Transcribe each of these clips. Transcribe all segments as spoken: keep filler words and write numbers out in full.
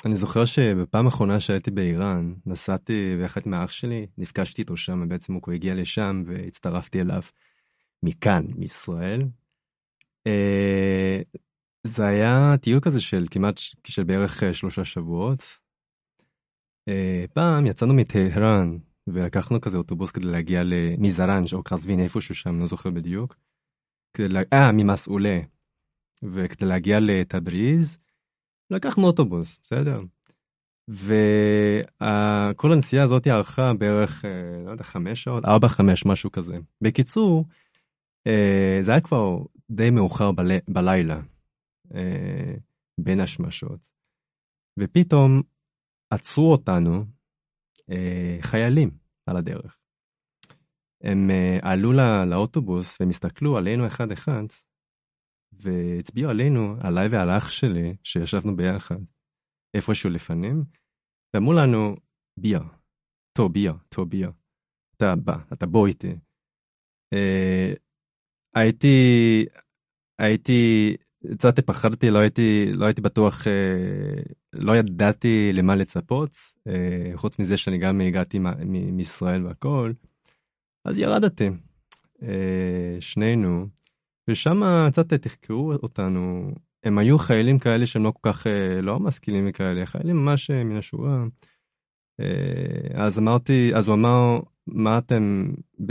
אני זוכר שבפעם האחרונה שהייתי באיראן, נסעתי ביחד מהאח שלי, נפגשתי איתו שם, בעצם הוא הגיע לשם והצטרפתי אליו מכאן, מישראל. זה היה טיול כזה של כמעט, של בערך שלושה שבועות. פעם יצאנו מטהרן, ולקחנו כזה אוטובוס כדי להגיע למזרנג' או קרזבין, איפשהו שם, לא זוכר בדיוק. אה, ממסעולה. וכדי להגיע לטבריז, לקחנו אוטובוס, בסדר. וכל הנסיעה הזאת ערכה בערך, לא יודע, חמש שעות, ארבע, חמש, משהו כזה. בקיצור, זה היה כבר די מאוחר בל... בלילה, בין השמשות. ופתאום עצרו אותנו חיילים על הדרך. הם עלו לא... לאוטובוס והם הסתכלו עלינו אחד אחד, והצביעו עלינו, עליי ועל אח שלי, שישבנו ביחד, איפשהו לפנים, ואמרו לנו, ביה, טוב ביה, טוב ביה, אתה בא, אתה בוא איתי. אה, הייתי, הייתי, קצת פחדתי, לא הייתי, לא הייתי בטוח, אה, לא ידעתי למה לצפות, אה, חוץ מזה שאני גם הגעתי מישראל והכל, אז ירדתי, אה, שנינו, ושם קצת תחקרו אותנו, הם היו חיילים כאלה שהם לא כל כך, לא משכילים מכאלה, חיילים ממש מן השורה. אז אמרתי, אז הוא אמר, מה אתם,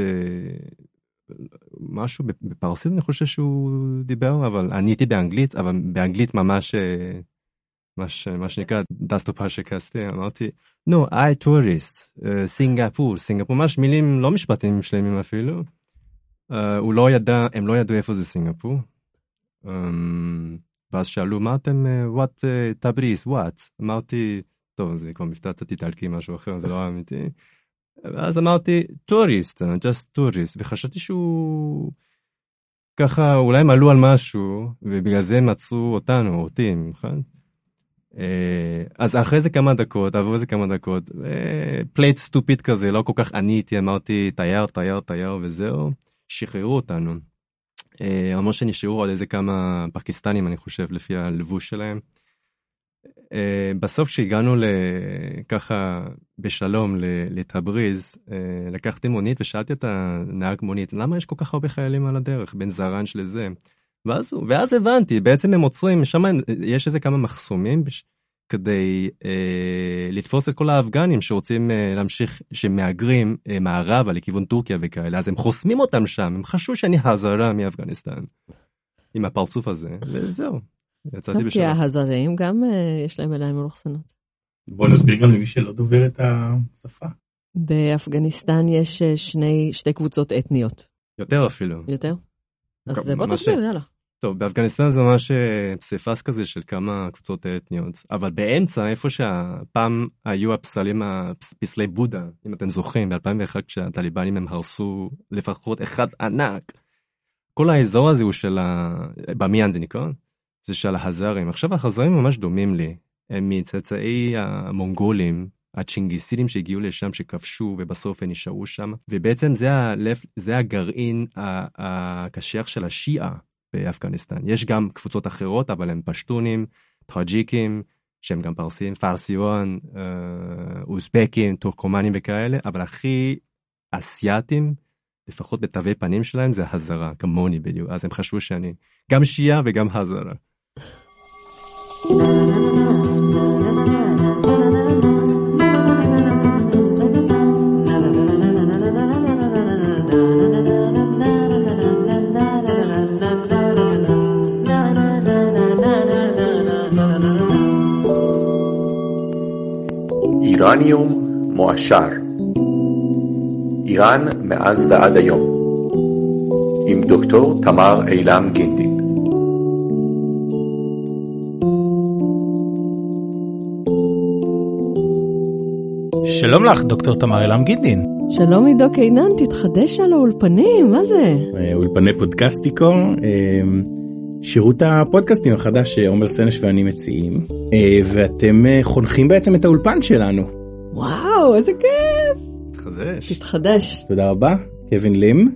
משהו בפרסית אני חושב שהוא דיבר, אבל אני הייתי באנגלית, אבל באנגלית ממש, מה שנקרא, דסטופה שקסטי, אמרתי, no, I tourist, סינגפור, סינגפור, ממש מילים לא משפטים שלמים אפילו. Uh, הוא לא ידע, הם לא ידעו איפה זה סינגפור. Um, ואז שאלו, מה אתם, uh, what, uh, טבריז, what? אמרתי, טוב, זה כבר מבטא קצת איטלקי, משהו אחר, זה לא אמיתי. ואז אמרתי, tourist, just tourist, וחשבתי שהוא, ככה, אולי הם עלו על משהו, ובגלל זה מצאו אותנו, אותי, נכון? Uh, אז אחרי זה כמה דקות, עברו איזה כמה דקות, פלייט סטופיד כזה, לא כל כך עניתי, אמרתי, תייר, תייר, תייר, וזהו. שחררו אותנו. אמרו שנשארו עוד איזה כמה פקיסטנים, אני חושב, לפי הלבוש שלהם. בסוף כשהגענו ככה בשלום לטבריז, לקחתי מונית ושאלתי את הנהג מונית, למה יש כל כך הרבה חיילים על הדרך, בין זרנג' לזה? ואז, ואז הבנתי, בעצם הם עוצרים, שם יש איזה כמה מחסומים, כדי אה, לתפוס את כל האפגנים שרוצים אה, להמשיך, שמאגרים אה, מערבה לכיוון טורקיה וכאלה, אז הם חוסמים אותם שם, הם חשבו שאני הזרה מאפגניסטן, עם הפרצוף הזה, וזהו, יצאתי בשלום. כי ההזרים גם אה, יש להם עיניים מלוכסנות. בוא נסביר גם למי שלא דובר את השפה. באפגניסטן יש שני, שתי קבוצות אתניות. יותר אפילו. יותר? אז בוא תסביר, יאללה. טוב, באפגניסטן זה ממש פסיפס כזה של כמה קבוצות אתניות, אבל באמצע, איפה שהפעם היו הפסלים, הפסלי בודה, אם אתם זוכרים, ב-אלפיים ואחת כשהטליבנים הם הרסו לפחות אחד ענק, כל האזור הזה הוא של, במיין זה נקרא, זה של ההזרים. עכשיו ההזרים ממש דומים לי, הם מצאצאי המונגולים, הצ'ינגיסידים שהגיעו לשם, שכבשו ובסוף הם נשארו שם, ובעצם זה, הלב, זה הגרעין הקשיח של השיעה, באפגניסטן. יש גם קבוצות אחרות, אבל הם פשטונים, טאג'יקים, שהם גם פרסים, פרסיון, אוזבקים, טורקומנים וכאלה, אבל הכי אסייתים, לפחות בתווי פנים שלהם, זה הזרה, כמוני בדיוק. אז הם חשבו שאני גם שיעה וגם הזרה. איראניום מועשר, איראן מאז ועד היום, עם דוקטור תמר אילם גינדין. שלום לך דוקטור תמר אילם גינדין. שלום עידו קינן, תתחדש על האולפנים, מה זה? אולפני פודקאסטיקו, שירות הפודקאסטים החדש שעומר סנש ואני מציעים, ואתם חונכים בעצם את האולפן שלנו. וואו, איזה כיף. תתחדש. תתחדש. תודה רבה, קווין לים.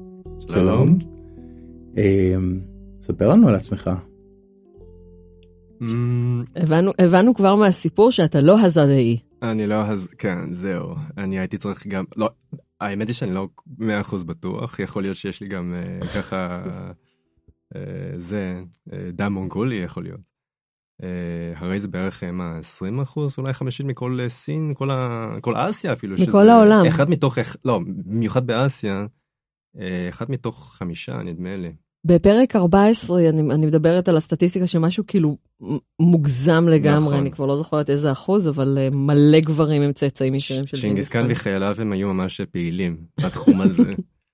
שלום. ספר לנו על עצמך. הבנו, הבנו כבר מהסיפור שאתה לא הזדאי. אני לא, כן, זהו. אני הייתי צריך גם, לא, האמת היא שאני לא מאה אחוז בטוח, יכול להיות שיש לי גם ככה, זה, דם מונגולי יכול להיות. הרי זה בערך מה, עשרים אחוז, אולי חמישית מכל סין, כל, ה, כל אסיה אפילו. מכל העולם. אחד מתוך, לא, במיוחד באסיה, אחד מתוך חמישה, נדמה לי. בפרק ארבע עשרה אני, אני מדברת על הסטטיסטיקה שמשהו כאילו מוגזם לגמרי, נכון. אני כבר לא זוכרת איזה אחוז, אבל מלא גברים עם צאצאים ישירים של ג'ינגיס חאן וחייליו הם היו ממש פעילים בתחום הזה.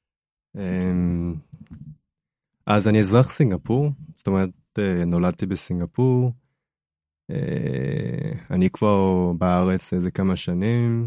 אז אני אזרח סינגפור, זאת אומרת נולדתי בסינגפור, אני כבר בארץ איזה כמה שנים,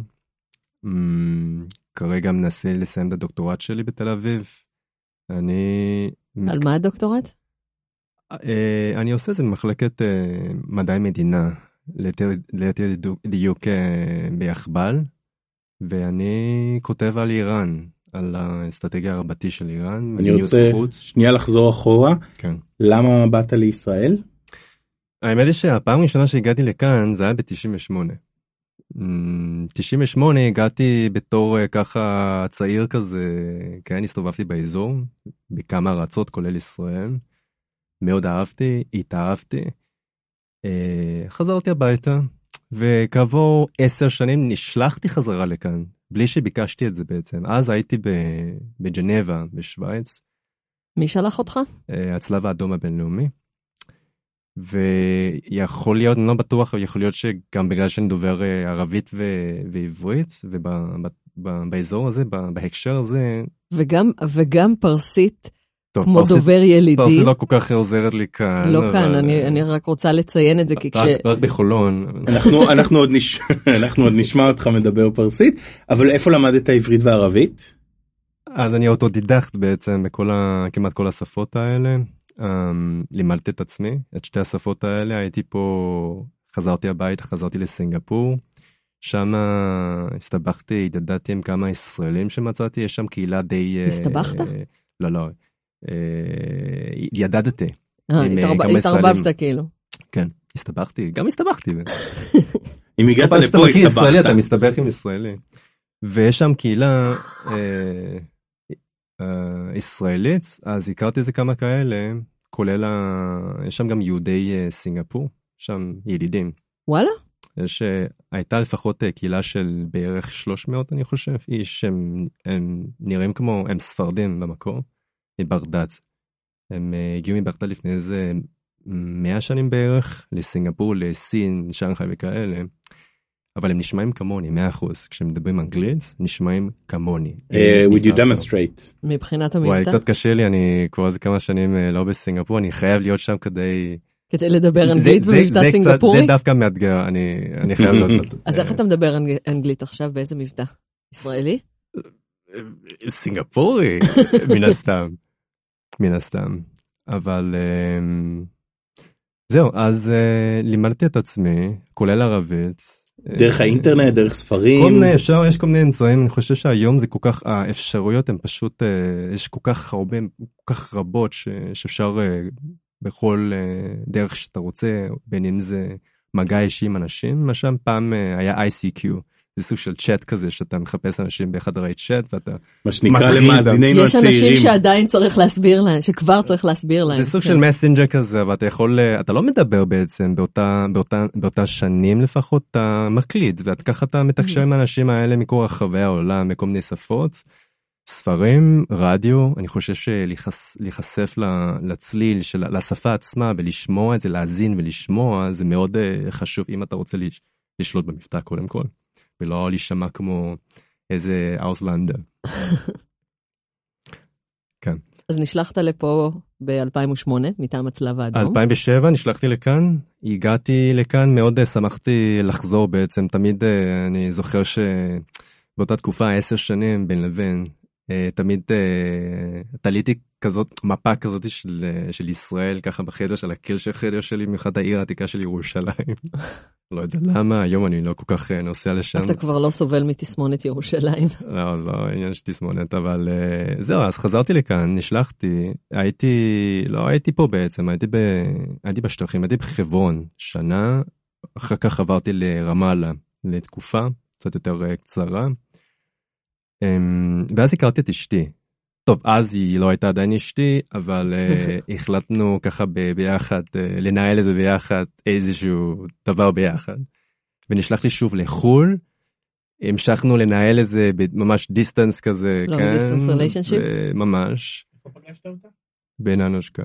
כרגע מנסה לסיים את הדוקטורט שלי בתל אביב, אני... על מה הדוקטורט? אני עושה את זה במחלקת מדעי מדינה, ליתר דיוק ביחבל, ואני כותב על איראן, על האסטרטגיה הרבתי של איראן. אני רוצה שנייה לחזור אחורה. כן. למה באת לישראל? האמת היא שהפעם הראשונה שהגעתי לכאן זה היה ב-תשעים ושמונה. תשעים ושמונה הגעתי בתור ככה צעיר כזה, כן, הסתובבתי באזור, בכמה ארצות כולל ישראל, מאוד אהבתי, התאהבתי, חזרתי הביתה, וכעבור עשר שנים נשלחתי חזרה לכאן, בלי שביקשתי את זה בעצם, אז הייתי בג'נבה, בשוויץ. מי שלח אותך? הצלב האדום הבינלאומי. ויכול להיות, אני לא בטוח, אבל יכול להיות שגם בגלל שאני דובר ערבית ו- ועברית, ובאזור הזה, בהקשר הזה... וגם, וגם פרסית, טוב, כמו פרסית, דובר ילידי. פרסית לא כל כך עוזרת לי כאן. לא אבל... כאן, אני, אני רק רוצה לציין את זה, כי כש... רק, רק בחולון. אנחנו, אנחנו, עוד נש... אנחנו עוד נשמע אותך מדבר פרסית, אבל איפה למדת עברית וערבית? אז אני אוטודידקט בעצם, בכל ה... כמעט כל השפות האלה. Um, לימדתי את עצמי, את שתי השפות האלה, הייתי פה, חזרתי הביתה, חזרתי לסינגפור, שם הסתבכתי, ידעתי עם כמה ישראלים שמצאתי, יש שם קהילה די... הסתבכת? Uh, לא, לא, uh, ידדתי. התערבבת כאילו. כן, הסתבכתי, גם הסתבכתי. אם הגעת לפה הסתבכת. אתה מסתבך עם ישראלי. ויש שם קהילה... Uh, Uh, ישראלית, אז הכרתי איזה כמה כאלה, כולל, ה... יש שם גם יהודי uh, סינגפור, שם ילידים. וואלה? יש, uh, הייתה לפחות uh, קהילה של בערך שלוש מאות, אני חושב, איש, הם, הם נראים כמו, הם ספרדים במקור, מבגדד. הם uh, הגיעו מבגדד לפני איזה מאה שנים בערך, לסינגפור, לסין, שנחאי וכאלה. אבל הם נשמעים כמוני, מאה אחוז. כשהם מדברים אנגלית, נשמעים כמוני. Would you demonstrate? מבחינת המבטא? וואי, קצת קשה לי, אני כבר איזה כמה שנים לא בסינגפור, אני חייב להיות שם כדי... כדי לדבר אנגלית במבטא סינגפורי? זה דווקא מאתגר, אני חייב להיות... אז איך אתה מדבר אנגלית עכשיו, באיזה מבטא? ישראלי? סינגפורי, מן הסתם. מן הסתם. אבל... זהו, אז לימדתי את עצמי, כולל ערבית, דרך האינטרנט, דרך ספרים. כל מיני, אפשר, יש כל מיני אמצעים, אני חושב שהיום זה כל כך, האפשרויות הן פשוט, יש כל כך הרבה, כל כך רבות, שאפשר בכל דרך שאתה רוצה, בין אם זה מגע אישי עם אנשים, למשל פעם היה איי סי קיו, זה סוג של צ'אט כזה, שאתה מחפש אנשים בחדרי צ'אט, ואתה... מה שנקרא למאזיננו הצעירים. יש אנשים שעדיין צריך להסביר להם, שכבר צריך להסביר להם. זה סוג של מסנג'ר כזה, ואתה יכול, אתה לא מדבר בעצם, באותה, באותה, באותה שנים לפחות, אתה מקליד, ואת ככה אתה מתקשר עם האנשים האלה מכל רחבי העולם, מכל מיני שפות, ספרים, רדיו, אני חושב שלהיחשף לצליל, לשפה עצמה, ולשמוע את זה, להאזין ולשמוע, זה מאוד חשוב, אם אתה רוצה לשלוט במבטא קודם כל. ולא להישמע כמו איזה אוסלנדר. כן. אז נשלחת לפה ב-אלפיים ושמונה, מטעם הצלב האדום. אלפיים ושבע נשלחתי לכאן, הגעתי לכאן, מאוד שמחתי לחזור בעצם, תמיד אני זוכר שבאותה תקופה, עשר שנים בין לבין, תמיד תליתי כזאת, מפה כזאת של, של ישראל, ככה בחדר של הקיר של חדר שלי, מאחד העיר העתיקה של ירושלים. לא יודע למה, היום אני לא כל כך נוסע לשם. אתה כבר לא סובל מתסמונת ירושלים. לא, זה לא עניין של תסמונת, אבל זהו, אז חזרתי לכאן, נשלחתי, הייתי, לא הייתי פה בעצם, הייתי, ב, הייתי בשטחים, הייתי בחברון, שנה, אחר כך עברתי לרמאללה, לתקופה, קצת יותר קצרה, ואז הכרתי את אשתי. טוב, אז היא לא הייתה עדיין אשתי, אבל uh, החלטנו ככה ב- ביחד, uh, לנהל איזה ביחד, איזשהו דבר ביחד. ונשלחתי שוב לחול, המשכנו לנהל איזה ממש דיסטנס כזה, לא, כן? דיסטנס ריליישנשיפ? ממש. איפה פגשת אותה? בננושקה.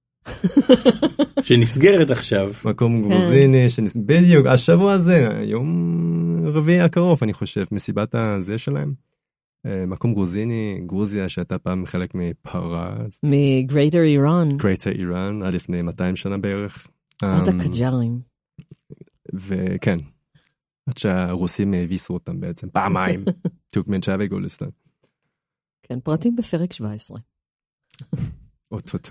שנסגרת עכשיו. מקום גרוזיני, שנס... בדיוק, השבוע הזה, יום רביעי הקרוב, אני חושב, מסיבת הזה שלהם. מקום גרוזיני, גרוזיה שהייתה פעם חלק מפרס. מגרייטר איראן. גרייטר איראן, עד לפני מאתיים שנה בערך. עד הקג'ארים. וכן, עד שהרוסים הביסו אותם בעצם, פעמיים. טורקמנצ'ה וגולסטן. כן, פרטים בפרק שבע עשרה. אוטוטו.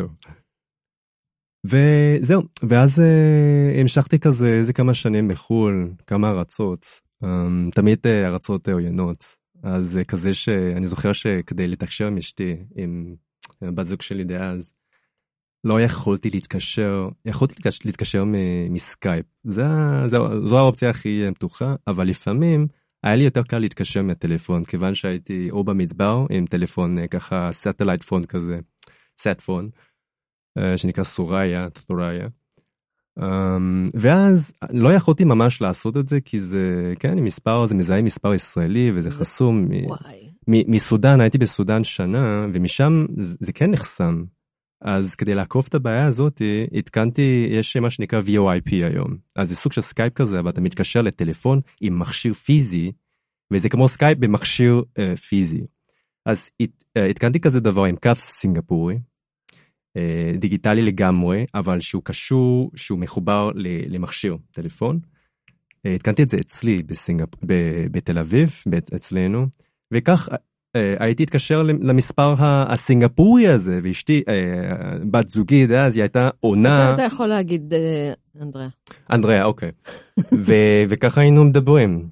וזהו, ואז המשכתי כזה איזה כמה שנים בחול, כמה ארצות, תמיד ארצות עוינות. אז כזה שאני זוכר שכדי לתקשר עם אשתי, עם בת זוג שלי דאז, לא יכולתי להתקשר, יכולתי להתקשר מסקייפ. זה, זה, זו האופציה הכי פתוחה, אבל לפעמים היה לי יותר קל להתקשר מהטלפון, כיוון שהייתי או במדבר עם טלפון ככה סטלייט פון כזה, סט פון, שנקרא סוריה, סוריה. Um, ואז לא יכולתי ממש לעשות את זה, כי זה, כן, מספר, זה מזהה מספר ישראלי, וזה חסום. מסודן, הייתי בסודן שנה, ומשם זה, זה כן נחסם. אז כדי לעקוף את הבעיה הזאת, התקנתי, יש מה שנקרא וי או איי פי היום. אז זה סוג של סקייפ כזה, אבל אתה מתקשר לטלפון עם מכשיר פיזי, וזה כמו סקייפ במכשיר uh, פיזי. אז הת, uh, התקנתי כזה דבר עם קו סינגפורי, דיגיטלי לגמרי, אבל שהוא קשור, שהוא מחובר למכשיר טלפון. התקנתי את זה אצלי בסינגפ... בתל אביב, אצלנו, וכך הייתי התקשר למספר הסינגפורי הזה, ואשתי, בת זוגית, אז היא הייתה עונה... אתה יכול להגיד אנדריה. אנדריה, אוקיי. וככה היינו מדברים.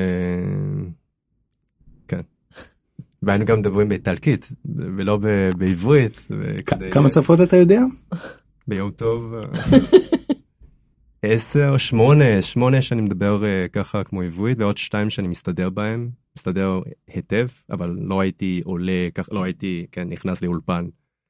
כן. והיינו גם מדברים באיטלקית, ולא בעברית. כמה שפות אתה יודע? ביום טוב. עשר, שמונה, שמונה שאני מדבר ככה כמו עברית, ועוד שתיים שאני מסתדר בהם, מסתדר היטב, אבל לא הייתי עולה, לא הייתי, כן, נכנס לאולפן,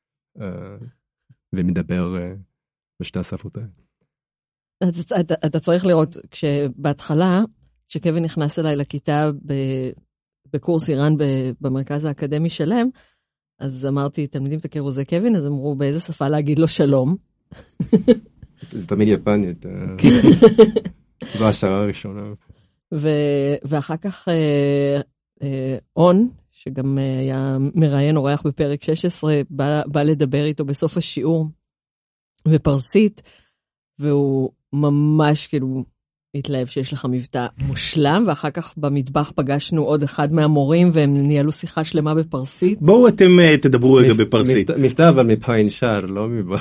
ומדבר בשתי השפות האלה. אתה, אתה צריך לראות, כשבהתחלה, כשקווין נכנס אליי לכיתה בקורס איראן במרכז האקדמי שלם, אז אמרתי, תלמידים תכירו זה קווין, אז אמרו באיזה שפה להגיד לו שלום. זה תמיד יפנית. זו השערה הראשונה. ואחר כך און, שגם היה מראיין אורח בפרק שש עשרה, בא לדבר איתו בסוף השיעור בפרסית, והוא ממש כאילו התלהב שיש לך מבטא מושלם, ואחר כך במטבח פגשנו עוד אחד מהמורים, והם ניהלו שיחה שלמה בפרסית. בואו אתם תדברו רגע בפרסית. מבטא אבל מפיין שר, לא מבר.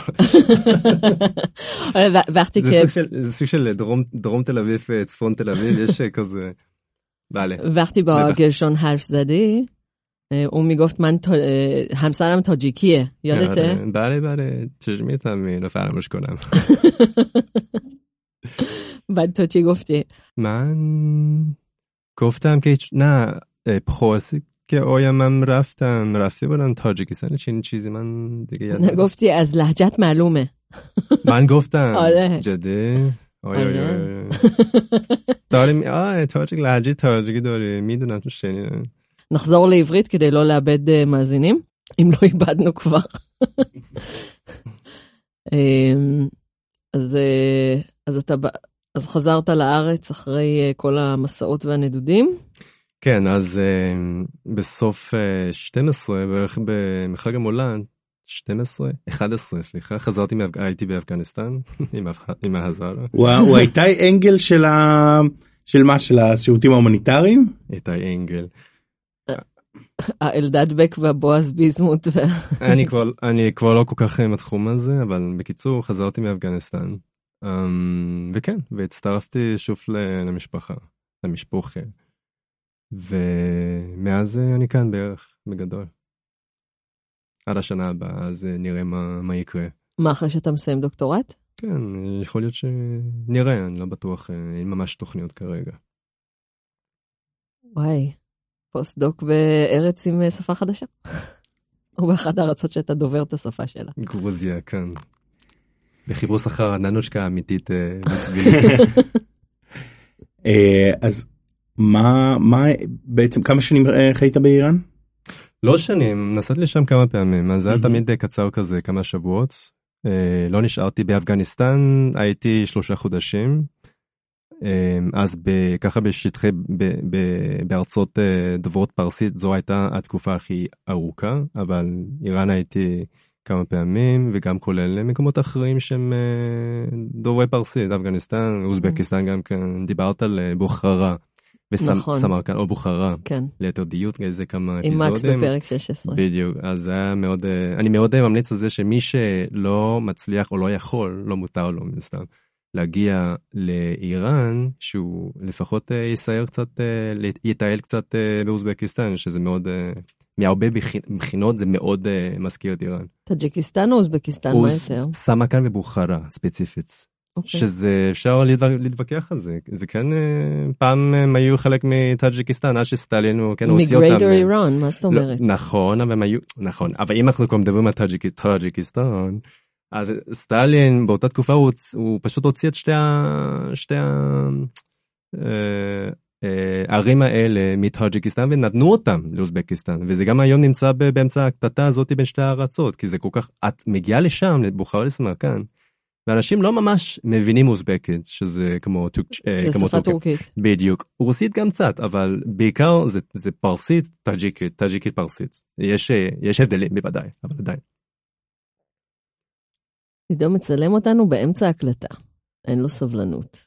זה סוג של דרום תל אביב, צפון תל אביב, יש כזה... وقتی با گلشن حرف زدی اون میگفت من تا... همسرم تاجیکیه یادته؟ بله بله چجوری میتونم اینو فراموش کنم. بعد تو چی گفتی؟ من گفتم که نه پخواسی که آیامم رفتم رفته بودم تاجیکستان چین چیزی من دیگه یادم نه گفتی از لهجت معلومه. من گفتم آره جدی آیا آیا داریم آه تاجیک لهجه تاجیکی داره میدونم تو شنیدم. נחזור לעברית כדי לא לאבד מאזינים, אם לא איבדנו כבר. אז אז אתה אז חזרת לארץ אחרי כל המסעות והנדודים? כן, אז בסוף שתים עשרה בערך בחג המולד שתים עשרה, אחד עשרה, סליחה, חזרתי, הייתי באפגניסטן עם ההזרה. הוא הייתה אנגל של ה... של מה? של השירותים ההומניטריים? הייתה אנגל. האלדד בק והבועז ביזמוט. אני כבר, אני כבר לא כל כך בתחום הזה, אבל בקיצור, חזרתי מאפגניסטן. וכן, והצטרפתי שוב למשפחה, למשפחה. ומאז אני כאן בערך, בגדול. עד השנה הבאה, אז נראה מה, מה יקרה. מה אחרי שאתה מסיים דוקטורט? כן, יכול להיות שנראה, אני לא בטוח, אין ממש תוכניות כרגע. וואי, פוסט-דוק בארץ עם שפה חדשה. או באחת הארצות שאתה דובר את השפה שלה. גרוזיה, כן. בחיפוש אחר ננושקה אמיתית. אז מה, מה, בעצם כמה שנים חיית באיראן? לא שנים, נסעתי לשם כמה פעמים, אז זה היה תמיד קצר כזה, כמה שבועות. לא נשארתי באפגניסטן, הייתי שלושה חודשים. אז ככה בשטחי, בארצות דוברות פרסית, זו הייתה התקופה הכי ארוכה, אבל איראן הייתי כמה פעמים, וגם כולל מקומות אחרים שהם דוברי פרסית, אפגניסטן, אוזבקיסטן גם כן, דיברת על בוחרה, וסמרקנד, או בוחרה, ליתר דיוק, איזה כמה אפיזודים. עם מקס בפרק שש עשרה. בדיוק, אז זה היה מאוד, אני מאוד ממליץ על זה שמי שלא מצליח או לא יכול, לא מותר לו מסתם. להגיע לאיראן, שהוא לפחות יסייר קצת, יטייל קצת באוזבקיסטן, שזה מאוד, מהרבה בחינות זה מאוד מזכיר את איראן. טאג'יקיסטן או אוזבקיסטן, מה יותר? סמרקנד ובוחרה, ספציפית. שזה אפשר להתווכח על זה. זה כן, פעם הם היו חלק מטאג'יקיסטן, עד שסטלין הוא כן הוציא אותם. מגרייטר איראן, מה זאת אומרת? נכון, אבל הם היו, נכון, אבל אם אנחנו כבר מדברים על טאג'יקיסטן, אז סטלין באותה תקופה הוא, הוא פשוט הוציא את שתי שתי הערים האלה מטאג'יקיסטן ונתנו אותם לאוזבקיסטן, וזה גם היום נמצא באמצע הקטטה הזאת בין שתי הארצות, כי זה כל כך, את מגיעה לשם, לבוחרה לסמרקנד, ואנשים לא ממש מבינים אוזבקית, שזה כמו, זה כמו שפה טורקית. בדיוק, רוסית גם קצת, אבל בעיקר זה, זה פרסית, טאג'יקית, טאג'יקית פרסית. יש, יש הבדלים בוודאי, אבל עדיין. עידו מצלם אותנו באמצע הקלטה. אין לו סבלנות.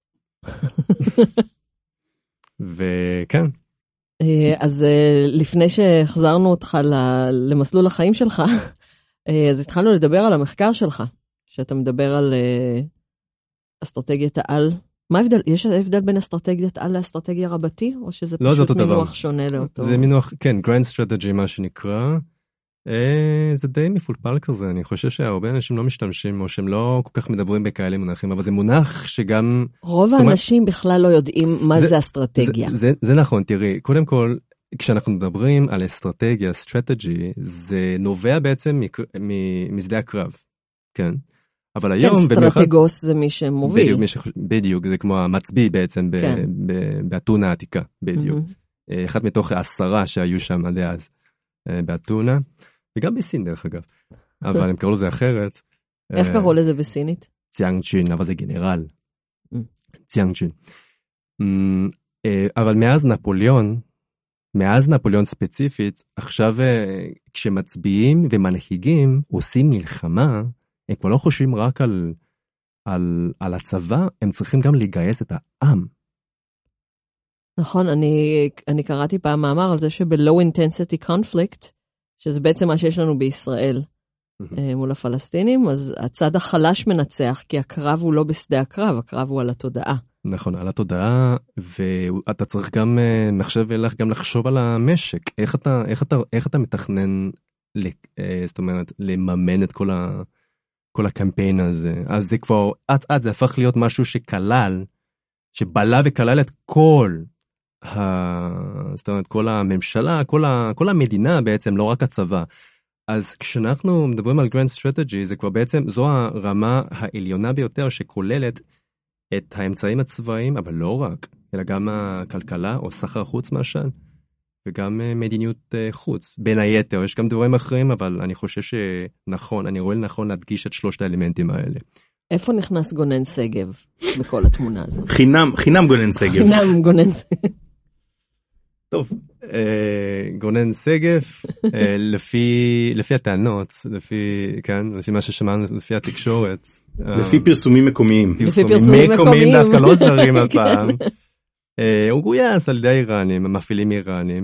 וכן. אז לפני שהחזרנו אותך למסלול החיים שלך, אז התחלנו לדבר על המחקר שלך, שאתה מדבר על אסטרטגיית העל. מה ההבדל? יש הבדל בין אסטרטגיית על לאסטרטגיה רבתי, או שזה פשוט מינוח שונה לאותו? זה מינוח, כן, Grand Strategy מה שנקרא. זה די מפולפל כזה, אני חושב שהרבה אנשים לא משתמשים, או שהם לא כל כך מדברים בכאלה מונחים, אבל זה מונח שגם... רוב האנשים בכלל לא יודעים מה זה אסטרטגיה. זה נכון, תראי, קודם כל, כשאנחנו מדברים על אסטרטגיה, strategy, זה נובע בעצם משדה הקרב, כן? אבל היום... כן, סטרטגוס זה מי שמוביל. בדיוק, זה כמו המצביא בעצם, באתונה העתיקה, בדיוק. אחד מתוך העשרה שהיו שם עד אז. באתונה, וגם בסין דרך אגב, אבל הם קראו לזה אחרת. איך קראו לזה בסינית? ציאנג צ'ין, אבל זה גנרל. ציאנג צ'ין. אבל מאז נפוליאון, מאז נפוליאון ספציפית, עכשיו כשמצביעים ומנהיגים עושים מלחמה, הם כבר לא חושבים רק על, על, על הצבא, הם צריכים גם לגייס את העם. נכון, אני, אני קראתי פעם מאמר על זה שב-low intensity conflict, שזה בעצם מה שיש לנו בישראל mm-hmm. מול הפלסטינים, אז הצד החלש מנצח, כי הקרב הוא לא בשדה הקרב, הקרב הוא על התודעה. נכון, על התודעה, ואתה צריך גם מחשב אלך גם לחשוב על המשק. איך אתה, איך אתה, איך אתה מתכנן, זאת אומרת, לממן את כל, ה, כל הקמפיין הזה. אז זה כבר, עד עד זה הפך להיות משהו שכלל, שבלה וכלל את כל, זאת אומרת, כל הממשלה, כל, ה, כל המדינה בעצם, לא רק הצבא. אז כשאנחנו מדברים על Grand Strategy, זה כבר בעצם, זו הרמה העליונה ביותר שכוללת את האמצעים הצבאיים, אבל לא רק, אלא גם הכלכלה או סחר חוץ מהשן, וגם מדיניות חוץ. בין היתר, יש גם דברים אחרים, אבל אני חושב שנכון, אני רואה לנכון להדגיש את שלושת האלמנטים האלה. איפה נכנס גונן סגב בכל התמונה הזאת? חינם, חינם גונן סגב. חינם גונן סגב. טוב, גונן סגב, לפי, לפי הטענות, לפי, כן, לפי מה ששמענו, לפי התקשורת. לפי פרסומים מקומיים. לפי פרסומים מקומיים. דווקא לא זרים הפעם. הוא גויס על ידי האיראנים, המפעילים איראנים,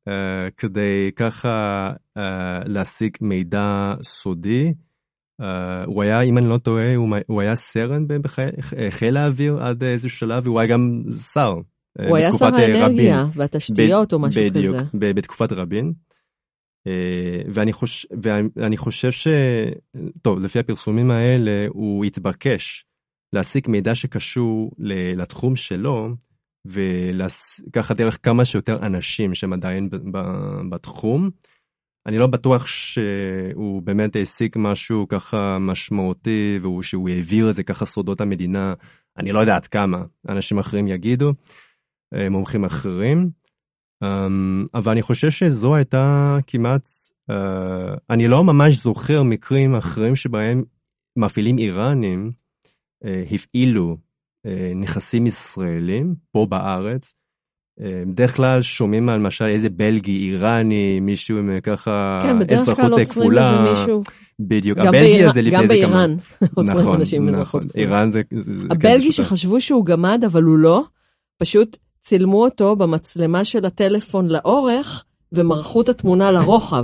uh, כדי ככה uh, להשיג מידע סודי. Uh, הוא היה, אם אני לא טועה, הוא, הוא היה סרן בחיל האוויר עד איזה שלב, והוא היה גם שר. הוא היה שר האנרגיה והתשתיות או משהו כזה. בדיוק, בתקופת רבין. ואני חושב, ואני חושב ש... טוב, לפי הפרסומים האלה, הוא התבקש להשיג מידע שקשור לתחום שלו, וככה דרך כמה שיותר אנשים שהם עדיין בתחום. אני לא בטוח שהוא באמת השיג משהו ככה משמעותי, ושהוא העביר את זה ככה סודות המדינה. אני לא יודעת כמה, אנשים אחרים יגידו, מומחים אחרים. אבל אני חושב שזו הייתה כמעט, אני לא ממש זוכר מקרים אחרים שבהם מפעילים איראנים הפעילו נכסים ישראלים פה בארץ. בדרך כלל שומעים על למשל איזה בלגי, איראני, מישהו עם ככה אזרחות כפולה. בדיוק, הבלגי הזה לפני זה כמה. גם באיראן עוצרים אנשים עם אזרחות כפולה. הבלגי שחשבו שהוא גמד, אבל הוא לא, פשוט צילמו אותו במצלמה של הטלפון לאורך, ומרחו את התמונה לרוחב.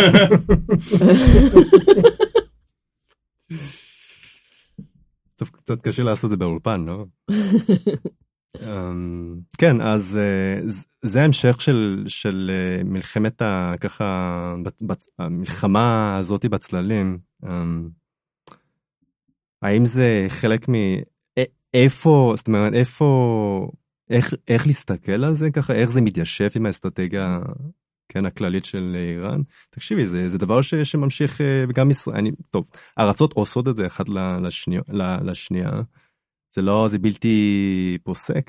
טוב, קצת קשה לעשות זה באולפן, לא? כן, אז זה המשך של מלחמת ככה, המלחמה הזאת בצללים. האם זה חלק מאיפה, זאת אומרת, איפה, איך, איך להסתכל על זה ככה, איך זה מתיישב עם האסטרטגיה, כן, הכללית של איראן? תקשיבי, זה, זה דבר ש, שממשיך, וגם ישראל, אני, טוב, הארצות עושות את זה אחד לשנייה, לשנייה. זה לא, זה בלתי פוסק,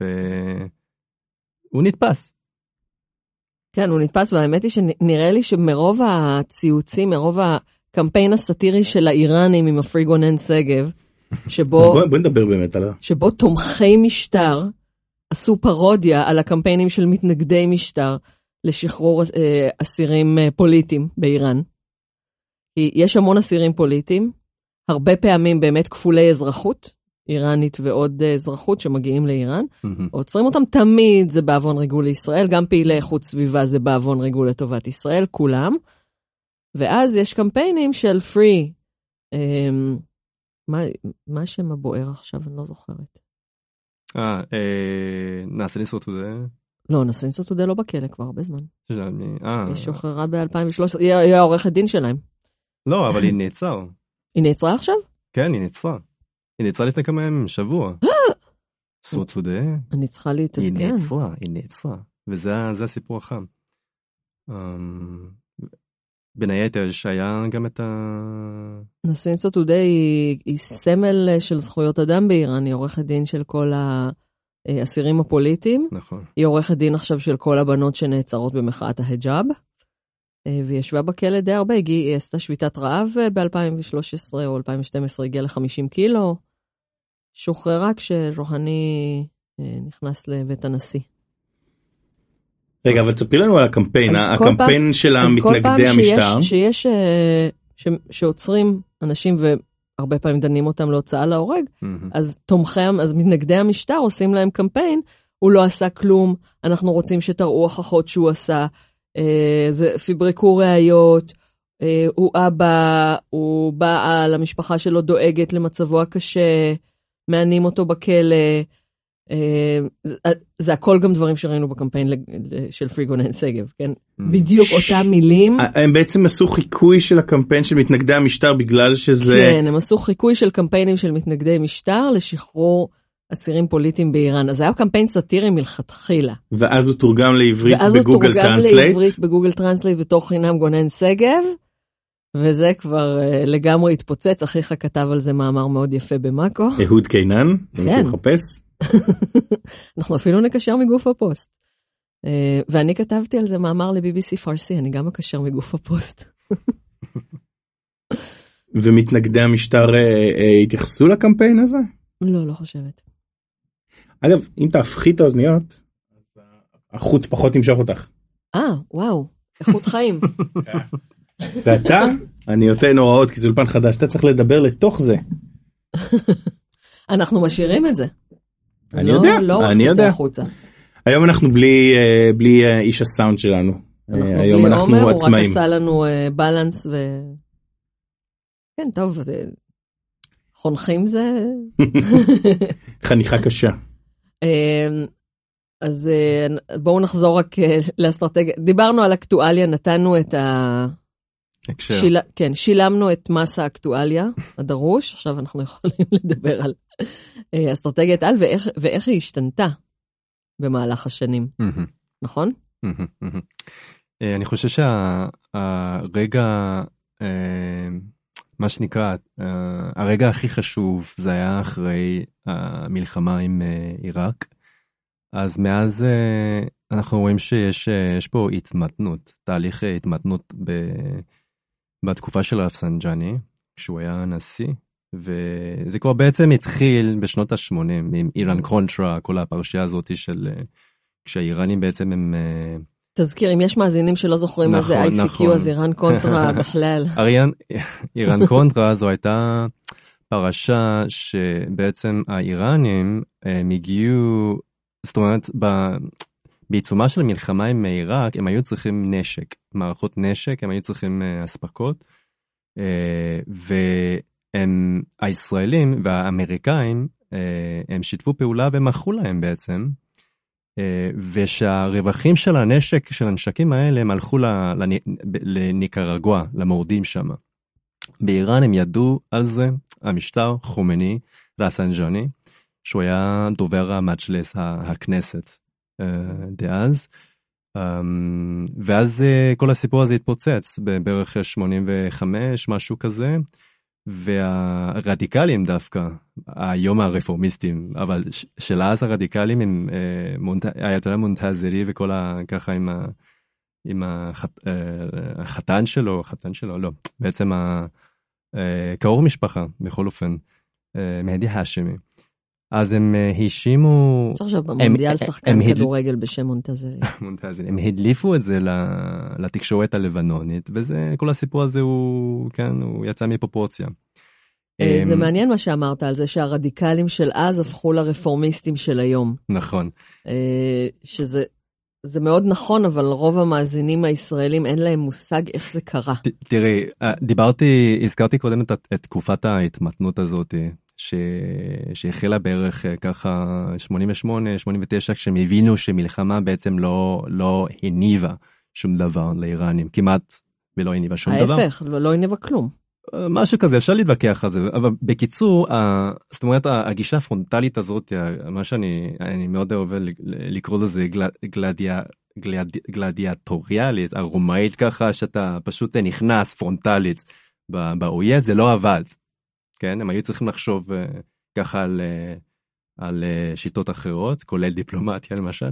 והוא נתפס. כן, הוא נתפס, והאמת היא שנראה לי שמרוב הציוצים, מרוב הקמפיין הסאטירי של האיראנים עם הפרי גונן שגב, שבו... בוא, בוא נדבר באמת עליו. שבו תומכי משטר עשו פרודיה על הקמפיינים של מתנגדי משטר לשחרור אה, אסירים אה, פוליטיים באיראן. כי יש המון אסירים פוליטיים, הרבה פעמים באמת כפולי אזרחות, איראנית ועוד אזרחות שמגיעים לאיראן, עוצרים אותם תמיד, זה בעוון ריגול לישראל, גם פעילי איכות סביבה זה בעוון ריגול לטובת ישראל, כולם. ואז יש קמפיינים של פרי, מה השם הבוער עכשיו, אני לא זוכרת. אה, נעשה ניסות תודה? לא, נעשה ניסות תודה לא בכלא כבר הרבה זמן. היא שוחררה ב-אלפיים ושלוש עשרה, היא העורכת דין שלהם. לא, אבל היא נעצר. היא נעצרה עכשיו? כן, היא נעצרה. היא נעצרה לפני כמה ימים, שבוע. סוד תודה. אני צריכה להתעדכן. היא נעצרה, היא נעצרה. וזה הסיפור החם. בין היתר שהיה גם את ה... נסרין סוטודה היא סמל של זכויות אדם באיראן, היא עורכת דין של כל האסירים הפוליטיים. נכון. היא עורכת דין עכשיו של כל הבנות שנעצרות במחאת ההיג'אב. והיא ישבה בכלא די הרבה, היא עשתה שביתת רעב ב-אלפיים ושלוש עשרה או אלפיים ושתים עשרה, הגיעה ל-חמישים קילו, שוחררה כשרוהני נכנס לבית הנשיא. רגע, אבל תספרי לנו על הקמפיין, הקמפיין של המתנגדי המשטר. אז כל פעם שיש, שעוצרים אנשים והרבה פעמים דנים אותם להוצאה להורג, אז תומכם, אז מתנגדי המשטר עושים להם קמפיין, הוא לא עשה כלום, אנחנו רוצים שתראו הוכחות שהוא עשה, זה פיברקו ראיות, הוא אבא, הוא בעל, המשפחה שלו דואגת למצבו הקשה, מענים אותו בכלא, זה, זה הכל גם דברים שראינו בקמפיין של פרי גונן שגב, כן? בדיוק אותם מילים. הם בעצם עשו חיקוי של הקמפיין של מתנגדי המשטר בגלל שזה... כן, הם עשו חיקוי של קמפיינים של מתנגדי משטר לשחרור אסירים פוליטיים באיראן. אז היה קמפיין סאטירי מלכתחילה. ואז הוא תורגם לעברית בגוגל טרנסלייט? ואז הוא תורגם לעברית בגוגל טרנסלייט בתוך חינם גונן שגב, וזה כבר uh, לגמרי התפוצץ. אחיך כתב על זה מאמר מאוד יפה במאקו. אהוד קינן, כן. מישהו מחפש. אנחנו אפילו נקשר מגוף הפוסט. Uh, ואני כתבתי על זה מאמר ל-בי בי סי פרסי, אני גם מקשר מגוף הפוסט. ומתנגדי המשטר uh, uh, התייחסו לקמפיין הזה? לא, לא חושבת. אגב, אם תהפכי את האוזניות, החוט פחות ימשוך אותך. אה, וואו, איכות חיים. ואתה, אני נותן הוראות, כי זה אולפן חדש, אתה צריך לדבר לתוך זה. אנחנו משאירים את זה. אני יודע, אני יודע. היום אנחנו בלי, בלי איש הסאונד שלנו. היום אנחנו עצמאים. הוא רק עשה לנו בלנס ו... כן, טוב, זה... חונכים זה... חניכה קשה. אז בואו נחזור רק לאסטרטגיה. דיברנו על אקטואליה, נתנו את ה... שיל... כן, שילמנו את מס האקטואליה הדרוש, עכשיו אנחנו יכולים לדבר על אסטרטגיית על ואיך, ואיך היא השתנתה במהלך השנים, נכון? אני חושב שהרגע, מה שנקרא, הרגע הכי חשוב זה היה אחרי המלחמה עם עיראק, אז מאז אנחנו רואים שיש יש פה התמתנות, תהליך התמתנות ב... בתקופה של רפסנג'אני, כשהוא היה נשיא, וזה כבר בעצם התחיל בשנות ה-שמונים, עם איראן קונטרה, כל הפרשייה הזאת של, כשהאיראנים בעצם הם... תזכיר, אם יש מאזינים שלא זוכרים מה זה איי סי קיו, אז איראן קונטרה בכלל. איראן קונטרה זו הייתה פרשה שבעצם האיראנים הם הגיעו, זאת אומרת, ב... בעיצומה של מלחמה עם עיראק, הם היו צריכים נשק, מערכות נשק, הם היו צריכים אספקות, והם, הישראלים והאמריקאים, הם שיתפו פעולה ומכרו להם בעצם, ושהרווחים של הנשק, של הנשקים האלה, הם הלכו לניקרגואה, למורדים שם. באיראן הם ידעו על זה, המשטר חומני, רפסנג'אני, שהוא היה דובר המג'לס, הכנסת. דאז, ואז כל הסיפור הזה התפוצץ בערך שמונים וחמש, משהו כזה, והרדיקלים דווקא, היום הרפורמיסטים, אבל של אז הרדיקלים הם אייתולה מונטזרי וכל ככה עם החתן שלו, החתן שלו, לא, בעצם קרוב משפחה, בכל אופן, מהדי האשמי. אז הם האשימו... עכשיו במונדיאל שחקן כדורגל בשם מונטזרי. מונטזרי. הם הדליפו את זה לתקשורת הלבנונית, וזה, כל הסיפור הזה הוא, כן, הוא יצא מפרופורציה. זה מעניין מה שאמרת על זה, שהרדיקלים של אז הפכו לרפורמיסטים של היום. נכון. שזה זה מאוד נכון, אבל רוב המאזינים הישראלים אין להם מושג איך זה קרה. תראי, דיברתי, הזכרתי קודם את תקופת ההתמתנות הזאת, שהחלה בערך ככה שמונים ושמונה שמונים ותשע, כשהם הבינו שמלחמה בעצם לא, לא הניבה שום דבר לאיראנים, כמעט ולא הניבה שום דבר. ההפך, לא הניבה כלום. משהו כזה, אפשר להתווכח על זה, אבל בקיצור, זאת אומרת, הגישה הפרונטלית הזאת, מה שאני אני מאוד אוהב לקרוא לזה גלדיה, גלדיאטוריאלית, הרומאית ככה, שאתה פשוט נכנס פרונטלית באויב, זה לא עבד. כן, הם היו צריכים לחשוב ככה על, על שיטות אחרות, כולל דיפלומטיה למשל.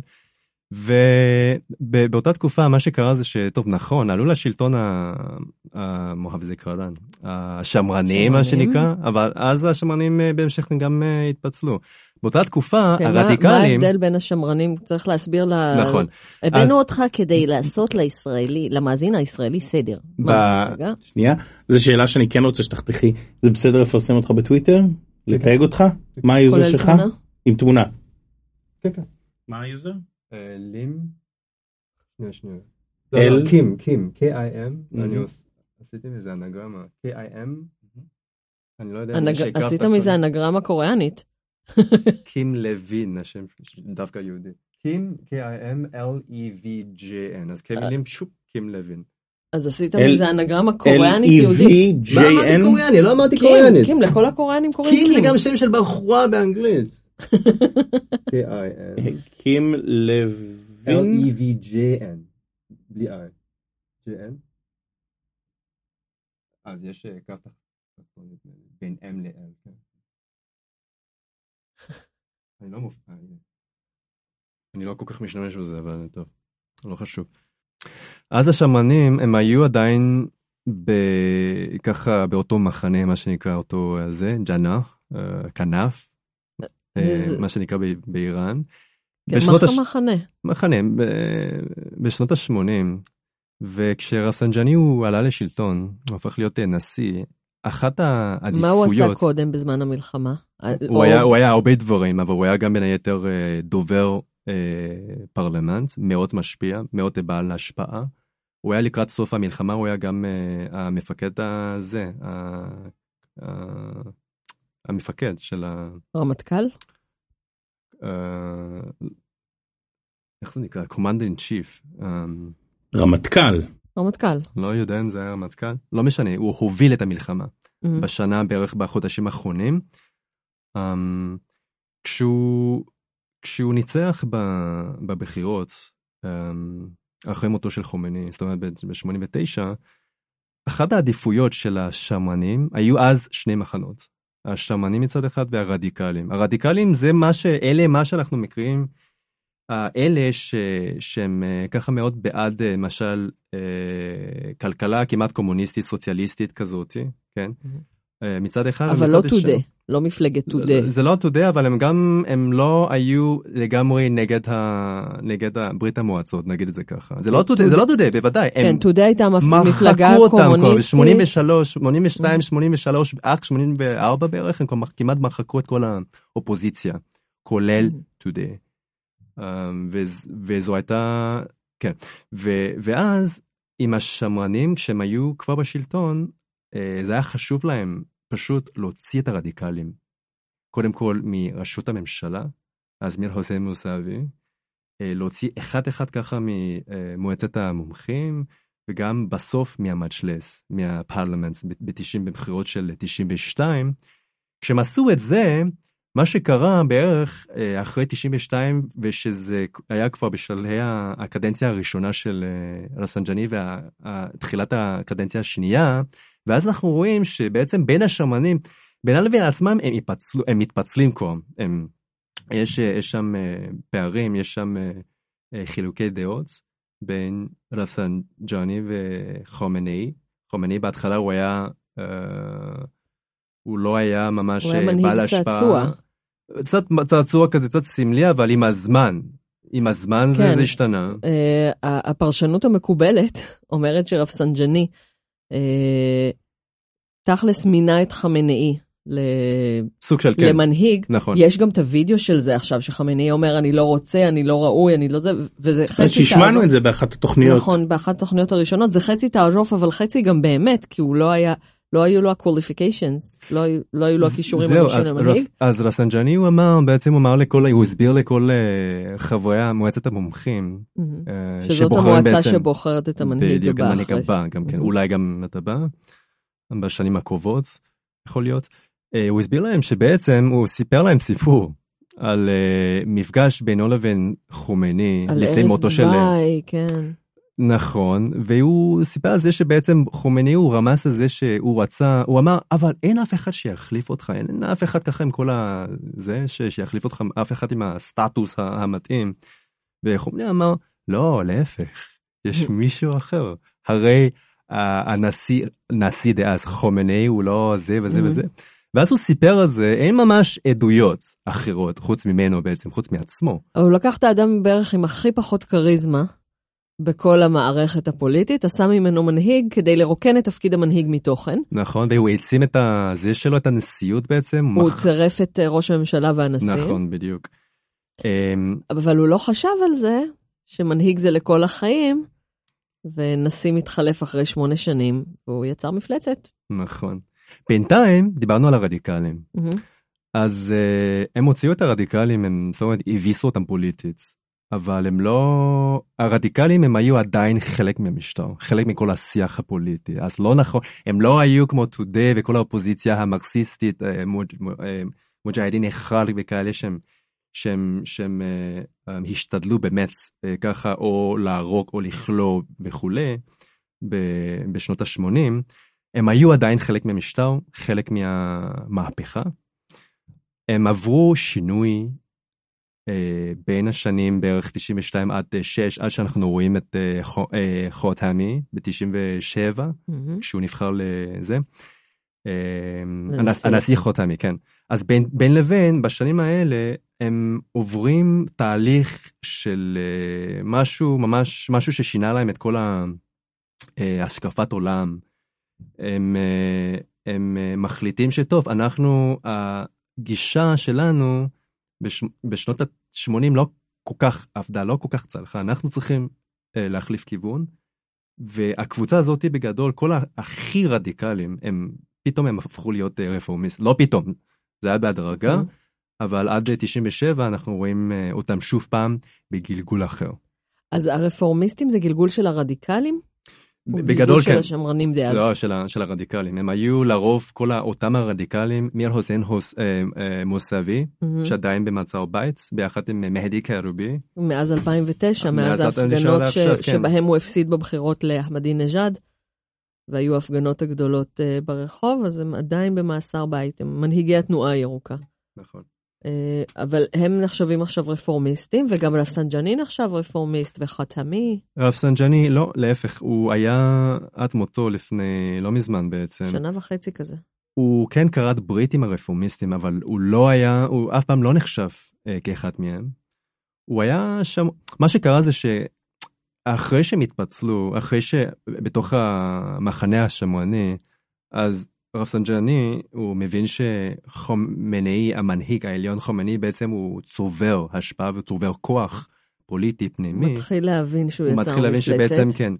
ובאותה תקופה מה שקרה זה שטוב, נכון, עלו לשלטון המוהב זקרן, השמרנים מה שנקרא, אבל אז השמרנים בהמשך גם התפצלו. באותה תקופה הרדיקלים... מה ההבדל בין השמרנים? צריך להסביר ל... נכון. הבאנו אותך כדי לעשות לישראלי, למאזין הישראלי סדר. שנייה, זו שאלה שאני כן רוצה שתחתכי. זה בסדר לפרסם אותך בטוויטר? לתייג אותך? מה היוזר שלך? עם תמונה. כן, כן. מה היוזר? לים. שנייה, שנייה. אל... קים, קים, K-I-M. אני עשיתי מזה אנגרמה. K-I-M. אני לא יודע... עשית מזה אנגרמה קוריאנית. קים לוין, השם דווקא יהודי. קים, K-I-M-L-E-V-J-N. אז כמילים שוב, קים לוין. אז עשית מזה אנגרמה קוריאנית יהודית. מה אמרתי קוריאני? לא אמרתי קוריאנית. קים, לכל הקוריאנים קוראים קים. קים זה גם שם של בחורה באנגלית. K-I-M. קים לוין. L-E-V-J-N. בלי I. J-N. אז יש ככה בין M ל-L. אני לא מופתע. אני לא כל כך משתמש בזה, אבל טוב. לא חשוב. אז השמרנים הם היו עדיין ככה באותו מחנה, מה שנקרא אותו הזה, ג'נה, כנף, מה שנקרא באיראן. מחנה. מחנה, בשנות ה-שמונים, וכשרפסנג'אני הוא עלה לשלטון, הוא הפך להיות נשיא, אחת העדיפויות... מה הוא עשה קודם בזמן המלחמה? הוא היה הרבה דברים, אבל הוא היה גם בין היתר דובר פרלמנט, מאוד משפיע, מאוד בעל השפעה. הוא היה לקראת סוף המלחמה, הוא היה גם המפקד הזה, המפקד של ה... רמטכ"ל? איך זה נקרא? Commander in Chief. רמטכ"ל. רמטכ"ל. לא יודע אם זה היה רמטכ"ל. לא משנה, הוא הוביל את המלחמה. בשנה בערך בחודשים האחרונים. כשהוא, כשהוא ניצח בבחירות, אחרי מותו של חומני, זאת אומרת ב-שמונים ותשע, אחת העדיפויות של השמרנים היו אז שני מחנות. השמרנים מצד אחד והרדיקלים. הרדיקלים זה מה ש... אלה מה שאנחנו מכירים, אלה ש... שהם ככה מאוד בעד, למשל, כלכלה כמעט קומוניסטית, סוציאליסטית כזאת, כן? מצד אחד... אבל לא תודה, לא מפלגת תודה. זה לא תודה, אבל הם גם, הם לא היו לגמרי נגד ה... נגד ברית המועצות, נגיד את זה ככה. זה לא תודה, זה לא תודה, בוודאי. כן, תודה הייתה מפלגה קומוניסטית. שמונים ושלוש, שמונים ושתיים, שמונים ושלוש, אך שמונים וארבע בערך, הם כמעט מחקו את כל האופוזיציה, כולל תודה. וזו הייתה, כן. ואז, עם השמרנים, כשהם היו כבר בשלטון, זה היה חשוב להם פשוט להוציא את הרדיקלים. קודם כל מראשות הממשלה, אז מיר חוסן מוסאווי, להוציא אחד אחד ככה ממועצת המומחים, וגם בסוף מהמג'לס, מהפרלמנט, בבחירות של תשעים ושתיים. כשהם עשו את זה, מה שקרה בערך אחרי תשעים ושתיים, ושזה היה כבר בשלהי הקדנציה הראשונה של רפסנג'אני, ותחילת הקדנציה השנייה, ואז אנחנו רואים שבעצם בין השמרנים, בינם לבין עצמם הם, יפצלו, הם מתפצלים כבר. הם, יש, יש שם פערים, יש שם חילוקי דעות בין רפסנג'אני וחומני. חומני בהתחלה הוא היה, הוא לא היה ממש הוא היה מנהיג צעצוע. קצת צעצוע כזה, קצת סמלי, אבל עם הזמן. עם הזמן כן. זה, זה השתנה. הפרשנות המקובלת אומרת שרפסנג'אני, תכלס מינה את חמנאי סוג של כן. למנהיג. נכון. יש גם את הוידאו של זה עכשיו, שחמנאי אומר, אני לא רוצה, אני לא ראוי, אני לא זה, וזה חצי תערוף. ששמענו את זה באחת התוכניות. נכון, באחת התוכניות הראשונות, זה חצי תערוף, אבל חצי גם באמת, כי הוא לא היה, לא היו לו ה-qualifications, לא, לא היו לו הכישורים של המנהיג. אז רפסנג'אני הוא אמר, בעצם הוא אמר לכל, הוא הסביר לכל חברי מועצת המומחים, שזאת המועצה שבוחרת את המנהיג הבא. בדיוק, המנהיג הבא, גם כן, אולי גם את הבא, בשנים הקרובות, יכול להיות. הוא הסביר להם שבעצם הוא סיפר להם סיפור על מפגש בינו לבין חומני, לפני מותו של... על ארז דווי, כן. נכון, והוא סיפר על זה שבעצם חומני הוא רמז על זה שהוא רצה, הוא אמר, אבל אין אף אחד שיחליף אותך, אין אף אחד ככה עם כל זה, שיחליף אותך, אף אחד עם הסטטוס המתאים. וחומני אמר, לא, להפך, יש מישהו אחר. הרי הנשיא, נשיא דאז חומני הוא לא זה וזה וזה. ואז הוא סיפר על זה, אין ממש עדויות אחרות, חוץ ממנו בעצם, חוץ מעצמו. אבל הוא לקח את האדם בערך עם הכי פחות קריזמה, בכל המערכת הפוליטית, עשה ממנו מנהיג כדי לרוקן את תפקיד המנהיג מתוכן. נכון, והוא העצים את זה שלו, את הנשיאות בעצם. הוא מח... צירף את ראש הממשלה והנשיא. נכון, בדיוק. אבל הוא לא חשב על זה, שמנהיג זה לכל החיים, ונשיא מתחלף אחרי שמונה שנים, והוא יצר מפלצת. נכון. בינתיים, דיברנו על הרדיקלים. Mm-hmm. אז uh, הם הוציאו את הרדיקלים, הם, זאת אומרת, הביסו אותם פוליטית. אבל הם לא, הרדיקלים הם היו עדיין חלק מהמשטר, חלק מכל השיח הפוליטי, אז לא נכון, הם לא היו כמו תודה וכל האופוזיציה המרקסיסטית, מוג'הדין אחד וכאלה שהם, שהם, שהם השתדלו באמת ככה או להרוג או לכלוא וכולי, בשנות ה-שמונים, הם היו עדיין חלק מהמשטר, חלק מהמהפכה, הם עברו שינוי, בין השנים בערך תשעים ושתיים עד שש, עד שאנחנו רואים את חותמי ב-תשעים ושבע, כשהוא נבחר לזה. הנשיא חותמי, כן. אז בין לבין, בשנים האלה, הם עוברים תהליך של משהו, ממש, משהו ששינה להם את כל ההשקפת עולם. הם, הם מחליטים שטוב, אנחנו, הגישה שלנו, בש... בשנות ה-שמונים לא כל כך עבדה, לא כל כך צלחה, אנחנו צריכים אה, להחליף כיוון, והקבוצה הזאת בגדול, כל הכי רדיקליים, הם, פתאום הם הפכו להיות אה, רפורמיסט, לא פתאום, זה היה בהדרגה, אבל עד תשעים ושבע אנחנו רואים אה, אותם שוב פעם בגלגול אחר. אז הרפורמיסטים זה גלגול של הרדיקלים? בגדול כן. של השמרנים דאז. לא, של, של הרדיקלים. הם היו לרוב כל אותם הרדיקלים, מיר חוסיין הוס, אה, אה, מוסאווי, mm-hmm. שעדיין במעצר בית, ביחד עם מהדי קרובי. מאז אלפיים ותשע, מאז ההפגנות ש... כן. שבהם הוא הפסיד בבחירות לאחמדינג'אד, והיו הפגנות הגדולות uh, ברחוב, אז הם עדיין במאסר בית, הם מנהיגי התנועה הירוקה. נכון. אבל הם נחשבים עכשיו רפורמיסטים, וגם רפסנג'ני נחשב רפורמיסט, וחתמי. רפסנג'ני, לא, להפך, הוא היה עד מותו לפני, לא מזמן בעצם. שנה וחצי כזה. הוא כן קראת ברית עם הרפורמיסטים, אבל הוא לא היה, הוא אף פעם לא נחשב אה, כאחד מהם. הוא היה שם, מה שקרה זה שאחרי שהם התפצלו, אחרי שבתוך המחנה השמרני, אז רפסנג'ני, הוא מבין שחומני, המנהיג העליון חומני, בעצם הוא צובר השפעה וצובר כוח פוליטי פנימי. מתחיל להבין שהוא יצר מפלצת. הוא מתחיל להבין שבעצם כן.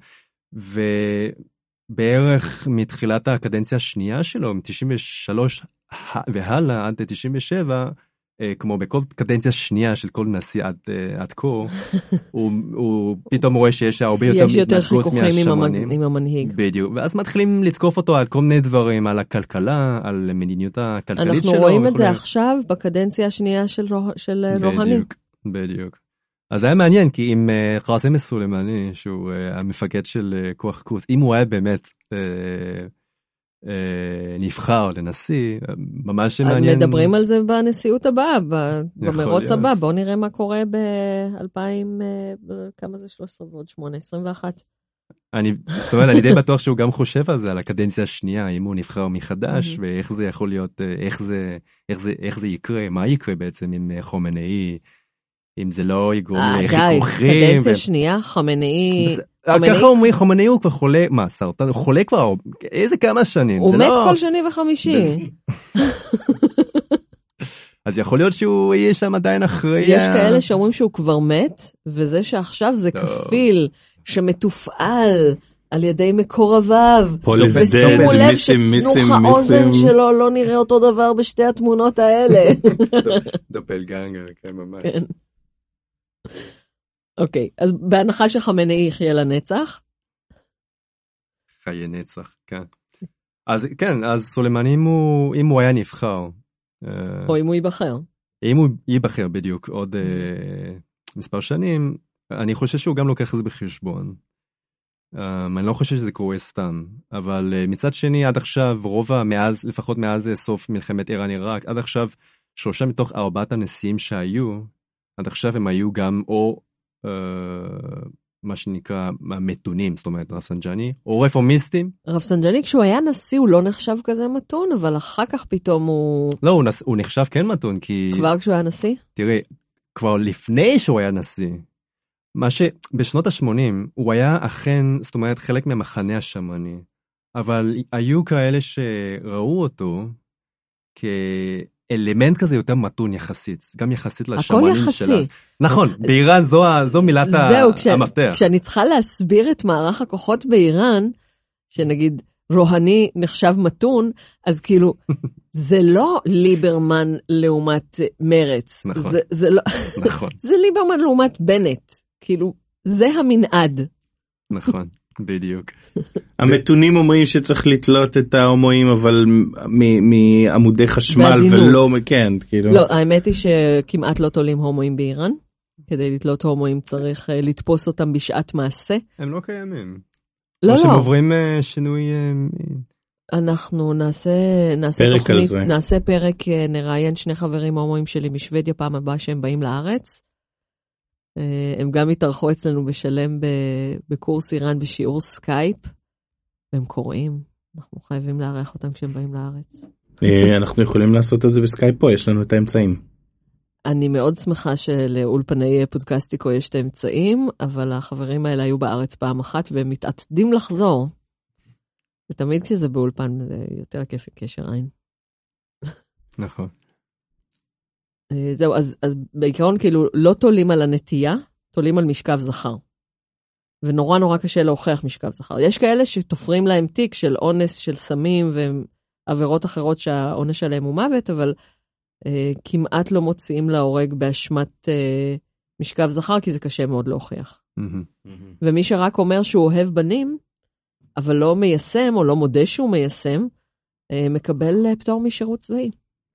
ובערך מתחילת הקדנציה השנייה שלו, מ-תשעים ושלוש והלאה עד תשעים ושבע, כמו בכל קדנציה שנייה של כל נשיא עד, עד כה, הוא, הוא פתאום רואה שיש הרבה יותר יש יותר חיכוכים עם, עם המנהיג. בדיוק, ואז מתחילים לתקוף אותו על כל מיני דברים, על הכלכלה, על מדיניות הכלכלית אנחנו שלו. אנחנו רואים את זה עכשיו בקדנציה השנייה של, של רוהני. בדיוק, בדיוק. אז זה היה מעניין, כי אם uh, קאסם סולימאני, שהוא uh, המפקד של uh, כוח קורס, אם הוא היה באמת... Uh, נבחר לנשיא, ממש מעניין. מדברים על זה בנשיאות הבאה, במרוץ הבא, בואו נראה מה קורה ב-אלפיים, כמה זה שלוש עשרה ועוד שמונה, עשרים ואחת. אני, זאת אומרת, אני די בטוח שהוא גם חושב על זה, על הקדנציה השנייה, אם הוא נבחר מחדש, ואיך זה יכול להיות, איך זה, איך זה, איך זה יקרה, מה יקרה בעצם עם חומנאי, אם זה לא יגרום לחיכוכים. קדנציה שנייה, חומנאי... ככה אומרים, חומנאי הוא כבר חולה, מה, סרטן, הוא חולה כבר, איזה כמה שנים. הוא מת כל שני וחמישי. אז יכול להיות שהוא יהיה שם עדיין אחרי... יש כאלה שאומרים שהוא כבר מת, וזה שעכשיו זה כפיל שמתופעל על ידי מקורביו. ושימו לב שתנוך האוזן שלו לא נראה אותו דבר בשתי התמונות האלה. דופלגנגר, כן, ממש. אוקיי, אז בהנחה שחמנאי יחיה לנצח? חיי נצח, כן. אז כן, אז סולימאני, אם הוא, אם הוא היה נבחר. או אם הוא ייבחר. אם הוא ייבחר בדיוק עוד uh, מספר שנים, אני חושב שהוא גם לוקח את זה בחשבון. Um, אני לא חושב שזה קורה סתם, אבל uh, מצד שני, עד עכשיו, רוב מאז, לפחות מאז סוף מלחמת איראן עיראק, עד עכשיו, שלושה מתוך ארבעת הנשיאים שהיו, עד עכשיו הם היו גם או Uh, מה שנקרא מתונים, זאת אומרת רפסנג'ני, או רפורמיסטים. רפסנג'ני כשהוא היה נשיא הוא לא נחשב כזה מתון, אבל אחר כך פתאום הוא... לא, הוא, נס... הוא נחשב כן מתון, כי... כבר כשהוא היה נשיא? תראי, כבר לפני שהוא היה נשיא, מה שבשנות ה-שמונים הוא היה אכן, זאת אומרת, חלק מהמחנה השמרני, אבל היו כאלה שראו אותו כ... אלמנט כזה יותר מתון יחסית, גם יחסית לשמרנים שלה. הכל יחסי. נכון, באיראן זו, זו מילת המפתח. כשאני צריכה להסביר את מערך הכוחות באיראן, שנגיד רוהני נחשב מתון, אז כאילו, זה לא ליברמן לעומת מרץ. נכון. זה, זה לא, נכון. זה ליברמן לעומת בנט. כאילו, זה המנעד. נכון. בדיוק. המתונים אומרים שצריך לתלות את ההומואים, אבל מעמודי חשמל ולא, כן, כאילו. לא, האמת היא שכמעט לא תולים הומואים באיראן. כדי לתלות הומואים צריך לתפוס אותם בשעת מעשה. הם לא קיימים. לא, לא. או שהם עוברים שינוי... אנחנו נעשה, נעשה פרק תוכנית, על זה. נעשה פרק, נראיין שני חברים הומואים שלי משוודיה פעם הבאה שהם באים לארץ. הם גם התארחו אצלנו בשלם בקורס איראן בשיעור סקייפ, והם קוראים, אנחנו חייבים לארח אותם כשהם באים לארץ. אנחנו יכולים לעשות את זה בסקייפ פה, יש לנו את האמצעים. אני מאוד שמחה שלאולפני פודקאסטיקו יש את האמצעים, אבל החברים האלה היו בארץ פעם אחת, והם מתעתדים לחזור. ותמיד כשזה באולפן, זה יותר כיף עם קשר עין. נכון. זהו, אז, אז בעיקרון כאילו לא תולים על הנטייה, תולים על משכב זכר. ונורא נורא קשה להוכיח משכב זכר. יש כאלה שתופרים להם תיק של אונס, של סמים ועבירות אחרות שהעונש עליהם הוא מוות, אבל אה, כמעט לא מוציאים להורג באשמת אה, משכב זכר, כי זה קשה מאוד להוכיח. Mm-hmm. ומי שרק אומר שהוא אוהב בנים, אבל לא מיישם או לא מודה שהוא מיישם, אה, מקבל אה, פטור משירות צבאי.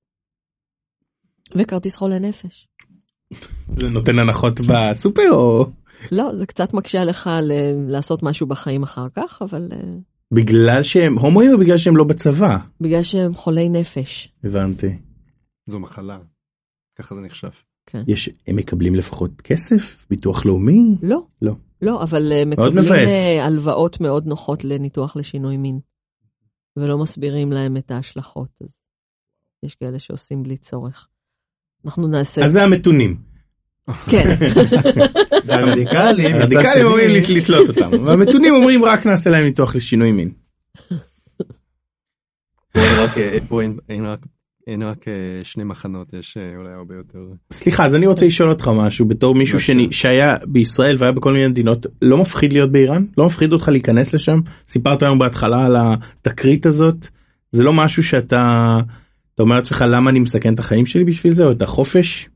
וכרטיס חולה נפש. זה נותן הנחות בסופר או? לא, זה קצת מקשה עליך ל- לעשות משהו בחיים אחר כך, אבל... בגלל שהם הומואים או בגלל שהם לא בצבא? בגלל שהם חולי נפש. הבנתי. זו מחלה. ככה זה נחשב. כן. יש, הם מקבלים לפחות כסף? ביטוח לאומי? לא. לא. לא, אבל מקבלים הלוואות מאוד נוחות לניתוח לשינוי מין. ולא מסבירים להם את ההשלכות. אז יש כאלה שעושים בלי צורך. אנחנו נעשה... אז זה המתונים. כן. הרדיקלים. הרדיקלים אומרים לתלות אותם. והמתונים אומרים רק נעשה להם ניתוח לשינוי מין. אין רק שני מחנות, יש אולי הרבה יותר. סליחה, אז אני רוצה לשאול אותך משהו, בתור מישהו שהיה בישראל והיה בכל מיני מדינות, לא מפחיד להיות באיראן? לא מפחיד אותך להיכנס לשם? סיפרת היום בהתחלה על התקרית הזאת. זה לא משהו שאתה... אתה אומר לעצמך, למה אני מסכן את החיים שלי בשביל זה, או את החופש?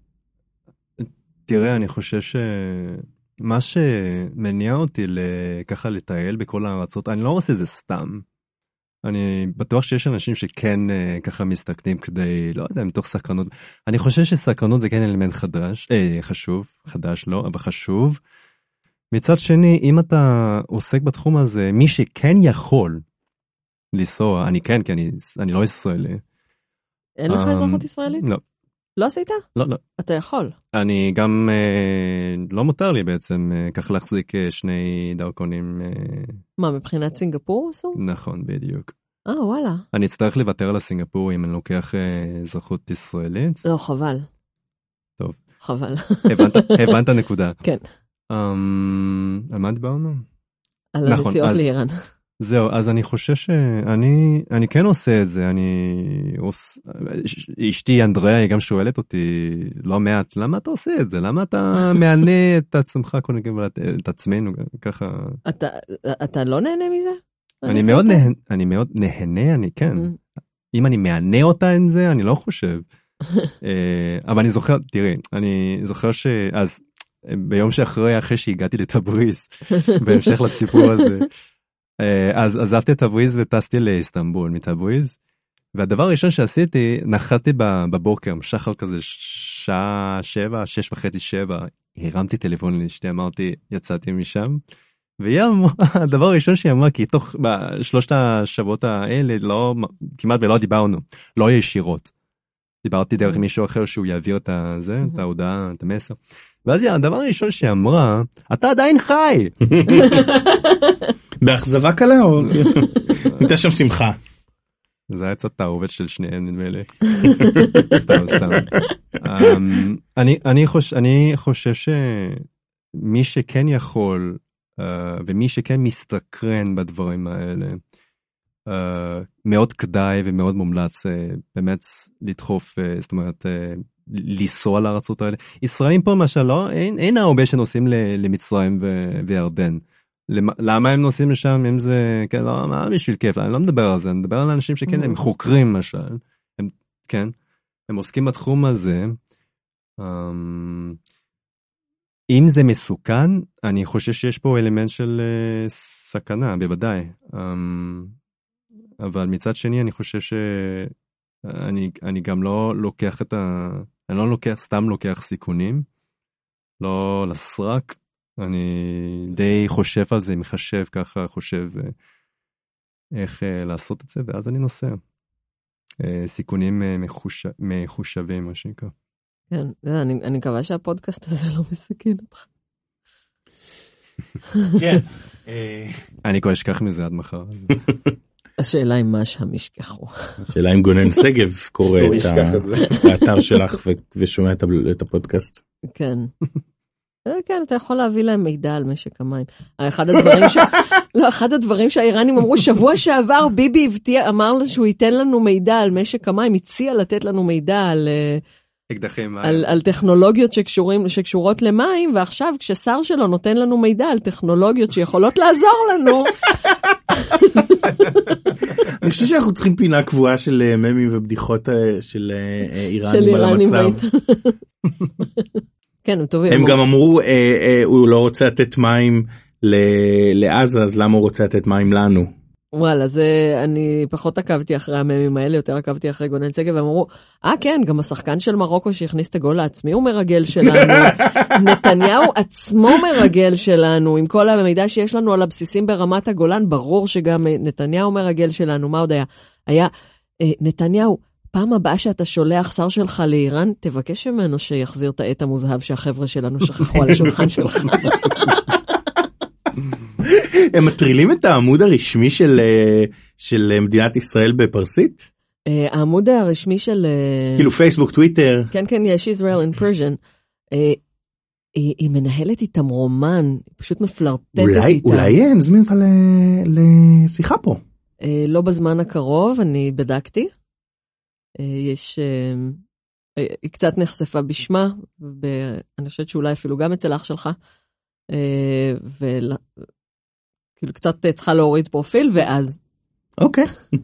תראה, אני חושב שמה שמניע אותי ככה לטייל בכל הארצות, אני לא עושה זה סתם. אני בטוח שיש אנשים שכן ככה מסתכנים כדי, לא יודע, מתוך סקרנות. אני חושב שסקרנות זה כן אלמנט חדש, אה, חשוב, חדש לא, אבל חשוב. מצד שני, אם אתה עוסק בתחום הזה, מי שכן יכול לנסוע, אני כן, כי אני, אני לא ישראלי. אין לך אזרחות ישראלית? לא. לא עשית? לא, לא. אתה יכול. אני גם, אה, לא מותר לי בעצם אה, כך להחזיק אה, שני דרכונים. אה... מה, מבחינת סינגפור עשו? נכון, בדיוק. אה, וואלה. אני אצטרך לוותר על הסינגפור אם אני לוקח אה, אזרחות ישראלית. לא, חבל. טוב. חבל. הבנת, הבנת נקודה. כן. Um, על מה דיברנו? על נכון, הנסיעות אז... לאיראן. זהו, אז אני חושב שאני אני כן עושה את זה, אני עוש... אשתי אנדריה היא גם שואלת אותי לא מעט, למה אתה עושה את זה? למה אתה מענה את עצמך, את עצמנו, ככה? אתה, אתה לא נהנה מזה? אני מאוד נהנה, אני מאוד נהנה, אני כן. אם אני מענה אותה עם זה, אני לא חושב. אבל אני זוכר, תראי, אני זוכר שאז, ביום שאחרי, אחרי שהגעתי לתבריז, בהמשך לסיפור הזה, אז עזבתי את תבריז וטסתי לאיסטנבול מתבריז, והדבר הראשון שעשיתי, נחתי בבוקר, שחר כזה שעה שבע, שש וחצי שבע, הרמתי טלפון לאשתי, אמרתי, יצאתי משם, והיא אמרה, הדבר הראשון שהיא אמרה, כי תוך בשלושת השבועות האלה, לא, כמעט ולא דיברנו, לא ישירות. דיברתי דרך מישהו אחר שהוא יעביר את זה, את ההודעה, את המסר. ואז הדבר הראשון שהיא אמרה, אתה עדיין חי! באכזבה קלה או? הייתה שם שמחה. זה היה קצת תערובת של שניהם נדמה לי. סתם, סתם. אני חושב שמי שכן יכול, ומי שכן מסתקרן בדברים האלה, מאוד כדאי ומאוד מומלץ באמת לדחוף, זאת אומרת, לנסוע לארצות האלה. ישראלים פה למשל לא, אין, אין הרבה שנוסעים למצרים וירדן. למה הם נוסעים לשם אם זה, כן, לא, מה בשביל כיף, אני לא מדבר על זה, אני מדבר על אנשים שכן, הם חוקרים למשל, הם, כן, הם עוסקים בתחום הזה. אם זה מסוכן, אני חושב שיש פה אלמנט של סכנה, בוודאי. אבל מצד שני, אני חושב שאני אני גם לא לוקח את ה... אני לא לוקח, סתם לוקח סיכונים, לא לסרק, אני די חושב על זה, מחשב ככה, חושב איך לעשות את זה, ואז אני נוסע. סיכונים מחושב, מחושבים, מה שנקרא. כן, אני, אני מקווה שהפודקאסט הזה לא מסכן אותך. כן. אני כבר אשכח מזה עד מחר. השאלה היא מה שם ישכחו. השאלה אם גונן סגב קורא את האתר שלך ושומע את הפודקאסט. כן. כן, אתה יכול להביא להם מידע על משק המים. אחד הדברים ש... לא, אחד הדברים שהאיראנים אמרו, שבוע שעבר ביבי הבטיח, אמר שהוא ייתן לנו מידע על משק המים, הציע לתת לנו מידע על, אקדחים על, על טכנולוגיות שקשורים, שקשורות למים, ועכשיו כששר שלו נותן לנו מידע על טכנולוגיות שיכולות לעזור לנו. אני חושב שאנחנו צריכים פינה קבועה של ממים ובדיחות של איראנים על המצב. כן, הם טובים. הם גם אמרו, הוא לא רוצה לתת מים לעזה, אז למה הוא רוצה לתת מים לנו? וואלה, זה, אני פחות עקבתי אחרי הממים האלה, יותר עקבתי אחרי גונן שגב, והם אמרו, אה כן, גם השחקן של מרוקו שהכניס את הגול לעצמי הוא מרגל שלנו, נתניהו עצמו מרגל שלנו, עם כל המידע שיש לנו על הבסיסים ברמת הגולן, ברור שגם נתניהו מרגל שלנו, מה עוד היה? היה, אה, נתניהו, פעם הבאה שאתה שולח שר שלך לאיראן, תבקש ממנו שיחזיר את העט המוזהב שהחבר'ה שלנו שכחו על השולחן שלך. הם מטרילים את העמוד הרשמי של של מדינת ישראל בפרסית? העמוד הרשמי של כאילו פייסבוק, טוויטר. כן, כן, יש Israel in Persian. היא מנהלת איתם רומן, פשוט מפלרטטת איתם. אולי נזמין אותה לשיחה פה. לא בזמן הקרוב, אני בדקתי. יש, היא קצת נחשפה בשמה, ואני חושבת שאולי אפילו גם אצל אח שלך. וכאילו קצת צריכה להוריד פרופיל ואז אוקיי.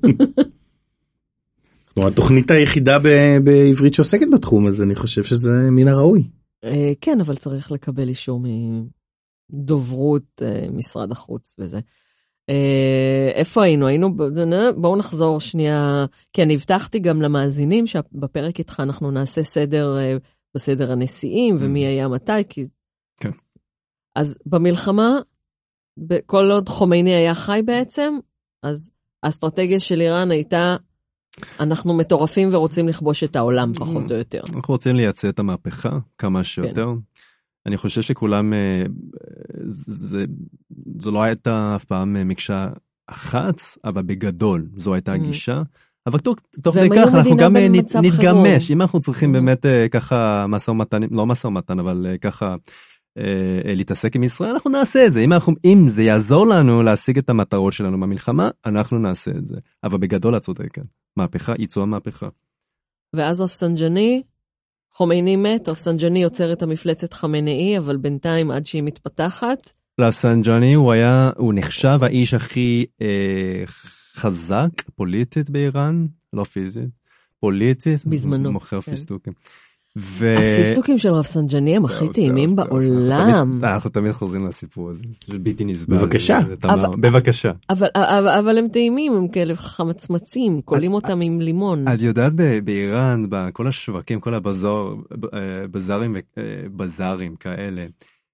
התוכנית היחידה בעברית שעוסקת בתחום הזה, אני חושב שזה מן הראוי. כן, אבל צריך לקבל אישור מדוברות משרד החוץ וזה. איפה היינו? היינו, בואו נחזור שנייה, כן, הבטחתי גם למאזינים שבפרק איתך אנחנו נעשה סדר בסדר הנשיאים ומי היה מתי, כי כן. אז במלחמה, כל עוד חומייני היה חי בעצם, אז האסטרטגיה של איראן הייתה, אנחנו מטורפים ורוצים לכבוש את העולם פחות או יותר. אנחנו רוצים לייצא את המהפכה כמה שיותר. אני חושב שכולם, זו לא הייתה אף פעם מקשה אחת, אבל בגדול זו הייתה הגישה. אבל תוך כדי כך אנחנו גם נתגמש, אם אנחנו צריכים באמת ככה מסע ומתן, לא מסע ומתן, אבל ככה להתעסק עם ישראל, אנחנו נעשה את זה. אם, אנחנו, אם זה יעזור לנו להשיג את המטרות שלנו במלחמה, אנחנו נעשה את זה. אבל בגדול את צודקת. מהפכה, ייצוא המהפכה. ואז רפסנג'אני, חומייני מת, רפסנג'אני יוצר את המפלצת חמינאי, אבל בינתיים עד שהיא מתפתחת. רפסנג'אני הוא היה, הוא נחשב האיש הכי אה, חזק, פוליטית באיראן, לא פיזית, פוליטית. בזמנו. מוכר כן. פיסטוקים. ו... הפיסטוקים של רפסנג'אני הם הכי טעימים בעולם. אנחנו תמיד חוזרים לסיפור הזה, של ביטי נסבל. בבקשה. בבקשה. אבל הם טעימים, הם כאלה חמצמצים, קולים אותם עם לימון. את יודעת באיראן, בכל השווקים, כל הבזארים ובזארים כאלה,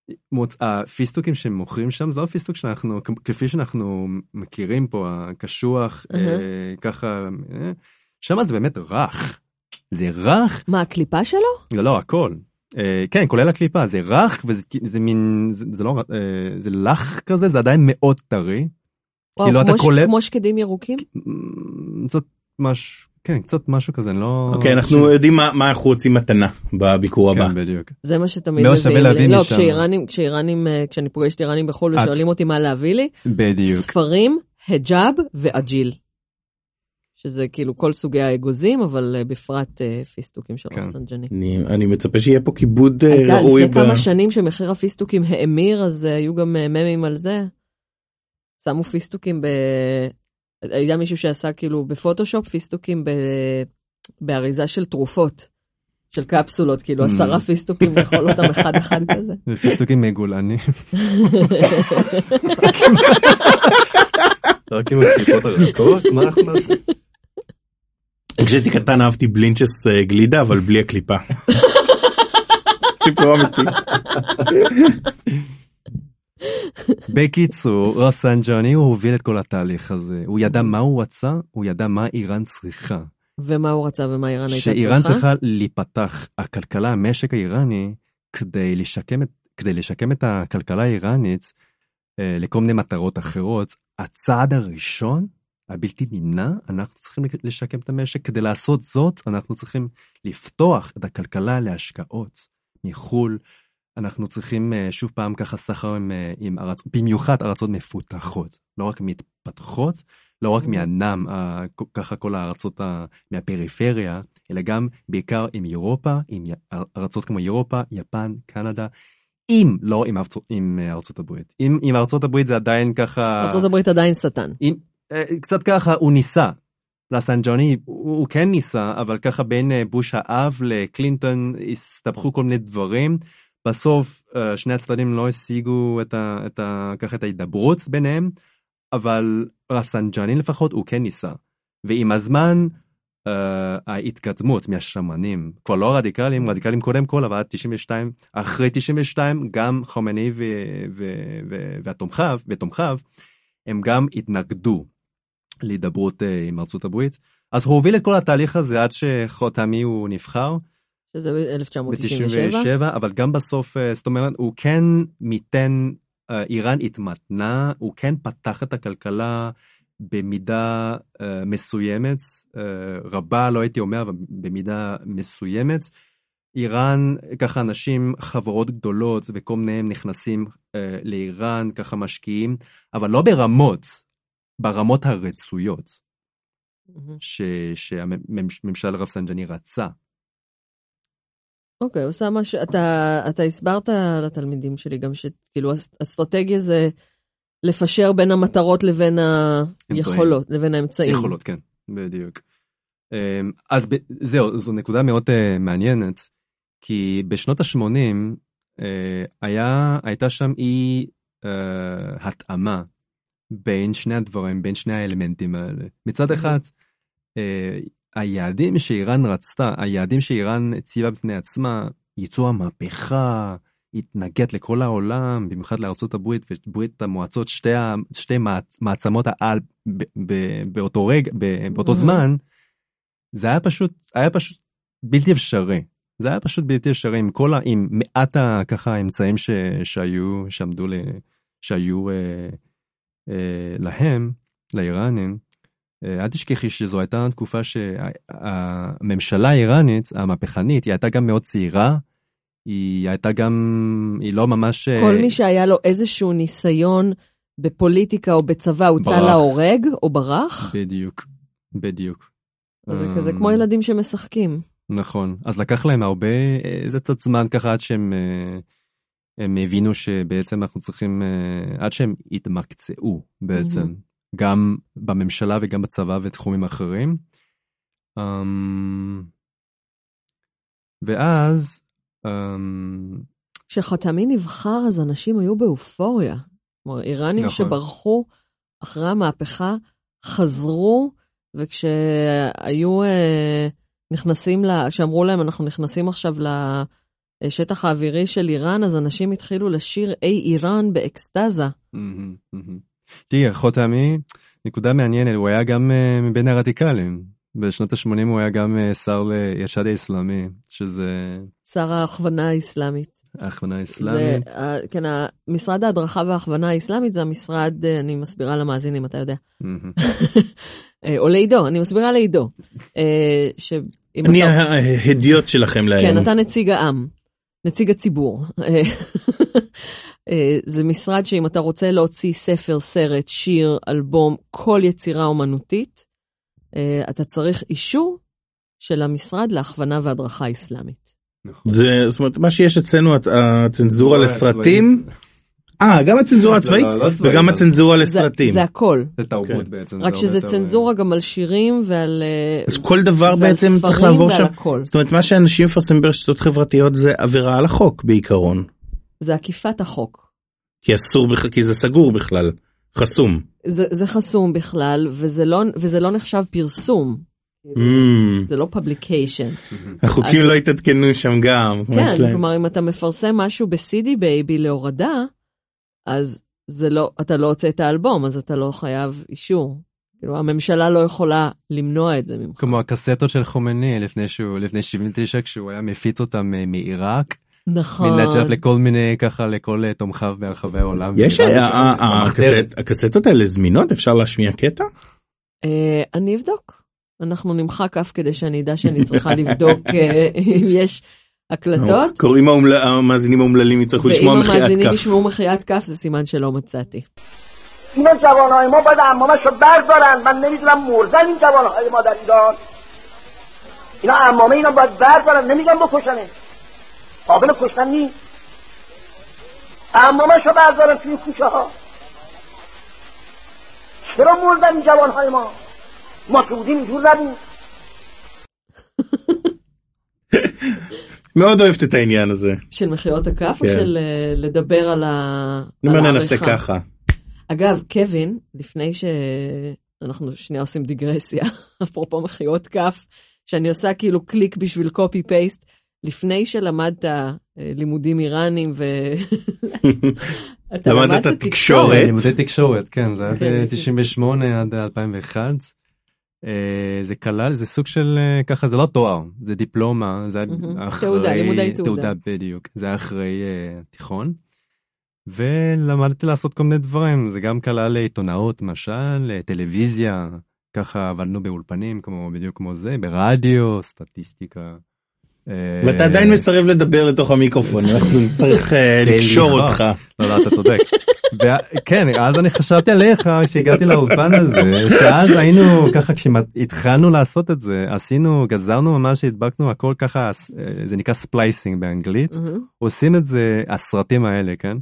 הפיסטוקים שמוכרים שם, זה הפיסטוק שאנחנו, כפי שאנחנו מכירים פה, הקשוח, ככה, שם זה באמת רך. זה רך. מה, הקליפה שלו? לא, לא, הכל. אה, כן, כולל הקליפה. זה רך, וזה זה מין, זה, זה לא, אה, זה לח כזה, זה עדיין מאוד טרי. וואו, כאילו כמו, ש, כולל... כמו שקדים ירוקים? קצת משהו, כן, קצת משהו כזה, אני לא... אוקיי, אנחנו ש... יודעים מה, מה אנחנו רוצים מתנה בביקור הבא. כן, בדיוק. זה מה שתמיד מביאים לי. לא, כשאיראנים, כשאיראנים, כשאני פוגשת איראנים בחול ושואלים אותי מה להביא לי, בדיוק. ספרים, היג'אב ואג'יל. שזה כאילו כל סוגי האגוזים, אבל בפרט פיסטוקים של רפסנג'אני. אני מצפה שיהיה פה כיבוד ראוי. לפני כמה שנים שמחיר הפיסטוקים האמיר, אז היו גם ממים על זה. שמו פיסטוקים ב... היה מישהו שעשה כאילו בפוטושופ, פיסטוקים באריזה של תרופות, של קפסולות, כאילו עשרה פיסטוקים לאכול אותם אחד אחד כזה. ופיסטוקים מגולני. רק עם הקליפות הרכות, מה אנחנו נעשה? כשהייתי קטן אהבתי בלינצ'ס גלידה, אבל בלי הקליפה. סיפור אמיתי. בקיצור, רפסנג'אני הוא הוביל את כל התהליך הזה. הוא ידע מה הוא רצה, הוא ידע מה איראן צריכה. ומה הוא רצה ומה איראן הייתה צריכה? שאיראן צריכה להיפתח. הכלכלה, המשק האיראני, כדי לשקם את, כדי לשקם את הכלכלה האיראנית, לכל מיני מטרות אחרות, הצעד הראשון, הבלתי נמנע, אנחנו צריכים לשקם את המשק. כדי לעשות זאת, אנחנו צריכים לפתוח את הכלכלה להשקעות מחול, אנחנו צריכים שוב פעם ככה סחר עם, עם ארצות, במיוחד ארצות מפותחות, לא רק מתפתחות, לא רק מהנם, ככה כל הארצות מהפריפריה, אלא גם בעיקר עם אירופה, עם ארצות כמו אירופה, יפן, קנדה, אם לא עם ארצות, עם ארצות הברית. עם, עם ארצות הברית זה עדיין ככה... ארצות הברית עדיין שטן. עם, קצת ככה הוא ניסה. לסנג'וני הוא, הוא כן ניסה, אבל ככה בין בוש האב לקלינטון הסתבכו כל מיני דברים. בסוף שני הצדדים לא השיגו את ה, את ה, ככה את ההידברות ביניהם, אבל רפסנג'אני לפחות הוא כן ניסה. ועם הזמן uh, ההתקדמות מהשמנים, כבר לא רדיקלים, רדיקלים קודם כל, אבל תשעים ושתיים, אחרי תשעים ושתיים, גם חומני ו, ו, ו, והתומכיו, ותומכיו, הם גם התנגדו להידברות uh, עם ארצות הברית. אז הוא הוביל את כל התהליך הזה עד שחותמי הוא נבחר. שזה ב-אלף תשע מאות תשעים ושבע. אבל גם בסוף, זאת אומרת, הוא כן מיתן, איראן התמתנה, הוא כן פתח את הכלכלה במידה מסוימת, רבה, לא הייתי אומר, אבל במידה מסוימת. איראן, ככה אנשים, חברות גדולות, וכל מיניהם נכנסים לאיראן, ככה משקיעים, אבל לא ברמות, ברמות הרצויות, שהממשל רפסנג'אני רצה. אוקיי, אוסמה, אתה, אתה הסברת לתלמידים שלי גם שכאילו אסטרטגיה זה לפשר בין המטרות לבין היכולות, לבין האמצעים. יכולות, כן, בדיוק. אז זהו, זו נקודה מאוד מעניינת, כי בשנות ה-שמונים היה, הייתה שם אי התאמה בין שני הדברים, בין שני האלמנטים האלה. מצד אחד, היעדים שאיראן רצתה, היעדים שאיראן הציבה בפני עצמה, ייצור המהפכה, התנגד לכל העולם, במיוחד לארצות הברית וברית המועצות, שתי, שתי מעצמות העל באותו רגע, באותו זמן, זה היה פשוט, היה פשוט בלתי אפשרי. זה היה פשוט בלתי אפשרי עם כל, עם מעט ככה האמצעים ש, שהיו, שעמדו ל, שהיו אה, אה, להם, לאיראנים. אל תשכחי שזו הייתה תקופה שהממשלה האיראנית, המהפכנית, היא הייתה גם מאוד צעירה, היא הייתה גם, היא לא ממש... כל מי שהיה לו איזשהו ניסיון בפוליטיקה או בצבא, הוצא להורג או ברח? בדיוק, בדיוק. אז זה כזה כמו ילדים שמשחקים. נכון, אז לקח להם הרבה, זה קצת זמן ככה עד שהם הם הבינו שבעצם אנחנו צריכים, עד שהם התמקצעו בעצם. גם בממשלה וגם בצבא ותחומים אחרים. ואז... כשחותמי נבחר, אז אנשים היו באופוריה. כלומר, איראנים שברחו אחרי המהפכה, חזרו, וכשהיו נכנסים, שאמרו להם, אנחנו נכנסים עכשיו לשטח האווירי של איראן, אז אנשים התחילו לשיר אי איראן באקסטזה. תראה, חותמי, נקודה מעניינת, הוא היה גם uh, מבין הרדיקלים. בשנות ה-שמונים הוא היה גם uh, שר לישד האסלאמי, שזה... שר ההכוונה האסלאמית. ההכוונה האסלאמית. זה, uh, כן, משרד ההדרכה וההכוונה האסלאמית זה המשרד, uh, אני מסבירה למאזינים, אתה יודע. או לעידו, אני מסבירה לעידו. אני ההדיוט שלכם להיום. כן, אתה נציג העם, נציג הציבור. זה משרד שאם אתה רוצה להוציא ספר, סרט, שיר, אלבום, כל יצירה אומנותית, אתה צריך אישור של המשרד להכוונה והדרכה האסלאמית. זה, זאת אומרת, מה שיש אצלנו, הצנזורה לסרטים, אה, גם הצנזורה הצבאית וגם הצנזורה לסרטים. זה הכל. זה תרבות בעצם. רק שזה צנזורה גם על שירים ועל אז כל דבר בעצם צריך לעבור שם. זאת אומרת, מה שאנשים מפרסמים ברשתות חברתיות זה עבירה על החוק בעיקרון. זה עקיפת החוק. כי אסור בכלל, כי זה סגור בכלל, חסום. זה, זה חסום בכלל, וזה לא, וזה לא נחשב פרסום. Mm. זה לא publication. החוקים אז... לא התעדכנו שם גם. כן, כלומר, אם אתה מפרסם משהו ב-סי די בייבי להורדה, אז זה לא, אתה לא הוצא את האלבום, אז אתה לא חייב אישור. כאילו, הממשלה לא יכולה למנוע את זה ממך. כמו הקסטות של חומני, לפני שהוא, לפני שבעים ותשע, כשהוא היה מפיץ אותם מעיראק. נכון. מנג'ף לכל מיני, ככה, לכל תומכיו ברחבי העולם. יש, הקסטות האלה זמינות? אפשר להשמיע קטע? אני אבדוק. אנחנו נמחק אף כדי שאני אדע שאני צריכה לבדוק אם יש, הקלטות. קוראים המאזינים האומללים יצטרכו לשמוע מחיית כף. ואם המאזינים ישמעו מחיית כף, זה סימן שלא מצאתי. اینا جوانهای ما باید عمامشو بردارن. من نمیدونم مرزن این جوانهای ما در ایران. اینا عمامه اینا باید بردارن. نمیگم بکشنه. قابل کشتن نیست. عمامشو بردارن توی کوچه ها. چرا مرزن این جوانهای ما؟ ما که بودیم اینجور نبود. מאוד אוהבת את העניין הזה. של מחיאות הכף או של לדבר על ה... נאמר ננסה ככה. אגב, קווין, לפני שאנחנו שנייה עושים דיגרסיה, אפרופו מחיאות כף, שאני עושה כאילו קליק בשביל קופי פייסט, לפני שלמדת לימודים איראנים ו... למדת את התקשורת. לימודי תקשורת, כן, זה היה ב-תשעים ושמונה עד אלפיים ואחת. זה כלל, זה סוג של, ככה, זה לא תואר, זה דיפלומה, זה אחרי... תעודה, לימודי תעודה. תעודה בדיוק, זה אחרי תיכון. ולמדתי לעשות כל מיני דברים, זה גם כלל לעיתונאות, למשל, טלוויזיה, ככה עבדנו באולפנים, כמו, בדיוק כמו זה, ברדיו, סטטיסטיקה. ואתה עדיין מסרב לדבר לתוך המיקרופון, אנחנו צריך לקשור אותך. לא, לא, אתה צודק. כן, אז אני חשבתי עליך כשהגעתי לאולפן הזה, שאז היינו ככה, כשהתחלנו לעשות את זה, עשינו, גזרנו ממש, הדבקנו הכל ככה, זה נקרא ספלייסינג באנגלית, עושים את זה, הסרטים האלה, כן?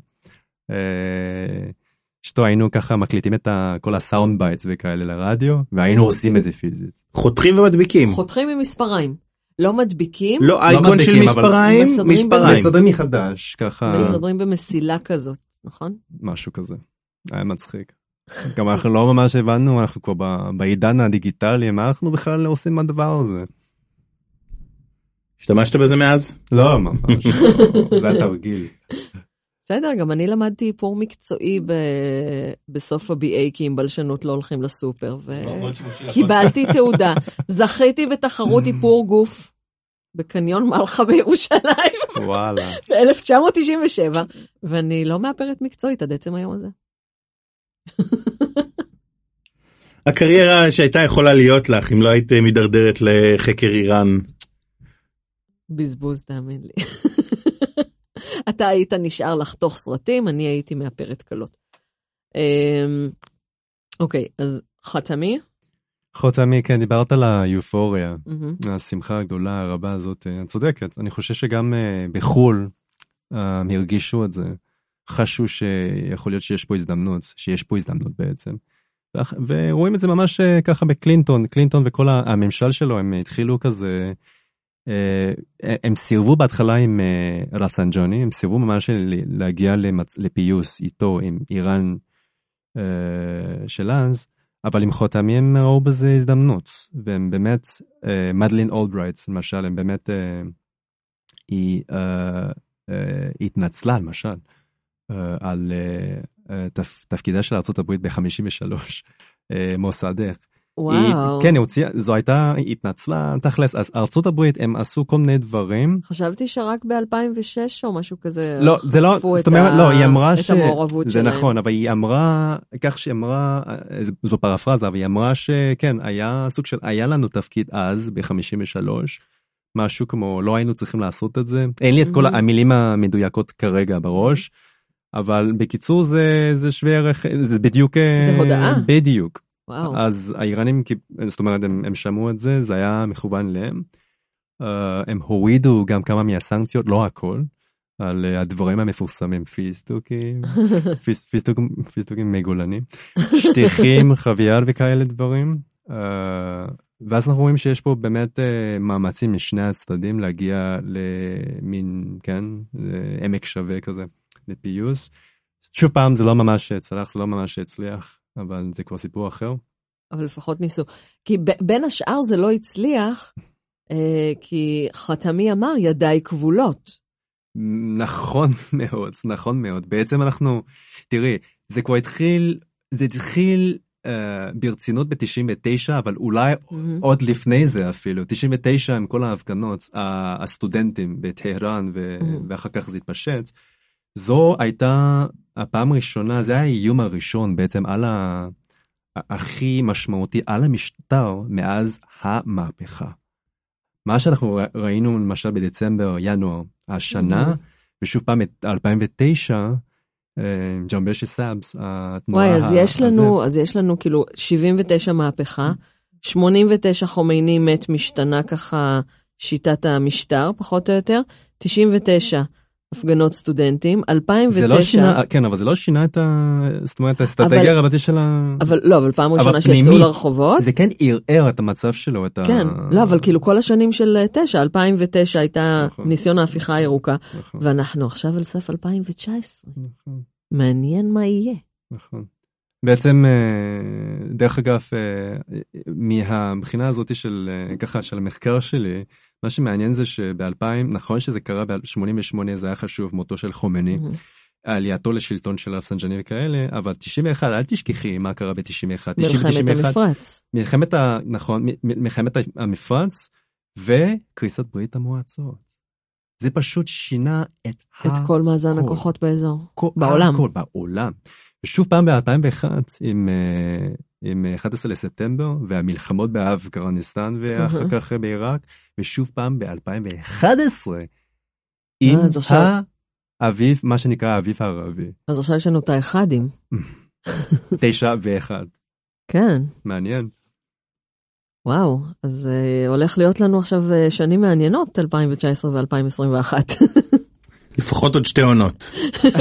שתו היינו ככה מקליטים את כל הסאונד בייטס וכאלה לרדיו, והיינו עושים את זה פיזית. חותכים ומדביקים. חותכים עם מספריים. לא מדביקים. לא אייקון של מספריים, מספריים. מסתדרים מחדש, ככה. מסתדרים במסילה כזאת, נכון? משהו כזה. היה מצחיק. גם אנחנו לא ממש הבנו, אנחנו כבר בעידן הדיגיטלי, מה אנחנו בכלל עושים מהדבר הזה? השתמשת בזה מאז? לא, ממש לא. זה התרגיל. בסדר, גם אני למדתי איפור מקצועי בסוף ה-בי איי, כי עם בלשנות לא הולכים לסופר, וקיבלתי תעודה. זכיתי בתחרות איפור גוף בקניון מלכה בירושלים. וואלה. ב-אלף תשע מאות תשעים ושבע, ואני לא מאפרת מקצועית עד עצם היום הזה. הקריירה שהייתה יכולה להיות לך, אם לא היית מדרדרת לחקר איראן. בזבוז, תאמין לי. אתה היית נשאר לחתוך סרטים, אני הייתי מאפרת קלות. אוקיי, אז חתמי? חתמי, כן, דיברת על היופוריה, השמחה הגדולה הרבה הזאת, את צודקת. אני חושב שגם בחול הם הרגישו את זה, חשו שיכול להיות שיש פה הזדמנות, שיש פה הזדמנות בעצם. ורואים את זה ממש ככה בקלינטון, קלינטון וכל הממשל שלו, הם התחילו כזה... הם סירבו בהתחלה עם רפסנג'וני, הם סירבו ממש להגיע לפיוס איתו עם איראן של אז, אבל עם חותמי הם ראו בזה הזדמנות, והם באמת, מדלין אולברייטס למשל, הם באמת, היא התנצלה למשל, על תפקידה של ארצות הברית ב-חמישים ושלוש, מוסדך. וואו. כן, זו הייתה, היא התנצלה, תכלס, אז ארצות הברית, הם עשו כל מיני דברים. חשבתי שרק ב-אלפיים ושש או משהו כזה, לא, זה לא, זאת אומרת, לא, היא אמרה ש... המעורבות זה שלהם. נכון, אבל היא אמרה, כך שהיא אמרה, זו פרפרזה, אבל היא אמרה שכן, היה סוג של, היה לנו תפקיד אז, ב-חמישים ושלוש, משהו כמו, לא היינו צריכים לעשות את זה. אין לי את כל המילים המדויקות כרגע בראש, אבל בקיצור זה, זה שווה ערך, זה בדיוק... זה הודעה. בדיוק. וואו. אז האיראנים, זאת אומרת, הם, הם שמעו את זה, זה היה מכוון להם. Uh, הם הורידו גם כמה מהסנקציות, לא הכל, על uh, הדברים המפורסמים, פיסטוקים, פיס, פיסטוקים, פיסטוקים מגולנים, שטיחים, חוויאר וכאלה דברים. Uh, ואז אנחנו רואים שיש פה באמת uh, מאמצים משני הצדדים להגיע למין, כן, עמק שווה כזה, לפיוס. שוב פעם, זה לא ממש הצליח, זה לא ממש הצליח. אבל זה כבר סיפור אחר. אבל לפחות ניסו. כי ב- בין השאר זה לא הצליח, אה, כי חתמי אמר ידיי כבולות. נכון מאוד, נכון מאוד. בעצם אנחנו, תראי, זה כבר התחיל, זה התחיל אה, ברצינות ב-תשעים ותשע, אבל אולי mm-hmm. עוד לפני זה אפילו. תשעים ותשע עם כל ההפגנות, הסטודנטים בטהרן, ו- mm-hmm. ואחר כך זה התפשט. זו הייתה הפעם הראשונה, זה היה האיום הראשון בעצם על ה... הכי משמעותי, על המשטר מאז המהפכה. מה שאנחנו ראינו למשל בדצמבר, ינואר, השנה, ושוב פעם את אלפיים ותשע, ג'מבש סאבס, התנועה... וואי, אז יש לנו, אז יש לנו כאילו שבעים ותשע מהפכה, שמונים ותשע חומייני מת, משתנה ככה שיטת המשטר, פחות או יותר, תשעים ותשע הפגנות סטודנטים, אלפיים ותשע... זה לא שינה, כן, אבל זה לא שינה את ה... זאת אומרת, האסטרטגיה הרבתי של ה... אבל לא, אבל פעם ראשונה שיצאו לרחובות. זה כן ערער את המצב שלו, את ה... כן, לא, אבל כאילו כל השנים של תשע, אלפיים ותשע הייתה ניסיון ההפיכה הירוקה, ואנחנו עכשיו על סף אלפיים תשע עשרה. מעניין מה יהיה. נכון. בעצם, דרך אגב, מהבחינה הזאת של, ככה, של המחקר שלי, מה שמעניין זה שב-אלפיים, נכון שזה קרה ב-שמונים ושמונה, זה היה חשוב, מותו של חומני, עלייתו לשלטון של רפסנג'אני וכאלה, אבל תשעים ואחת, אל תשכחי מה קרה ב-תשעים ואחת. מלחמת המפרץ. מלחמת, נכון, מלחמת המפרץ, וקריסת ברית המועצות. זה פשוט שינה את את כל מאזן הכוחות באזור, בעולם. הכל, בעולם. ושוב פעם ב-אלפיים ואחת, עם, עם אחד עשר לספטמבר, והמלחמות באפגניסטן, ואחר כך בעיראק, ושוב פעם ב-אלפיים ואחת עשרה, עם האביב, מה שנקרא האביב הערבי. אז עכשיו יש לנו את האחדים. תשע ואחד. כן. מעניין. וואו, אז uh, הולך להיות לנו עכשיו uh, שנים מעניינות, אלפיים תשע עשרה ו-אלפיים עשרים ואחת. לפחות עוד שתי עונות.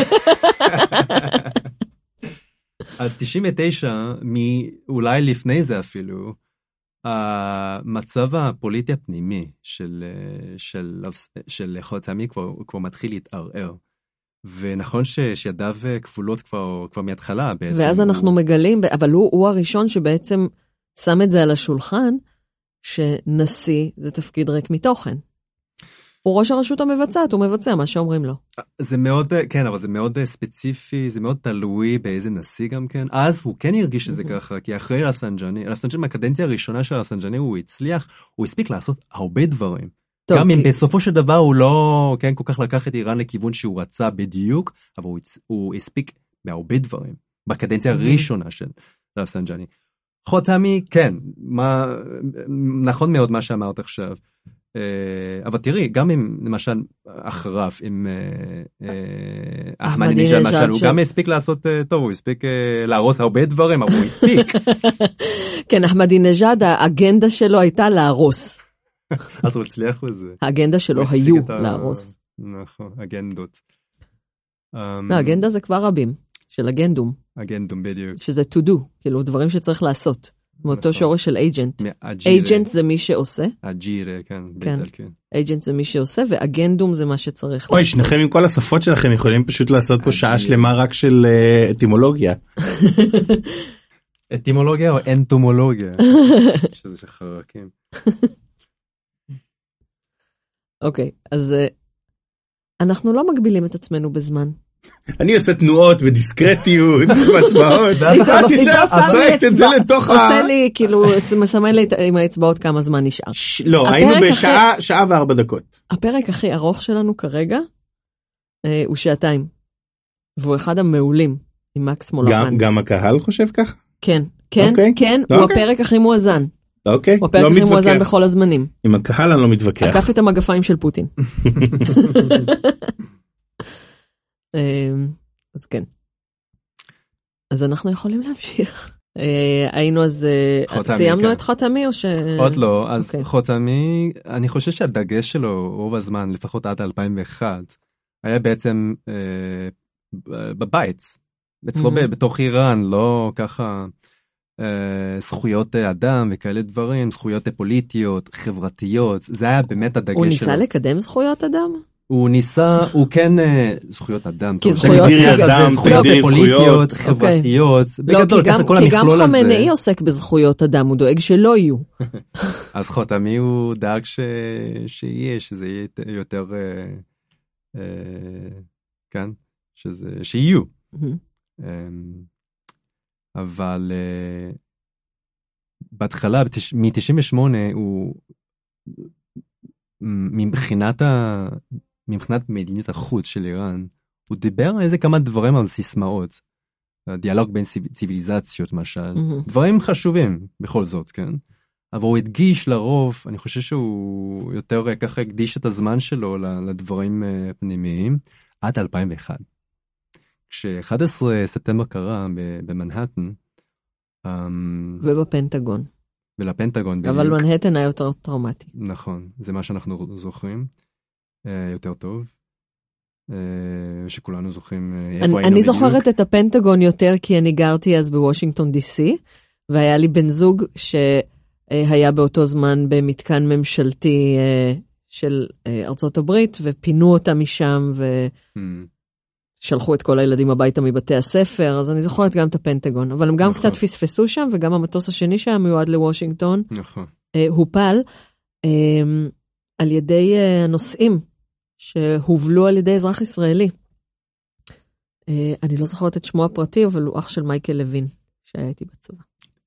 אז תשעים ותשע, אולי לפני זה אפילו, המצב הפוליטי הפנימי של, של, של חותמי כבר, כבר מתחיל להתערער. ונכון שידיו כפולות כבר, כבר מההתחלה. ואז אנחנו הוא... מגלים, אבל הוא, הוא הראשון שבעצם שם את זה על השולחן, שנשיא זה תפקיד ריק מתוכן. הוא ראש הרשות המבצעת, הוא מבצע מה שאומרים לו. זה מאוד, כן, אבל זה מאוד ספציפי, זה מאוד תלוי באיזה נשיא גם כן. אז הוא כן הרגיש שזה ככה, כי אחרי רפסנג'אני, רפסנג'אני מהקדנציה הראשונה של רפסנג'אני, הוא הצליח, הוא הספיק לעשות הרבה דברים. טוב, גם כי... אם בסופו של דבר הוא לא, כן, כל כך לקח את איראן לכיוון שהוא רצה בדיוק, אבל הוא, הוא הספיק בהרבה דברים, בקדנציה הראשונה של רפסנג'אני. חותמי, כן, מה, נכון מאוד מה שאמרת עכשיו. אבל תראי, גם אם למשל אחריו, עם אחמדינג'אד למשל, הוא גם הספיק לעשות טוב, הוא הספיק להרוס הרבה דברים, אבל הוא הספיק. כן, אחמדינג'אד, האגנדה שלו הייתה להרוס. אז הוא הצליח בזה. האגנדה שלו היו להרוס. נכון, אגנדות. לא, אגנדה זה כבר רבים, של אגנדום. אגנדום בדיוק. שזה to do, כאילו דברים שצריך לעשות. מאותו שורש של agent. agent זה מי שעושה. אג'ירה, כן. כן. agent זה מי שעושה, ואגנדום זה מה שצריך לעשות. אוי, שניכם עם כל השפות שלכם יכולים פשוט לעשות פה שעה שלמה רק של אטימולוגיה. אטימולוגיה או אנטומולוגיה? שזה שחרקים. אוקיי, אז אנחנו לא מגבילים את עצמנו בזמן. אני עושה תנועות ודיסקרטיות והצבעות. את צועקת את זה לתוך ה... עושה לי, כאילו, מסמן לי עם האצבעות כמה זמן נשאר. לא, היינו בשעה, שעה וארבע דקות. הפרק הכי ארוך שלנו כרגע הוא שעתיים. והוא אחד המעולים עם מקס מולרן. גם הקהל חושב כך? כן, כן, כן, הוא הפרק הכי מואזן. אוקיי, הוא הפרק הכי מואזן בכל הזמנים. עם הקהל אני לא מתווכח. עקף את המגפיים של פוטין. אז כן. אז אנחנו יכולים להמשיך. היינו אז, סיימנו את חותמי או ש... עוד לא, אז חותמי, אני חושב שהדגש שלו רוב הזמן, לפחות עד אלפיים ואחת, היה בעצם בבית, אצלו בתוך איראן, לא ככה זכויות אדם וכאלה דברים, זכויות פוליטיות, חברתיות, זה היה באמת הדגש שלו. הוא ניסה לקדם זכויות אדם? הוא ניסה, הוא כן זכויות אדם, כי זכויות אדם, זכויות פוליטיות, חברתיות, בגדול, כי גם חמינאי עוסק בזכויות אדם, הוא דואג שלא יהיו. אז חותמי הוא דאג שיהיה, שזה יהיה יותר, כן, שיהיו. אבל בהתחלה, מ-תשעים ושמונה, הוא מבחינת ה... מבחינת מדיניות החוץ של איראן, הוא דיבר על איזה כמה דברים על סיסמאות, דיאלוג בין ציוויליזציות משל, דברים חשובים בכל זאת, כן? אבל הוא הדגיש לרוב, אני חושב שהוא יותר ככה הקדיש את הזמן שלו לדברים פנימיים, עד אלפיים ואחת. כש-אחד עשר ספטמבר קרה במנהטן, ובפנטגון. ולפנטגון. אבל מנהטן היה יותר טראומטי. נכון, זה מה שאנחנו זוכרים, יותר טוב. שכולנו זוכרים איפה היינו בדיוק. אני זוכרת את הפנטגון יותר כי אני גרתי אז בוושינגטון די סי, והיה לי בן זוג שהיה באותו זמן במתקן ממשלתי של ארצות הברית, ופינו אותה משם ושלחו את כל הילדים הביתה מבתי הספר, אז אני זוכרת גם את הפנטגון, אבל הם גם קצת פספסו שם, וגם המטוס השני שהיה מיועד לוושינגטון, הופל על ידי הנוסעים, שהובלו על ידי אזרח ישראלי. אני לא זוכרת את שמו הפרטי, אבל הוא אח של מייקל לוין, שהיה איתי בצבא.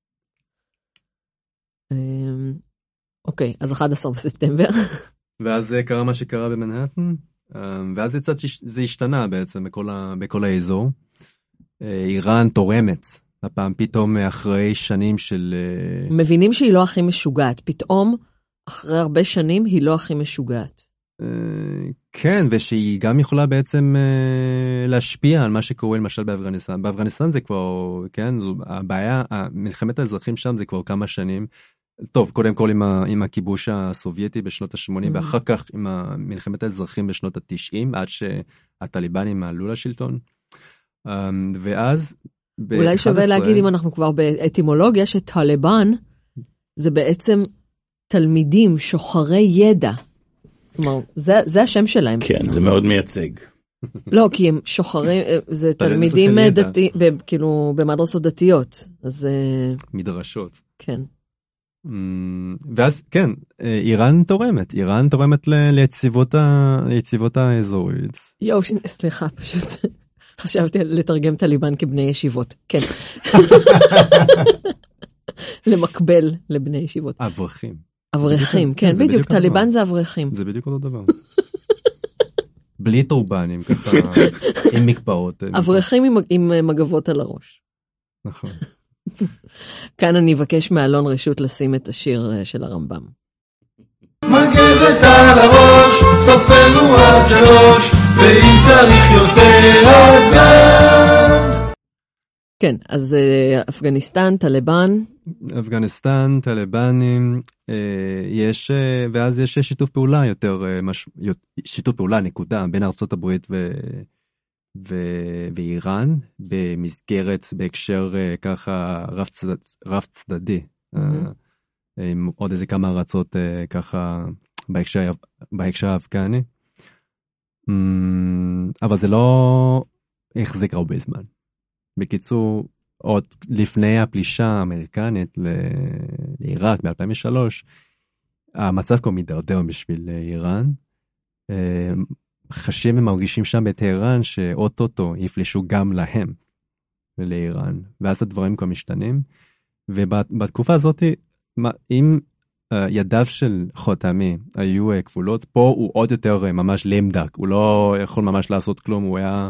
אוקיי, אז אחד עשר בספטמבר. ואז קרה מה שקרה במנהטן, ואז זה השתנה בעצם בכל האזור. איראן תורמת, הפעם פתאום אחרי שנים של... מבינים שהיא לא הכי משוגעת, פתאום אחרי הרבה שנים היא לא הכי משוגעת. כן, ושהיא גם יכולה בעצם להשפיע על מה שקורה למשל באפגניסטן. באפגניסטן זה כבר, כן, זו הבעיה, מלחמת האזרחים שם זה כבר כמה שנים. טוב, קודם כל עם, ה, עם הכיבוש הסובייטי בשנות ה-שמונים, mm. ואחר כך עם מלחמת האזרחים בשנות ה-תשעים, עד שהטליבנים עלו לשלטון. ואז... אולי שווה להגיד, אם אנחנו כבר באטימולוגיה, שטליבן זה בעצם תלמידים, שוחרי ידע. כלומר, זה, זה השם שלהם. כן, זה מאוד מייצג. לא, כי הם שוחרים, זה תלמידים דתי, כאילו, במדרסות דתיות. אז... מדרשות. כן. ואז, כן, איראן תורמת, איראן תורמת ליציבות האזורית. יואו, סליחה, פשוט חשבתי לתרגם טליבן כבני ישיבות, כן. למקבל לבני ישיבות. אברכים. אברכים, כן, בדיוק, טליבן זה אברכים. זה בדיוק אותו דבר. בלי טורבנים, ככה, עם מקפאות. אברכים עם מגבות על הראש. נכון. כאן אני אבקש מאלון רשות לשים את השיר של הרמב"ם. מגבת על הראש, סופנו עד שלוש, ואם צריך יותר אדם. כן, אז אפגניסטן, טליבן. אפגניסטן, טליבנים, יש, ואז יש שיתוף פעולה יותר, שיתוף פעולה נקודה, בין ארצות הברית ו... ו- ואיראן במסגרת, בהקשר ככה רב, צד, רב צדדי, mm-hmm. עם עוד איזה כמה ארצות ככה בהקשר, בהקשר האפגני. אבל זה לא החזיק הרבה זמן. בקיצור, עוד לפני הפלישה האמריקנית לעיראק ב-אלפיים ושלוש, המצב כבר מדרדר בשביל איראן. חשים ומרגישים שם בטהרן שאוטוטו יפלשו גם להם ולאיראן, ואז הדברים כבר משתנים. ובתקופה הזאת, אם ידיו של חותמי היו כפולות, פה הוא עוד יותר ממש למדק, הוא לא יכול ממש לעשות כלום, הוא היה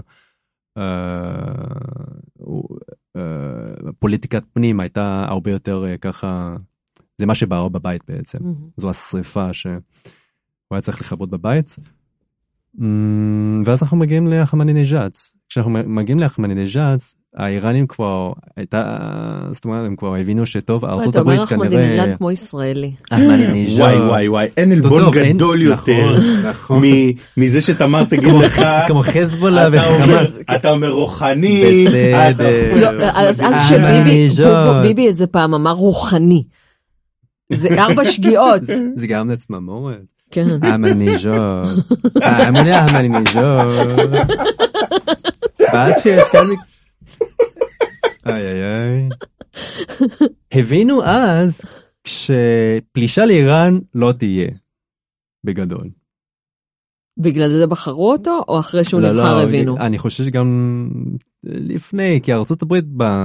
פוליטיקת פנים הייתה הרבה יותר ככה, זה מה שבער בבית בעצם, זו השריפה שהוא היה צריך לכבות בבית. ואז אנחנו מגיעים לאחמדינג'אד. כשאנחנו מגיעים לאחמדינג'אד, האיראנים כבר הייתה, זאת אומרת, הם כבר הבינו שטוב, ארצות הברית כנראה... אתה אומר אחמדינג'אד כמו ישראלי. אחמדינג'אד. וואי וואי וואי, אין עלבון גדול יותר מזה שתמר תגיד לך, כמו חזבולה וחמאס. אתה אומר רוחני. בסדר. אז שביבי איזה פעם אמר רוחני. זה ארבע שגיאות. זה גם לצממורת. כן. אחמדינג'אד. אמונה אחמדינג'אד. בעד שיש כאן... איי איי איי. הבינו אז כשפלישה לאיראן לא תהיה. בגדול. בגלל זה בחרו אותו, או אחרי שהוא נבחר הבינו? אני חושב שגם לפני, כי ארצות הברית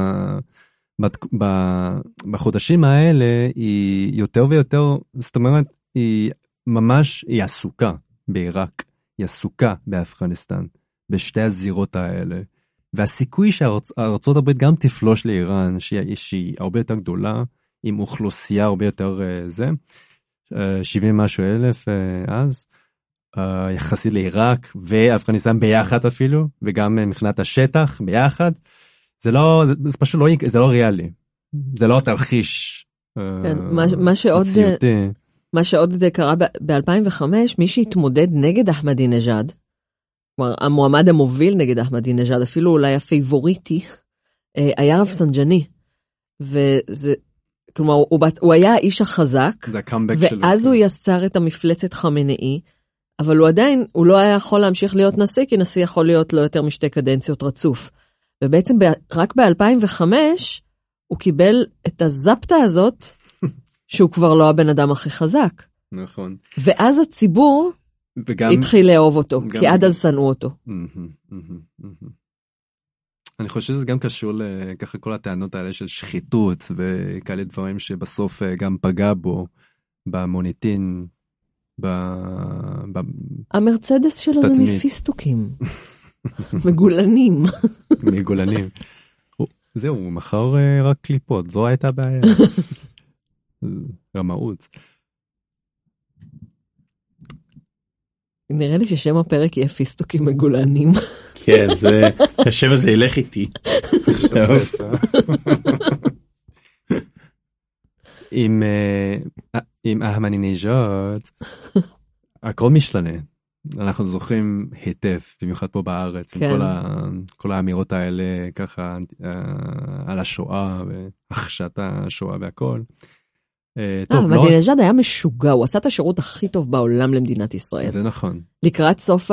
בחודשים האלה היא יותר ויותר, זאת אומרת, היא ממש, היא עסוקה בעיראק, היא עסוקה באפגניסטן, בשתי הזירות האלה, והסיכוי שארצות הברית גם תפלוש לאיראן, שהיא, שהיא הרבה יותר גדולה, עם אוכלוסייה הרבה יותר זה, שבעים משהו אלף אז, יחסית לעיראק ואפגניסטן ביחד אפילו, וגם מבחינת השטח ביחד, זה לא, זה, זה פשוט לא, זה לא ריאלי, זה לא תרחיש כן, מה, מה שעוד, מה שעוד קרה ב-אלפיים וחמש, מי שהתמודד נגד אחמדינג'אד, כלומר, המועמד המוביל נגד אחמדינג'אד, אפילו אולי הפייבוריטי, היה רפסנג'אני, וזה, כלומר, הוא, הוא היה האיש החזק, ואז שלו. הוא יצר את המפלצת חמינאי, אבל הוא עדיין, הוא לא היה יכול להמשיך להיות נשיא, כי נשיא יכול להיות לא יותר משתי קדנציות רצוף. ובעצם ב, רק ב-אלפיים וחמש, הוא קיבל את הזפטה הזאת, שהוא כבר לא הבן אדם הכי חזק. נכון. ואז הציבור וגם, התחיל לאהוב אותו, כי עד אז שנאו אותו. אני חושב שזה גם קשור לככה כל הטענות האלה של שחיתות, וכאלה דברים שבסוף גם פגע בו, במוניטין, ב... ב... המרצדס שלו זה מפיסטוקים. מגולנים. מגולנים. זהו, הוא מכר רק קליפות, זו הייתה בעיה. רמאות. נראה לי ששם הפרק יהיה פיסטוקים מגולנים. כן, זה, השם הזה ילך איתי. עם, עם אחמדינג'אד, הכל משתנה. אנחנו זוכרים היטב, במיוחד פה בארץ, עם כל, ה, כל האמירות האלה, ככה, על השואה, והחשת השואה והכל. אחמדינג'אד היה משוגע, הוא עשה את השירות הכי טוב בעולם למדינת ישראל. זה נכון. לקראת סוף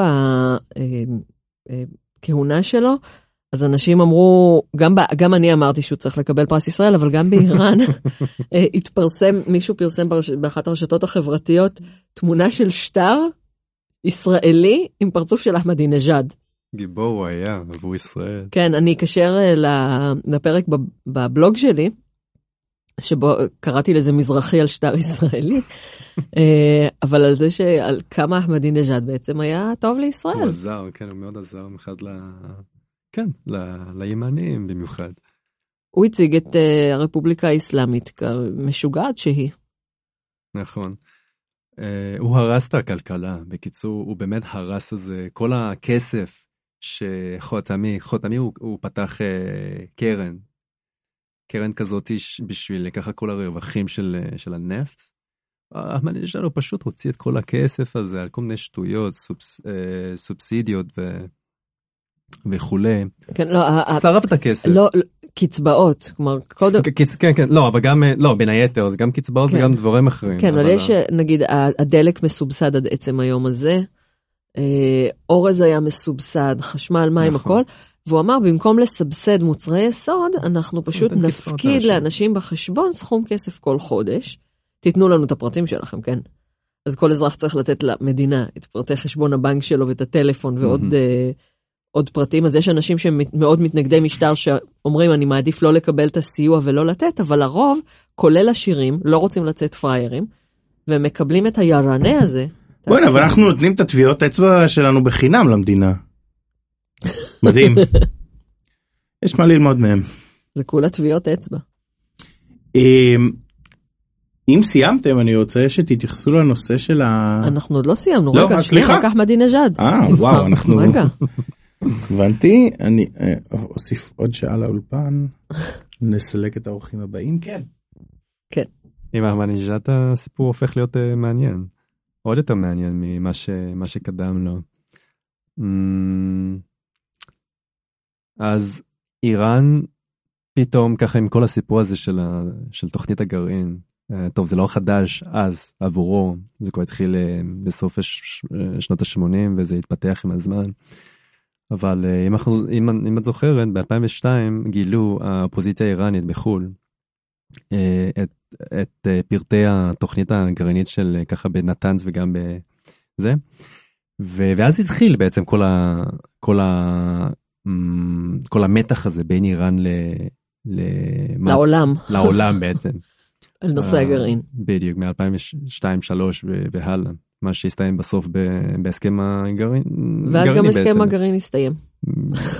הכהונה שלו, אז אנשים אמרו, גם, גם אני אמרתי שהוא צריך לקבל פרס ישראל, אבל גם באיראן התפרסם, מישהו פרסם באחת הרשתות החברתיות, תמונה של שטר ישראלי עם פרצוף של אחמדינג'אד. גיבור הוא היה, עבור ישראל. כן, אני אקשר לפרק בבלוג שלי, שבו קראתי לזה מזרחי על שטר ישראלי, אבל על זה שעל כמה אחמדינג'אד בעצם היה טוב לישראל. הוא עזר, כן, הוא מאוד עזר, אחד ל... כן, לימנים במיוחד. הוא הציג את הרפובליקה האסלאמית כמשוגעת שהיא. נכון. הוא הרס את הכלכלה, בקיצור, הוא באמת הרס הזה, כל הכסף שחותמי, חותמי הוא, הוא פתח קרן, קרן כזאת בשביל ככה כל הרווחים של, של הנפט. אחמדינג'אד הוא פשוט הוציא את כל הכסף הזה על כל מיני שטויות, סובס, סובסידיות ו... וכולי. כן, לא, שרף את הכסף. לא, קצבאות, כלומר, קודם... כן, כן, לא, אבל גם, לא, בין היתר, זה גם קצבאות וגם דברים אחרים. כן, אבל יש, נגיד, הדלק מסובסד עד עצם היום הזה, אורז היה מסובסד, חשמל, מים, הכל, והוא אמר, במקום לסבסד מוצרי יסוד, אנחנו פשוט נפקיד לאנשים בחשבון סכום כסף כל חודש, תיתנו לנו את הפרטים שלכם, כן? אז כל אזרח צריך לתת למדינה את פרטי חשבון הבנק שלו ואת הטלפון ועוד... עוד פרטים, אז יש אנשים שמאוד מתנגדי משטר שאומרים, אני מעדיף לא לקבל את הסיוע ולא לתת, אבל הרוב, כולל השירים, לא רוצים לצאת פריירים, ומקבלים את הירנה הזה. בואי, אבל אנחנו נותנים את התביעות האצבע שלנו בחינם למדינה. מדהים. יש מה ללמוד מהם. זה כולה תביעות אצבע. אם סיימתם, אני רוצה שתתייחסו לנושא של ה... אנחנו עוד לא סיימנו, רגע, סליחה, רק אחמדינג'אד. אה, וואו, אנחנו... רגע. הבנתי, אני אוסיף עוד שעה לאולפן, נסלק את האורחים הבאים, כן. כן. עם אחמדינג'אד הסיפור הופך להיות מעניין, עוד יותר מעניין ממה שקדם לו. אז איראן פתאום ככה עם כל הסיפור הזה של תוכנית הגרעין, טוב זה לא חדש אז עבורו, זה כבר התחיל בסוף שנות ה-שמונים וזה התפתח עם הזמן. אבל אם, אנחנו, אם, אם את זוכרת, ב-אלפיים ושתיים גילו האופוזיציה האיראנית בחול את, את פרטי התוכנית הגרעינית של ככה בנתנז וגם בזה. ו, ואז התחיל בעצם כל, ה, כל, ה, כל המתח הזה בין איראן ל, ל, לעולם. לעולם בעצם. על נושא הגרעין. בדיוק, מ-אלפיים ושתיים שלוש והלאה. מה שהסתיים בסוף בהסכם הגרעין. ואז גם הסכם הגרעין הסתיים.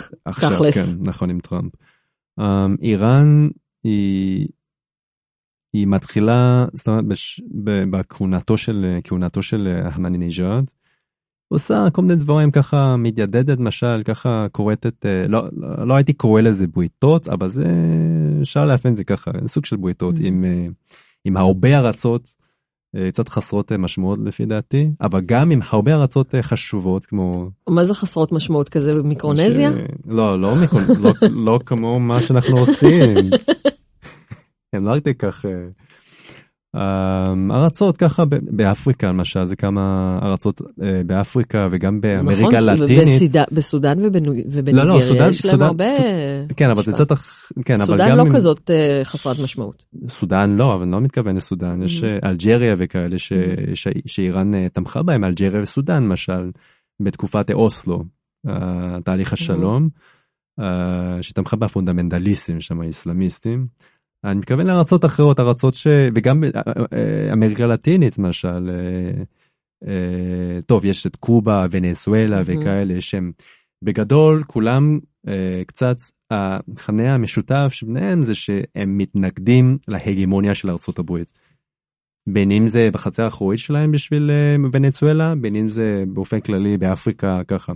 עכשיו, כן, נכון, עם טראמפ. איראן היא, היא מתחילה, זאת אומרת, בש, בכהונתו של, כהונתו של אחמדינג'אד, עושה כל מיני דברים ככה, מתיידדת, משל, ככה קוראת, לא, לא, לא הייתי קורא לזה בריתות, אבל זה, אפשר להפן זה ככה, סוג של בריתות, mm-hmm. עם, עם הרבה ארצות, קצת חסרות משמעות לפי דעתי, אבל גם עם הרבה ארצות חשובות, כמו... מה זה חסרות משמעות כזה, מיקרונזיה? ש... לא, לא, מיקרונ... לא, לא כמו מה שאנחנו עושים. הם לא הייתי כך... ארצות ככה באפריקה, למשל, זה כמה ארצות באפריקה וגם באמריקה הלטינית. בסודן ובניגריה יש להם הרבה... כן, אבל זה קצת... סודן לא כזאת חסרת משמעות. סודן לא, אבל לא מתכוון לסודן. יש אלג'ריה וכאלה שאיראן תמכה בהם, אלג'ריה וסודן, למשל, בתקופת אוסלו, תהליך השלום, שתמכה בפונדמנטליסטים שם, האסלאמיסטים. אני מתכוון לארצות אחרות, ארצות ש... וגם אמריקה לטינית, למשל, טוב, יש את קובה, ונצואלה וכאלה, שהם בגדול, כולם קצת, החנה המשותף שבניהם זה שהם מתנגדים להגמוניה של ארצות הברית. בין אם זה בחצר האחורית שלהם בשביל ונצואלה, בין אם זה באופן כללי באפריקה, ככה.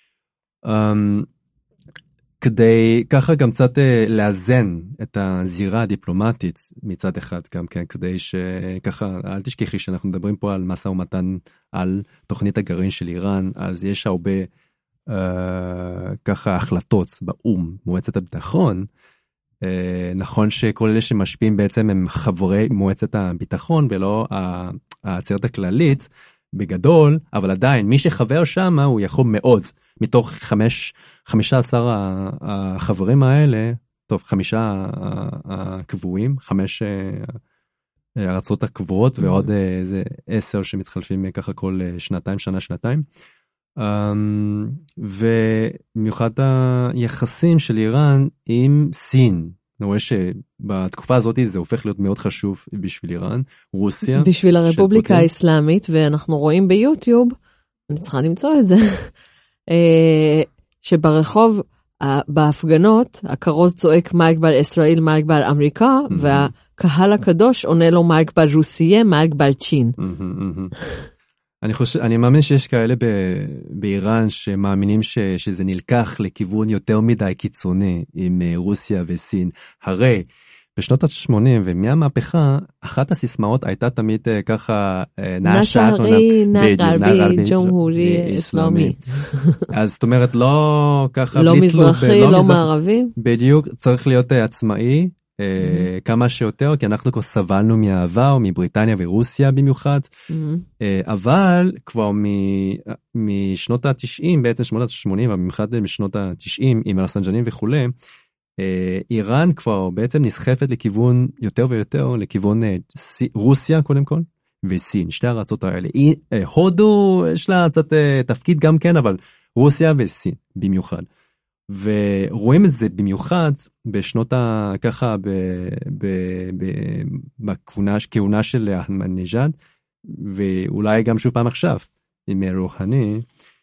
כדי ככה גם קצת לאזן את הזירה הדיפלומטית מצד אחד גם כן, כדי שככה, אל תשכחי שאנחנו מדברים פה על מסע ומתן על תוכנית הגרעין של איראן, אז יש הרבה אה, ככה החלטות באום, מועצת הביטחון, אה, נכון שכל אלה שמשפיעים בעצם הם חברי מועצת הביטחון ולא העצרת הכללית בגדול, אבל עדיין מי שחבר שם הוא יכול מאוד, מתוך חמש, חמישה עשר החברים האלה, טוב, חמישה הקבועים, חמש ארצות הקבועות, ועוד איזה עשר שמתחלפים ככה כל שנתיים, שנה, שנתיים. ובמיוחד היחסים של איראן עם סין, אני רואה שבתקופה הזאת זה הופך להיות מאוד חשוב בשביל איראן, רוסיה. בשביל הרפובליקה האסלאמית, ואנחנו רואים ביוטיוב, אני צריכה למצוא את זה, שברחוב, בהפגנות, הכרוז צועק מה אכבר ישראל, מה אכבר אמריקה, והקהל הקדוש עונה לו מה אכבר רוסיה, מה אכבר צ'ין. אני חושב, אני מאמין שיש כאלה באיראן שמאמינים שזה נלקח לכיוון יותר מדי קיצוני עם רוסיה וסין. הרי בשנות ה-שמונים ומהמהפכה, אחת הסיסמאות הייתה תמיד ככה, נשארי, נגרבי, ג'מהורי, אסלאמי. אז זאת אומרת, לא ככה... לא מזרחי, לא מערבי. בדיוק, צריך להיות עצמאי, כמה שיותר, כי אנחנו כבר סבלנו מהעבר, מבריטניה ורוסיה במיוחד, אבל כבר משנות ה-תשעים, בעצם שנות ה-שמונים, במיוחד משנות ה-תשעים, עם הרסנג'נים וכולי, איראן כבר בעצם נסחפת לכיוון יותר ויותר, לכיוון רוסיה קודם כל, וסין, שתי הארצות האלה. הודו יש לה קצת תפקיד גם כן, אבל רוסיה וסין במיוחד. ורואים את זה במיוחד בשנות ה... ככה בכהונה של אחמדינג'אד, ואולי גם שוב פעם עכשיו, עם רוהאני,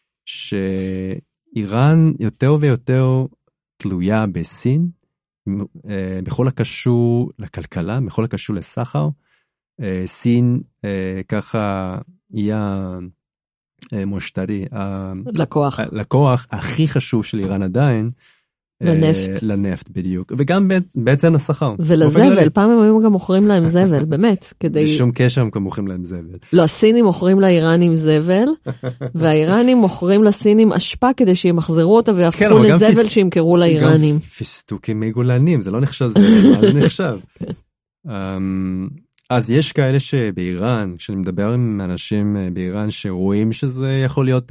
שאיראן יותר ויותר תלויה בסין, בכל הקשור לכלכלה, בכל הקשור לסחר. סין ככה היא המושטרי, לקוח. לקוח הכי חשוב של איראן עדיין. לנפט. לנפט בדיוק, וגם בעצם הסחר. ולזבל, פעם הם היו גם מוכרים להם זבל, באמת. בשום קשר הם גם מוכרים להם זבל. לא, הסינים מוכרים לאיראנים זבל, והאיראנים מוכרים לסינים אשפה כדי שהם יחזרו אותה ויהפכו לזבל שימכרו לאיראנים. גם פיסטוקים מגולנים, זה לא נחשב זבל, מה זה נחשב? אז יש כאלה שבאיראן, כשאני מדבר עם אנשים באיראן שרואים שזה יכול להיות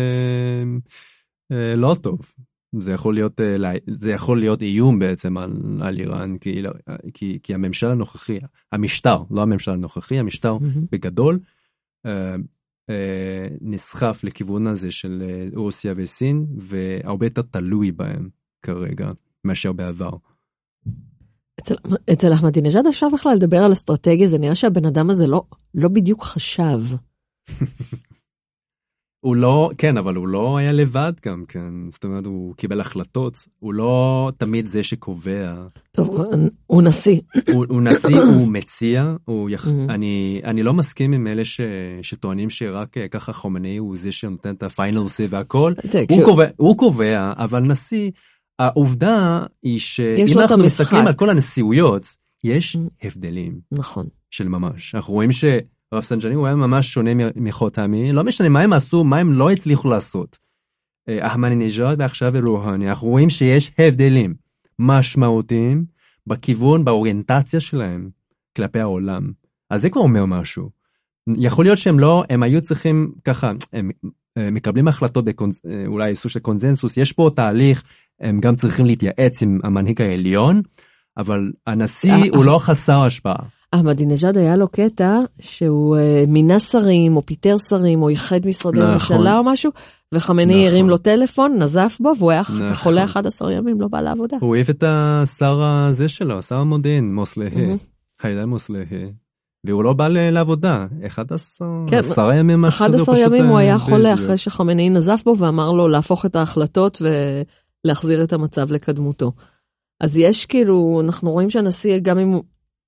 לא טוב. זה יכול להיות, זה יכול להיות איום בעצם על, על איראן, כי, כי, כי הממשל הנוכחי, המשטר, לא הממשל הנוכחי, המשטר mm-hmm. בגדול, אה, אה, נסחף לכיוון הזה של רוסיה וסין, והרבה יותר תלוי בהם כרגע, מאשר בעבר. אצל, אצל אחמדינג'אד אפשר בכלל לדבר על אסטרטגיה, זה נראה שהבן אדם הזה לא, לא בדיוק חשב. הוא לא, כן, אבל הוא לא היה לבד גם, כן. זאת אומרת, הוא קיבל החלטות, הוא לא תמיד זה שקובע. טוב, הוא נשיא. הוא, הוא נשיא, הוא מציע, הוא יח... אני, אני לא מסכים עם אלה ש... שטוענים שרק ככה חומני הוא זה שנותן את הפיינל סי והכל. הוא קובע, הוא קובע, אבל נשיא, העובדה היא שאם אנחנו מסתכלים על כל הנשיאויות, יש הבדלים. נכון. של ממש. אנחנו רואים ש... רב סנג'אני הוא היה ממש שונה מחותמי, לא משנה מה הם עשו, מה הם לא הצליחו לעשות. אחמדינג'אד ועכשיו רוהאני, אנחנו רואים שיש הבדלים משמעותיים בכיוון, באוריינטציה שלהם כלפי העולם. אז זה כבר אומר משהו. יכול להיות שהם לא, הם היו צריכים ככה, הם מקבלים החלטות בקונס, אולי סוג של קונזנסוס, יש פה תהליך, הם גם צריכים להתייעץ עם המנהיג העליון, אבל הנשיא הוא לא חסר השפעה. אחמדינג'אד היה לו קטע שהוא מינה שרים או פיטר שרים או ייחד משרדי ממשלה או משהו, וחמני הרים לו טלפון, נזף בו, והוא היה חולה אחד עשר ימים, לא בא לעבודה. הוא העיף את השר הזה שלו, שר המודיעין, מוסלהי, חיידר מוסלהי, והוא לא בא לעבודה, אחד עשר ימים, אחד עשר ימים הוא היה חולה אחרי שחמני נזף בו ואמר לו להפוך את ההחלטות ולהחזיר את המצב לקדמותו. אז יש כאילו, אנחנו רואים שהנשיא גם אם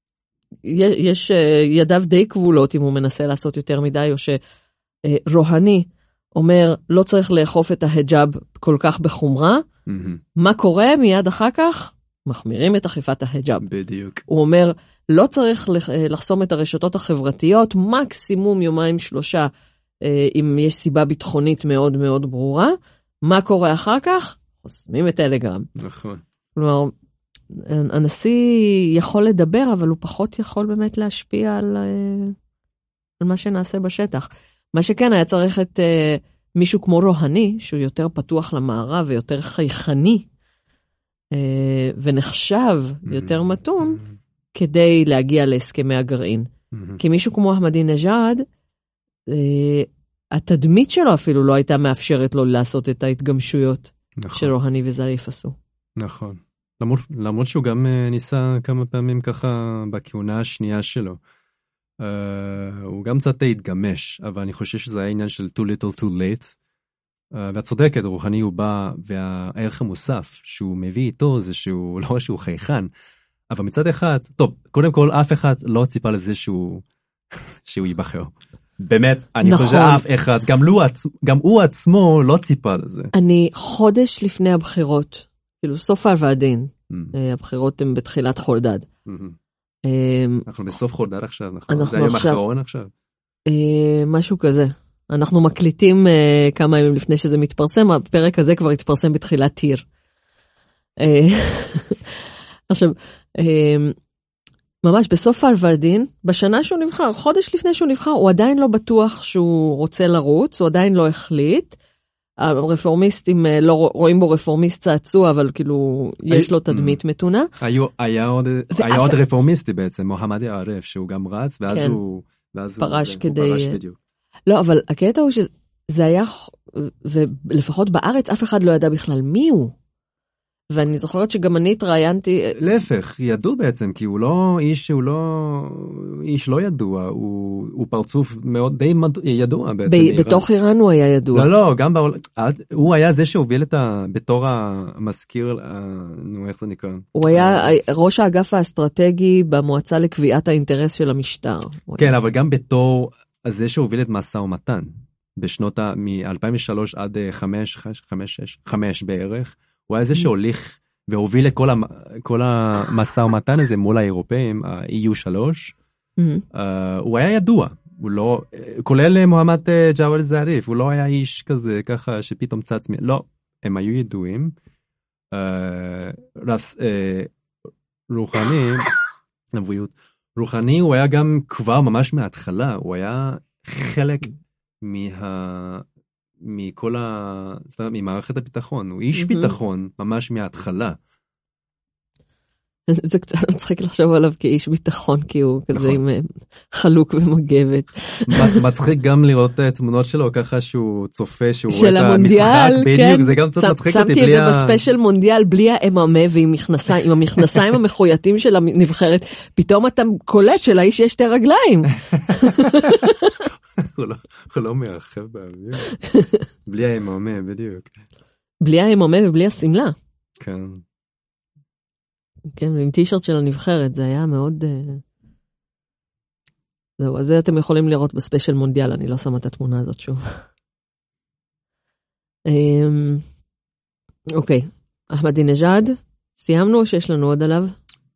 יש ידיו די כבולות אם הוא מנסה לעשות יותר מדי, או שרוהני אומר לא צריך לאכוף את ההיג'אב כל כך בחומרה, mm-hmm. מה קורה מיד אחר כך? מחמירים את אכיפת ההיג'אב. בדיוק. הוא אומר לא צריך לחסום את הרשתות החברתיות, מקסימום יומיים שלושה, אם יש סיבה ביטחונית מאוד מאוד ברורה. מה קורה אחר כך? חוסמים את טלגרם. נכון. כלומר, הנשיא יכול לדבר, אבל הוא פחות יכול באמת להשפיע על, על מה שנעשה בשטח. מה שכן, היה צריך את מישהו כמו רוהני, שהוא יותר פתוח למערב ויותר חייכני, ונחשב יותר מתון, כדי להגיע להסכמי הגרעין. כי מישהו כמו אחמדינג'אד, התדמית שלו אפילו לא הייתה מאפשרת לו לעשות את ההתגמשויות שרוהני וזריף עשו. נכון. למרות, למרות שהוא גם ניסה כמה פעמים ככה בכהונה השנייה שלו. Uh, הוא גם קצת התגמש, אבל אני חושב שזה היה עניין של too little too late. Uh, ואת צודקת, רוחני הוא בא, והערך המוסף שהוא מביא איתו זה שהוא, לא שהוא חייכן, אבל מצד אחד, טוב, קודם כל אף אחד לא ציפה לזה שהוא, שהוא ייבחר. באמת, אני נכון. חושב אף אחד, גם, לו, גם הוא עצמו לא ציפה לזה. אני חודש לפני הבחירות, כאילו סוף הוועדין, mm. הבחירות הן בתחילת חולדד. Mm-hmm. אנחנו בסוף חולדד עכשיו, נכון? זה היום האחרון עכשיו? משהו כזה. אנחנו מקליטים כמה ימים לפני שזה מתפרסם, הפרק הזה כבר התפרסם בתחילת טיר. עכשיו, ממש בסוף הוועדין, בשנה שהוא נבחר, חודש לפני שהוא נבחר, הוא עדיין לא בטוח שהוא רוצה לרוץ, הוא עדיין לא החליט, הרפורמיסטים לא רואים בו רפורמיסט צעצוע, אבל כאילו יש לו תדמית מתונה. היה עוד רפורמיסטי בעצם, מוחמד יערף, שהוא גם רץ, ואז הוא פרש כדי... לא, אבל הקטע הוא שזה היה, ולפחות בארץ אף אחד לא ידע בכלל מי הוא. ואני זוכרת שגם אני התראיינתי... להפך, ידעו בעצם, כי הוא לא איש, הוא לא... איש לא ידוע, הוא, הוא פרצוף מאוד די מד... ידוע בעצם. ב... בתוך איראן הוא היה ידוע. לא, לא, גם בעולם... הוא היה זה שהוביל את ה... בתור המזכיר... נו, איך זה נקרא? הוא היה ראש האגף האסטרטגי במועצה לקביעת האינטרס של המשטר. כן, היה... אבל גם בתור זה שהוביל את מסע ומתן. בשנות ה... מ-אלפיים ושלוש עד חמש, חמש, שש, חמש בערך. הוא היה זה שהוליך והוביל את כל המסע ומתן הזה מול האירופאים, ה-אי יו שלוש. הוא היה ידוע, כולל מוחמד ג'וואד זריף, הוא לא היה איש כזה ככה שפתאום צץ, לא, הם היו ידועים. רוחני, רוחני הוא היה גם כבר ממש מההתחלה, הוא היה חלק מה... מכל ה... ממערכת הביטחון, הוא איש ביטחון ממש מההתחלה. זה קצת מצחיק לחשוב עליו כאיש ביטחון, כי הוא כזה עם חלוק ומגבת. מצחיק גם לראות תמונות שלו, ככה שהוא צופה, שהוא רואה את המשחק, בדיוק, זה גם קצת מצחיק אותי. שמתי את זה בספיישל מונדיאל, בלי האממה ועם המכנסיים המחויטים של הנבחרת, פתאום אתה קולט שלאיש יש שתי רגליים. הוא לא, הוא לא מרחב באוויר. בלי האמומה, בדיוק. בלי האמומה ובלי הסמלה. כן. כן, עם טישרט של הנבחרת, זה היה מאוד... זהו, אז זה אתם יכולים לראות בספיישל מונדיאל, אני לא שמה את התמונה הזאת שוב. אוקיי, אחמדינג'אד, סיימנו או שיש לנו עוד עליו?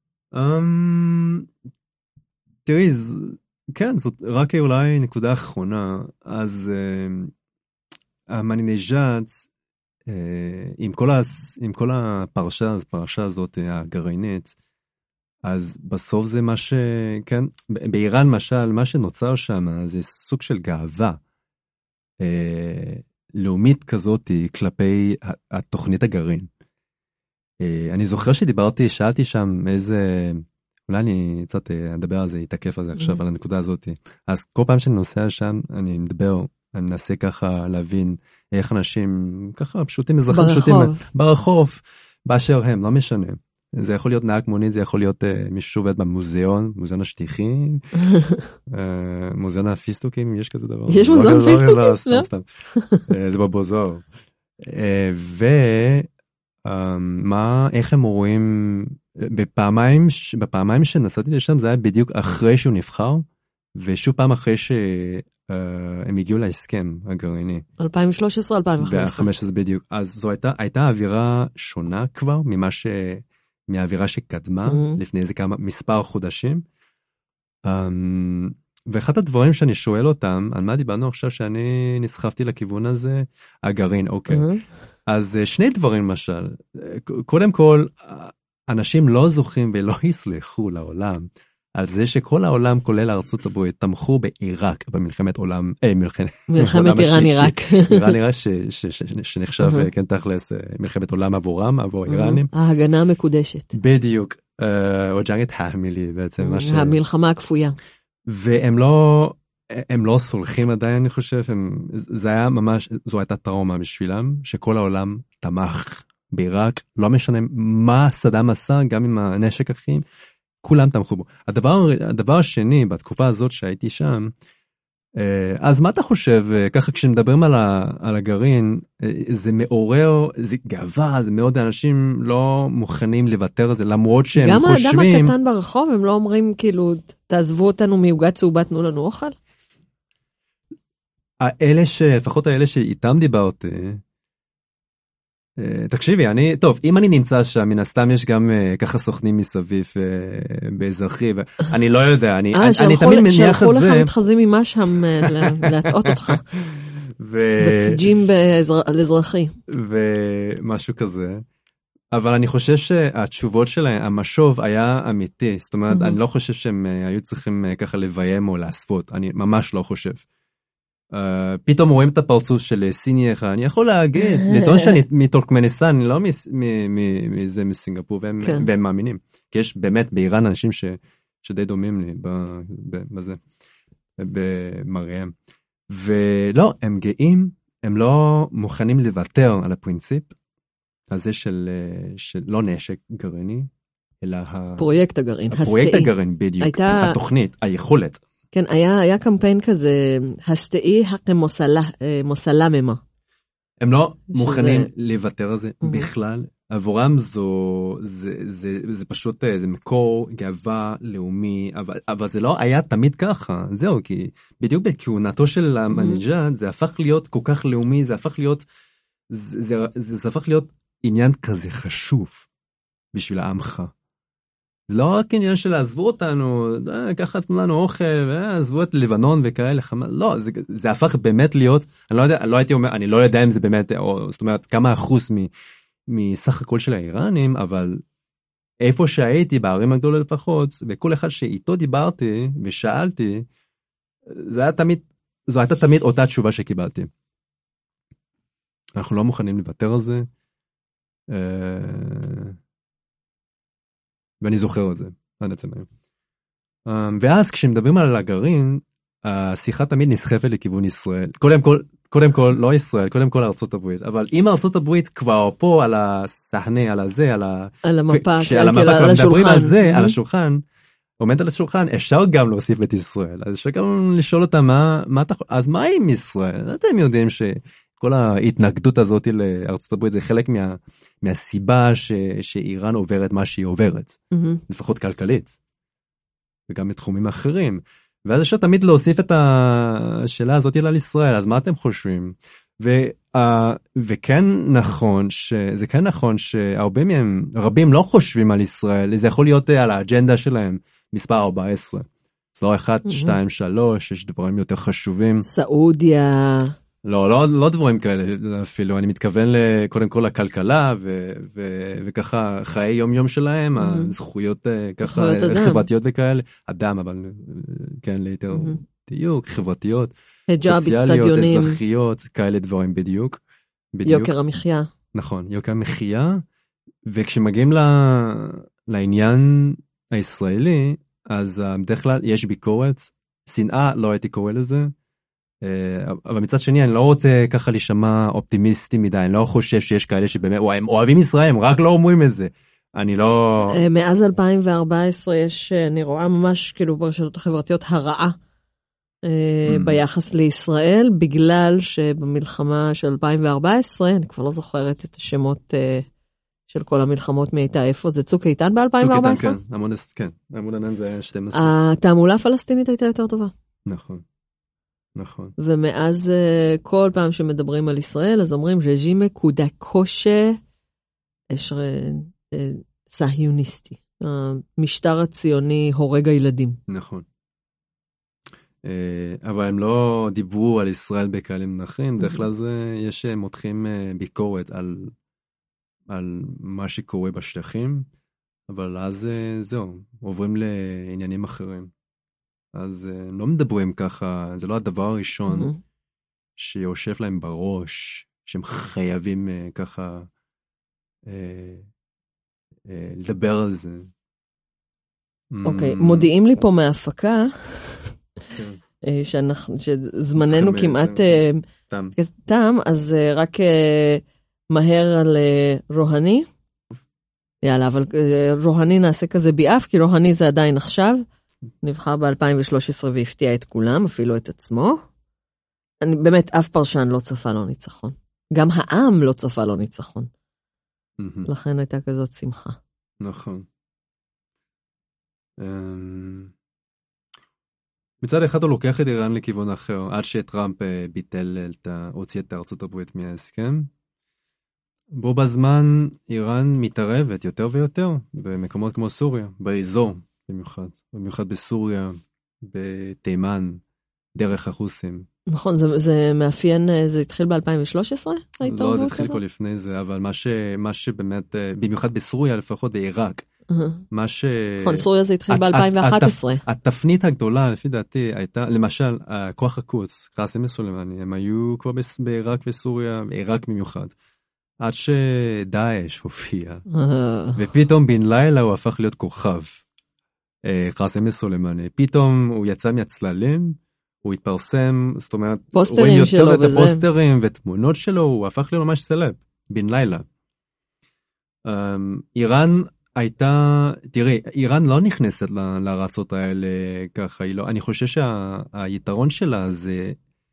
תראי, כן, זאת רק אולי נקודה אחרונה, אז אחמדינג'אד, עם כל, עם כל הפרשה, הפרשה הזאת הגרעינית, אז בסוף זה מה ש... כן, באיראן משל, מה שנוצר שם, זה סוג של גאווה אה, לאומית כזאת כלפי התוכנית הגרעין. אה, אני זוכר שדיברתי, שאלתי שם איזה... אולי אני קצת אדבר על זה, יתקף על זה עכשיו, mm-hmm. על הנקודה הזאת. אז כל פעם שאני נוסע שם, אני מדבר, אני מנסה ככה להבין איך אנשים, ככה פשוטים, אזרחים פשוטים, ברחוב, באשר הם, לא משנה. זה יכול להיות נהג מונית, זה יכול להיות uh, מישהו שעובד במוזיאון, מוזיאון השטיחים, uh, מוזיאון הפיסטוקים, יש כזה דבר. יש מוזיאון פיסטוקים? לא, סתם, סתם. uh, זה בבוזור. Uh, ומה, uh, איך הם רואים, בפעמיים, בפעמיים שנסעתי לשם, זה היה בדיוק אחרי שהוא נבחר, ושוב פעם אחרי שהם הגיעו להסכם הגרעיני. אלפיים ושלוש עשרה אלפיים וחמש עשרה. ב-חמש עשרה בדיוק. אז זו הייתה, הייתה אווירה שונה כבר, ממה ש... מהאווירה שקדמה, mm-hmm. לפני איזה כמה, מספר חודשים. Um, ואחד הדברים שאני שואל אותם, על מה דיברנו עכשיו שאני נסחפתי לכיוון הזה? הגרעין, אוקיי. Mm-hmm. אז שני דברים למשל. קודם כל, אנשים לא זוכים ולא יסלחו לעולם, על זה שכל העולם, כולל ארצות הברית, תמכו בעיראק, במלחמת עולם, אה, מלחמת, מלחמת איראן-עיראק. איראן-עיראק שנחשב, כן, תכלס, מלחמת עולם עבורם, עבור איראנים. ההגנה המקודשת. בדיוק, או ג'אנגט ההמילי בעצם. המלחמה הכפויה. והם לא, הם לא סולחים עדיין, אני חושב, זה היה ממש, זו הייתה טראומה בשבילם, שכל העולם תמך בעיראק, לא משנה מה סדאם עשה, גם עם הנשק הכימי, כולם תמכו בו. הדבר, הדבר השני, בתקופה הזאת שהייתי שם, אז מה אתה חושב, ככה כשמדברים על, ה, על הגרעין, זה מעורר, זה גאווה, זה מאוד אנשים לא מוכנים לוותר על זה, למרות שהם גם חושבים... גם האדם הקטן ברחוב, הם לא אומרים כאילו, תעזבו אותנו מיוגת צהובה, תנו לנו אוכל? האלה ש... לפחות האלה שאיתם דיברתי, תקשיבי, אני, טוב, אם אני נמצא שם, מן הסתם יש גם ככה סוכנים מסביב באזרחי, ואני לא יודע, אני תמיד מניח את זה. שלחו לך מתחזים ממה שם להטעות אותך. בסיג'ים על אזרחי. ומשהו כזה. אבל אני חושב שהתשובות שלהם, המשוב היה אמיתי, זאת אומרת, אני לא חושב שהם היו צריכים ככה לביים או להסוות, אני ממש לא חושב. Uh, פתאום רואים את הפרצוף של סיניאך, אני יכול להגיד, לטעון שאני מטורקמניסטן, אני לא מזה מסינגפור, והם, כן. והם מאמינים. כי יש באמת באיראן אנשים ש, שדי דומים לי בזה, במראיהם. ולא, הם גאים, הם לא מוכנים לוותר על הפרינציפ, הזה של, של לא נשק גרעיני, אלא פרויקט הגרעין, הפרויקט הסתאי. הגרעין בדיוק, הייתה... התוכנית, היכולת. כן, היה, היה קמפיין כזה, הסתאי הכמוסלממה. הם לא שזה... מוכנים לוותר על זה mm-hmm. בכלל. עבורם זו, זה, זה, זה פשוט, זה מקור גאווה לאומי, אבל, אבל זה לא היה תמיד ככה. זהו, כי בדיוק בכהונתו של המנג'אד, mm-hmm. זה הפך להיות כל כך לאומי, זה הפך להיות, זה, זה, זה, זה הפך להיות עניין כזה חשוב בשביל העמך. זה לא רק עניין של עזבו אותנו, ככה תנו לנו אוכל, עזבו את לבנון וכאלה, לא, זה, זה הפך באמת להיות, אני לא יודע, לא הייתי אומר, אני לא יודע אם זה באמת, או, זאת אומרת, כמה אחוז מ, מסך הכל של האיראנים, אבל איפה שהייתי, בערים הגדולות לפחות, וכל אחד שאיתו דיברתי ושאלתי, זה היה תמיד, זו הייתה תמיד אותה תשובה שקיבלתי. אנחנו לא מוכנים לוותר על זה, ואני זוכר את זה, עד עצם היום. ואז כשמדברים על הגרעין, השיחה תמיד נסחפת לכיוון ישראל. קודם כל, קודם כל, לא ישראל, קודם כל ארצות הברית. אבל אם ארצות הברית כבר פה על הסהנה, על הזה, על, ה... על המפה, על המפה, על השולחן. על זה, על השולחן, עומד על השולחן, אפשר גם להוסיף את ישראל, אז אפשר גם לשאול אותם, מה, מה אתה, אז מה עם ישראל? אתם יודעים שכל ההתנגדות הזאת לארצות הברית זה חלק מה, מהסיבה ש, שאיראן עוברת מה שהיא עוברת, mm-hmm. לפחות כלכלית, וגם בתחומים אחרים. ואז אפשר תמיד להוסיף את השאלה הזאת על ישראל, אז מה אתם חושבים? ו, uh, וכן נכון, שזה כן נכון שהרבה מהם, רבים לא חושבים על ישראל, זה יכול להיות על האג'נדה שלהם, מספר ארבע עשרה. זה לא אחד, שתיים, שלוש, יש דברים יותר חשובים. סעודיה. לא, לא, לא דברים כאלה אפילו, אני מתכוון קודם כל לכלכלה, ו, ו, וככה חיי יום יום שלהם, הזכויות ככה חברתיות וכאלה, אדם, אבל כן, ליתר דיוק, חברתיות, סוציאליות, אזרחיות, כאלה דברים בדיוק. יוקר המחיה. נכון, יוקר המחיה, וכשמגיעים לעניין הישראלי, אז בדרך כלל יש ביקורת, שנאה, לא הייתי קורא לזה, אבל מצד שני אני לא רוצה ככה להישמע אופטימיסטי מדי, אני לא חושב שיש כאלה שבאמת, הם אוהבים ישראל, הם רק לא אומרים את זה, אני לא... מאז אלפיים וארבע עשרה יש, אני רואה ממש כאילו ברשתות החברתיות הרעה, ביחס לישראל, בגלל שבמלחמה של אלפיים וארבע עשרה, אני כבר לא זוכרת את השמות של כל המלחמות מי הייתה איפה, זה צוק איתן ב-אלפיים וארבע עשרה? צוק איתן, כן, עמוד, כן, עמוד ענן זה היה שתים עשרה. התעמולה הפלסטינית הייתה יותר טובה. נכון, נכון. ומאז כל פעם שמדברים על ישראל, אז אומרים, רג'ימה קודקושה סהיוניסטי. המשטר הציוני הורג הילדים. נכון. אבל הם לא דיברו על ישראל בכאלה מנחים, דרך כלל זה, יש מותחים ביקורת על, על מה שקורה בשטחים, אבל אז זהו, עוברים לעניינים אחרים. אז לא מדברים ככה, זה לא הדבר הראשון שיושב להם בראש, שהם חייבים ככה לדבר על זה. אוקיי, מודיעים לי פה מההפקה, שאנחנו, שזמננו כמעט תם, אז רק מהר על רוהני. יאללה, אבל רוהני נעשה כזה ביעף, כי רוהני זה עדיין עכשיו. נבחר ב-אלפיים ושלוש עשרה והפתיע את כולם, אפילו את עצמו. אני באמת, אף פרשן לא צפה לו ניצחון. גם העם לא צפה לו ניצחון. לכן הייתה כזאת שמחה. נכון. מצד אחד הוא לוקח את איראן לכיוון אחר, עד שטראמפ ביטל, הוציא את ארצות הברית מההסכם. בו בזמן איראן מתערבת יותר ויותר, במקומות כמו סוריה, באזור במיוחד, במיוחד בסוריה, בתימן, דרך החוסים. נכון, זה, זה מאפיין, זה התחיל ב-אלפיים ושלוש עשרה? לא, זה התחיל כבר לפני זה, אבל מה, ש, מה שבאמת, במיוחד בסוריה לפחות, בעיראק, מה ש... נכון, סוריה זה התחיל ב-אלפיים ואחת עשרה. התפנית הגדולה, לפי דעתי, הייתה, למשל, כוח הקוץ, קאסם סולימאני, הם היו כבר בעיראק וסוריה, בעיראק במיוחד, עד שדאעש הופיע, ופתאום בן לילה הוא הפך להיות כוכב, קאסם סולימאני, פתאום הוא יצא מהצללים, הוא התפרסם, זאת אומרת, פוסטרים שלו וזה. את הפוסטרים ותמונות שלו, הוא הפך להיות ממש סלב, בן לילה. איראן הייתה, תראי, איראן לא נכנסת לארצות האלה ככה, לא, אני חושב שהיתרון שלה זה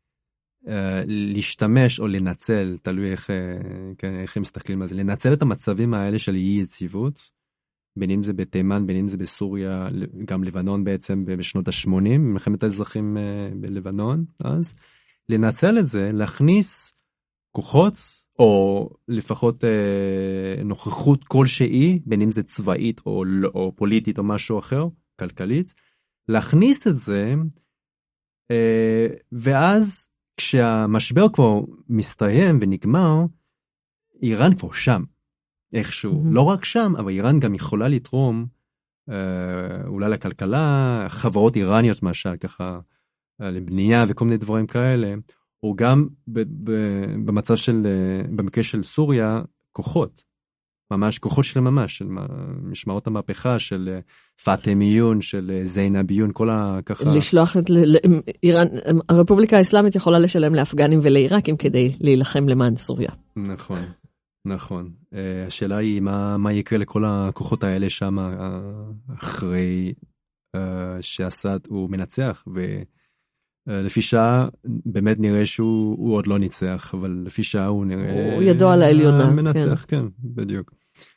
להשתמש או לנצל, תלוי איך, איך הם מסתכלים על זה, לנצל את המצבים האלה של אי יציבות, בין אם זה בתימן, בין אם זה בסוריה, גם לבנון בעצם בשנות ה-שמונים, מלחמת האזרחים בלבנון, אז לנצל את זה, להכניס כוחות, או לפחות אה, נוכחות כלשהי, בין אם זה צבאית או, או פוליטית או משהו אחר, כלכלית, להכניס את זה, אה, ואז כשהמשבר כבר מסתיים ונגמר, איראן כבר שם. איכשהו, mm-hmm. לא רק שם, אבל איראן גם יכולה לתרום, אה, אולי לכלכלה, חברות איראניות משל, ככה, אה, לבנייה וכל מיני דברים כאלה, או גם ב- ב- במצב של, אה, במקרה של סוריה, כוחות, ממש כוחות של ממש, של משמעות המהפכה, של אה, פאטה מיון, של אה, זיינה ביון, כל ה... ככה... לשלוח את ל- איראן, הרפובליקה האסלאמית יכולה לשלם לאפגנים ולעיראקים כדי להילחם למען סוריה. נכון. נכון. השאלה היא מה, מה יקרה לכל הכוחות האלה שם אחרי שאסד הוא מנצח, ולפי שעה באמת נראה שהוא עוד לא ניצח, אבל לפי שעה הוא נראה... הוא ידוע על העליונה. מנצח, כן, בדיוק.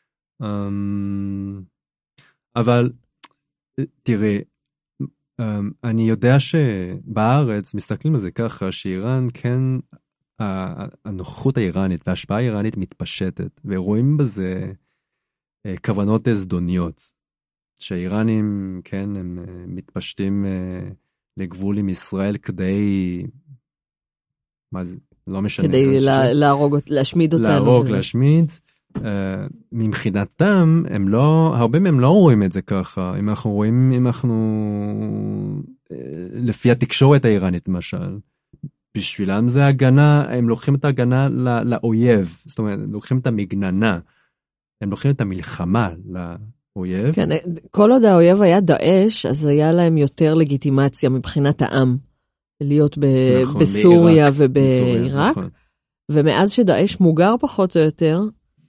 אבל תראי, אני יודע שבארץ מסתכלים על זה ככה, שאיראן כן, הנוכחות האיראנית וההשפעה האיראנית מתפשטת, ורואים בזה כוונות זדוניות, שהאיראנים, כן, הם מתפשטים לגבול עם ישראל כדי, מה זה, לא משנה. כדי להרוג, להשמיד אותנו. להרוג, להשמיד. מבחינתם, הם לא, הרבה מהם לא רואים את זה ככה. אם אנחנו רואים, אם אנחנו, לפי התקשורת האיראנית למשל, בשבילם זה הגנה, הם לוקחים את ההגנה לאויב, זאת אומרת, הם לוקחים את המגננה, הם לוקחים את המלחמה לאויב. כן, כל עוד האויב היה דאעש, אז היה להם יותר לגיטימציה מבחינת העם, להיות ב- נכון, בסוריה ובעיראק, נכון. ומאז שדאעש מוגר פחות או יותר,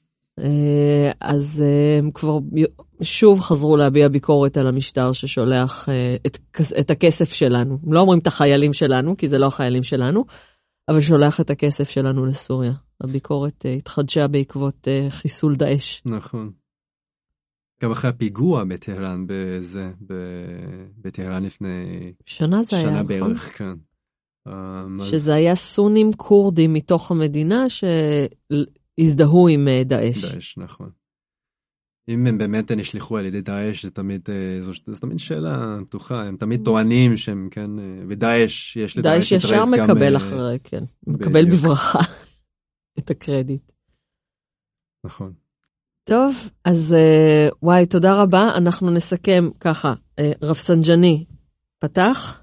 אז הם כבר שוב חזרו להביע ביקורת על המשטר ששולח את, את הכסף שלנו. לא אומרים את החיילים שלנו, כי זה לא החיילים שלנו, אבל שולח את הכסף שלנו לסוריה. הביקורת התחדשה בעקבות חיסול דאעש. נכון. גם אחרי הפיגוע בטהרן, בזה, בטהרן לפני שנה זה שנה היה, בערך, נכון? כן. שזה היה סונים קורדים מתוך המדינה שהזדהו עם דאעש. דאעש, נכון. אם הם באמת נשלחו על ידי דאעש, זה תמיד, זו, זו תמיד שאלה פתוחה, הם תמיד טוענים שהם, כן, ודאעש, יש לדאעש דאעש ישר מקבל אחרי, כן, מקבל בברכה את הקרדיט. נכון. טוב, אז וואי, תודה רבה, אנחנו נסכם ככה, רפסנג'ני פתח,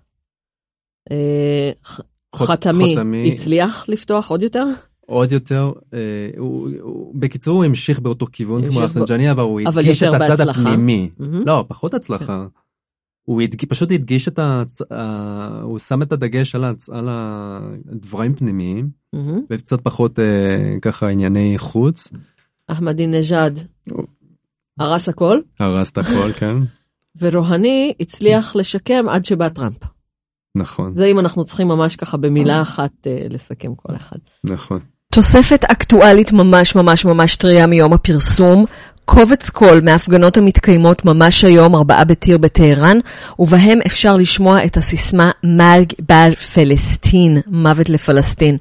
חתמי הצליח לפתוח עוד יותר? עוד יותר, בקיצור הוא המשיך באותו כיוון כמו רפסנג'ני, אבל הוא הדגיש את הצד הפנימי. לא, פחות הצלחה. הוא פשוט הדגיש את ה... הוא שם את הדגש על הדברים פנימיים, וקצת פחות ככה ענייני חוץ. אחמדינג'אד הרס הכל. הרס את הכל, כן. ורוהני הצליח לשקם עד שבא טראמפ. נכון. זה אם אנחנו צריכים ממש ככה במילה אחת לסכם כל אחד. נכון. תוספת אקטואלית ממש ממש ממש טריה מיום הפרסום, קובץ קול מההפגנות המתקיימות ממש היום, ארבעה בתיר בטהרן, ובהם אפשר לשמוע את הסיסמה מרג בל פלסטין, מוות לפלסטין.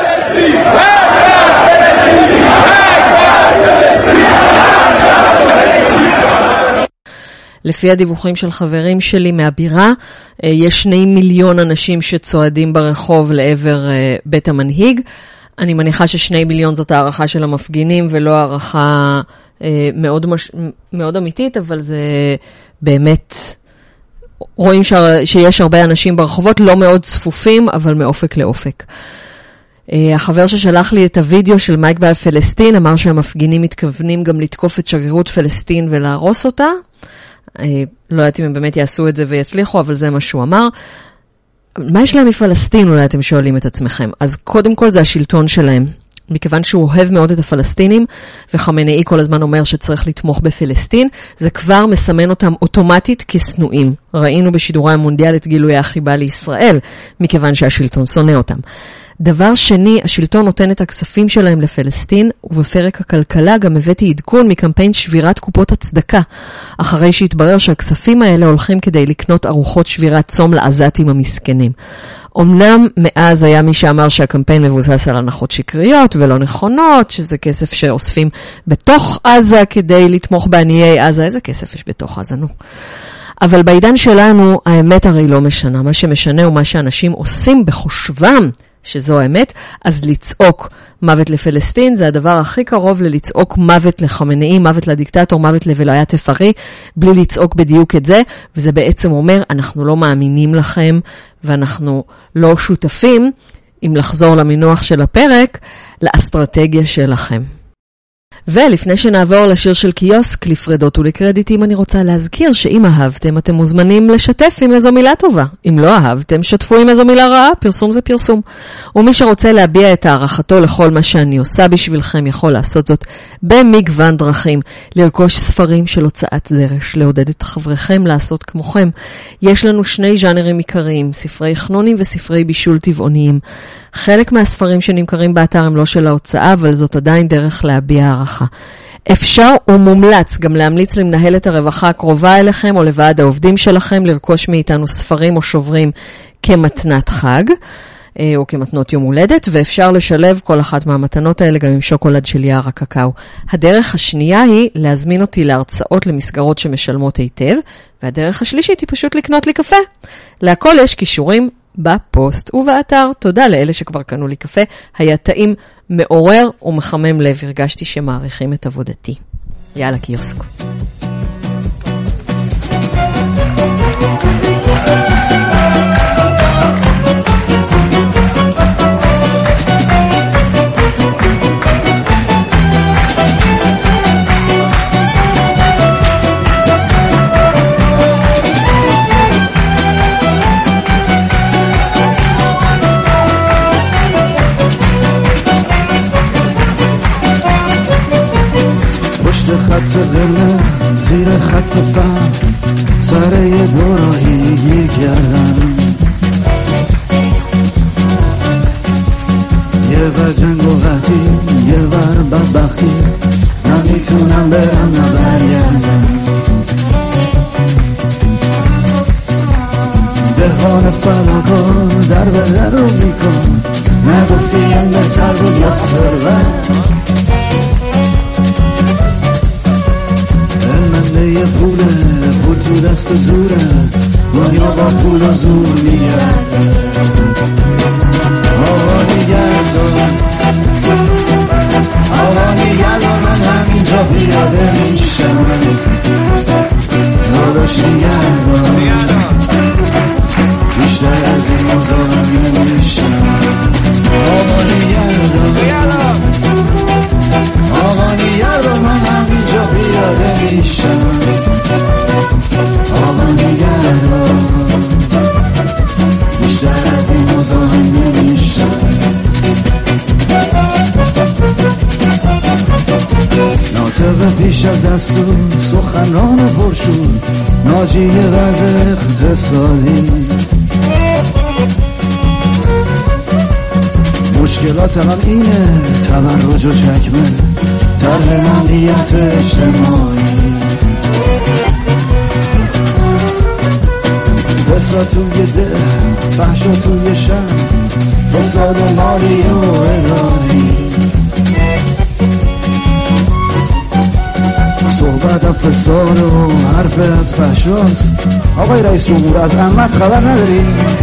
לפי הדיווחים של חברים שלי מהבירה, יש שני מיליון אנשים שצועדים ברחוב לעבר בית המנהיג. אני מניחה ששני מיליון זאת הערכה של המפגינים, ולא הערכה מאוד, מש... מאוד אמיתית, אבל זה באמת, רואים ש... שיש הרבה אנשים ברחובות, לא מאוד צפופים, אבל מאופק לאופק. החבר ששלח לי את הוידאו של מייק בעל פלסטין, אמר שהמפגינים מתכוונים גם לתקוף את שגרירות פלסטין ולהרוס אותה. לא יודעת אם הם באמת יעשו את זה ויצליחו, אבל זה מה שהוא אמר. מה יש להם מפלסטין, אולי אתם שואלים את עצמכם? אז קודם כל זה השלטון שלהם. מכיוון שהוא אוהב מאוד את הפלסטינים, וחמינאי כל הזמן אומר שצריך לתמוך בפלסטין, זה כבר מסמן אותם אוטומטית כסנועים. ראינו בשידורי המונדיאל את גילוי החיבה לישראל, מכיוון שהשלטון שונא אותם. דבר שני, השלטון נותן את הכספים שלהם לפלסטין, ובפרק הכלכלה גם הבאתי עדכון מקמפיין שבירת קופות הצדקה, אחרי שהתברר שהכספים האלה הולכים כדי לקנות ארוחות שבירת צום לעזתים המסכנים. אמנם מאז היה מי שאמר שהקמפיין מבוסס על הנחות שקריות ולא נכונות, שזה כסף שאוספים בתוך עזה כדי לתמוך בעניי עזה. איזה כסף יש בתוך עזה, נו? אבל בעידן שלנו האמת הרי לא משנה. מה שמשנה הוא מה שאנשים עושים בחושבם שזו האמת, אז לצעוק מוות לפלסטין, זה הדבר הכי קרוב ללצעוק מוות לחמינאי, מוות לדיקטטור, מוות לוולאיית פארי, בלי לצעוק בדיוק את זה, וזה בעצם אומר, אנחנו לא מאמינים לכם, ואנחנו לא שותפים, אם לחזור למינוח של הפרק, לאסטרטגיה שלכם. ולפני שנעבור לשיר של קיוסק, לפרדות ולקרדיטים, אני רוצה להזכיר שאם אהבתם, אתם מוזמנים לשתף עם איזו מילה טובה. אם לא אהבתם, שתפו עם איזו מילה רעה, פרסום זה פרסום. ומי שרוצה להביע את הערכתו לכל מה שאני עושה בשבילכם, יכול לעשות זאת במגוון דרכים. לרכוש ספרים של הוצאת דרש, לעודד את חבריכם לעשות כמוכם. יש לנו שני ז'אנרים עיקריים, ספרי חנונים וספרי בישול טבעוניים. חלק מהספרים שנמכרים באתר הם לא של ההוצאה, אבל זאת עדיין דרך להביע הערכה. אפשר ומומלץ גם להמליץ למנהלת הרווחה הקרובה אליכם או לוועד העובדים שלכם לרכוש מאיתנו ספרים או שוברים כמתנת חג או כמתנות יום הולדת, ואפשר לשלב כל אחת מהמתנות האלה גם עם שוקולד של יער הקקאו. הדרך השנייה היא להזמין אותי להרצאות למסגרות שמשלמות היטב, והדרך השלישית היא פשוט לקנות לי קפה. להכל יש קישורים בפוסט ובאתר. תודה לאלה שכבר קנו לי קפה, היה טעים, מעורר ומחמם לב, הרגשתי שמעריכים את עבודתי. יאללה קיוסק. خط قرمز زیر خط فهم سر دو راهی گیر کردم یه بر جنگ و قحطی یه بر بدبختی نمیتونم برم نه برگردم دهان فلکان در به در رو میکن نگفتی یم بهتر بود یا ثروت یه پوله پول تو دست زوره دنیا با پول و زور میگرده آقا نگردان آقا نگردان من همینجا پیاده میشم داداش نگردان بیشتر از این مزاحم نمیشم آقا نگردان آقا نگردان من همینجا پیاده میشم آقا نگردان بیشتر از این مزاحم نمیشم ناطق پیش از دستون سخنان پرشون ناجی وضع اقتصادی مشکلات من اینه تبرج و چکمه طرح مالیت اجتماعی فساد توی ده فحشا توی شهر فساد مالی و اداری صحبت از فساد و حرف از فحشاست آقای رئیس جمهور از عمت خبر نداری؟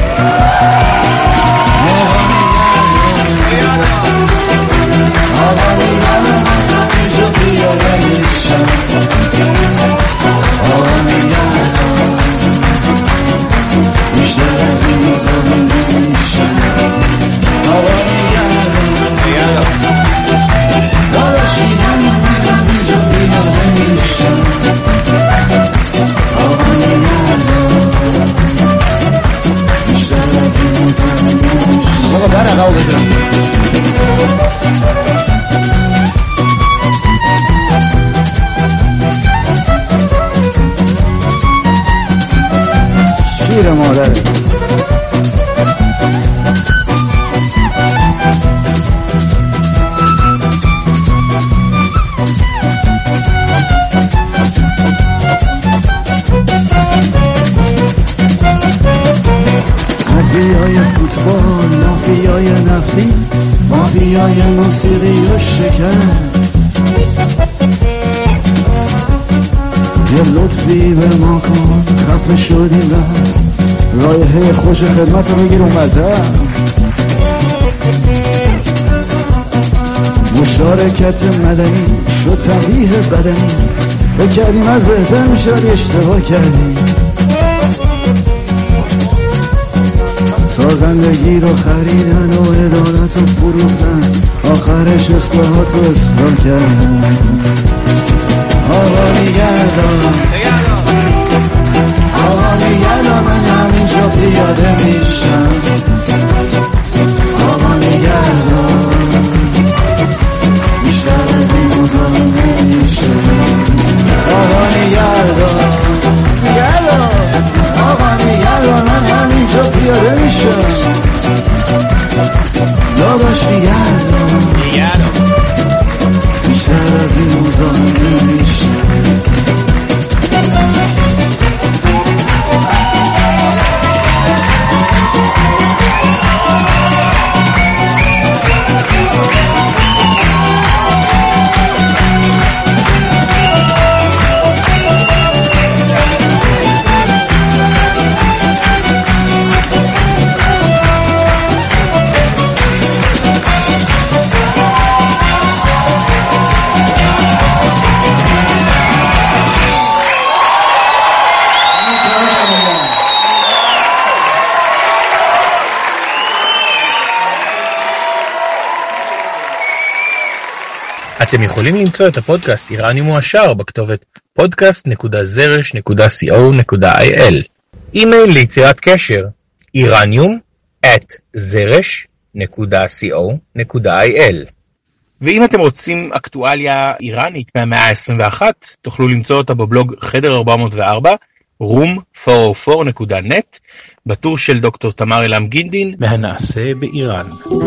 شیر مادره مافیای فوتبال مافیای نفتی مافیای موسیقی و شکر یه لطفی به ما کن خفه شدیم و رایحه خوش خدمت رو بگیر اومده مشارکت مدنی شد تنبیه بدنی فکر کردیم از بهتر میشه ولی اشتباه کردیم سازندگی رو خریدن و عدالت رو فروختن آخرش اصلاحات رو اصلاح کردن آقا نگردان آقا نگردان من همینجا پیاده میشم آقا نگردان بیشتر از این موزان نمیشه آقا نگردان نگردان آقا نگردان من همینجا پیاده میشم داداش نگردان نگردان بیشتر از این موزان نمیشه אתם יכולים למצוא את הפודקאסט איראני מועשר בכתובת פודקאסט נקודה זרש נקודה סי או נקודה איי אל. אימייל ליצירת קשר איראניום את זרש נקודה סי או נקודה איי אל. ואם אתם רוצים אקטואליה איראנית מהמאה ה-עשרים ואחת, תוכלו למצוא אותה בבלוג חדר ארבע מאות וארבע, רום ארבע מאות וארבע נקודה נט, בטור של דוקטור תמר אילם גינדין, מהנעשה באיראן.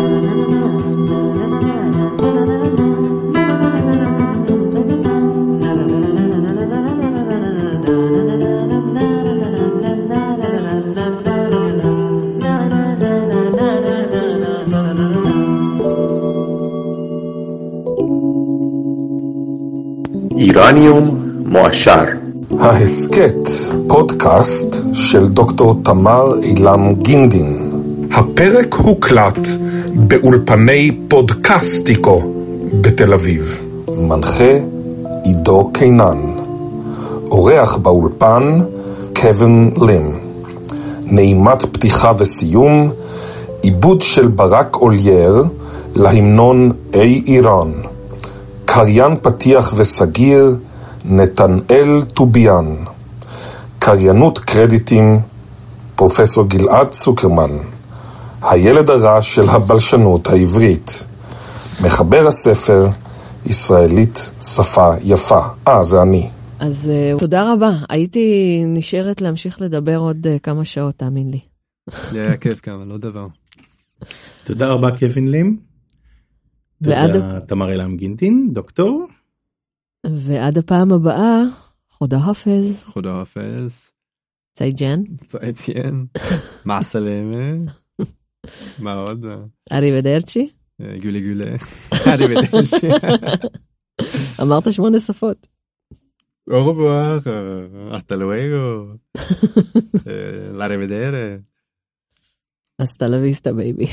איראניום מועשר. ההסקט, פודקאסט של דוקטור תמר אילם גינדין. הפרק הוקלט באולפני פודקאסטיקו בתל אביב. מנחה עידו קינן. אורח באולפן קווין לים. נעימת פתיחה וסיום, עיבוד של ברק אולייר להמנון אי איראן. קריין פתיח וסגיר נתנאל טוביאן. קריינות קרדיטים פרופסור גלעד צוקרמן. הילד הרע של הבלשנות העברית. מחבר הספר ישראלית שפה יפה. אה, זה אני. אז uh, תודה רבה. הייתי נשארת להמשיך לדבר עוד uh, כמה שעות, תאמין לי. לי היה כיף כמה, לא דבר. תודה רבה קווין לים. תודה תמר אילם גינדין, דוקטור. ועד הפעם הבאה, חודה חופז. חודה חופז. צייג'ן. צייג'ן. מה סלמה? מה עוד? אריבדרצ'י. גולי גולי. אריבדרצ'י. אמרת שמונה שפות. אורבואר, hasta luego. לאריבדרה. hasta la vista, baby.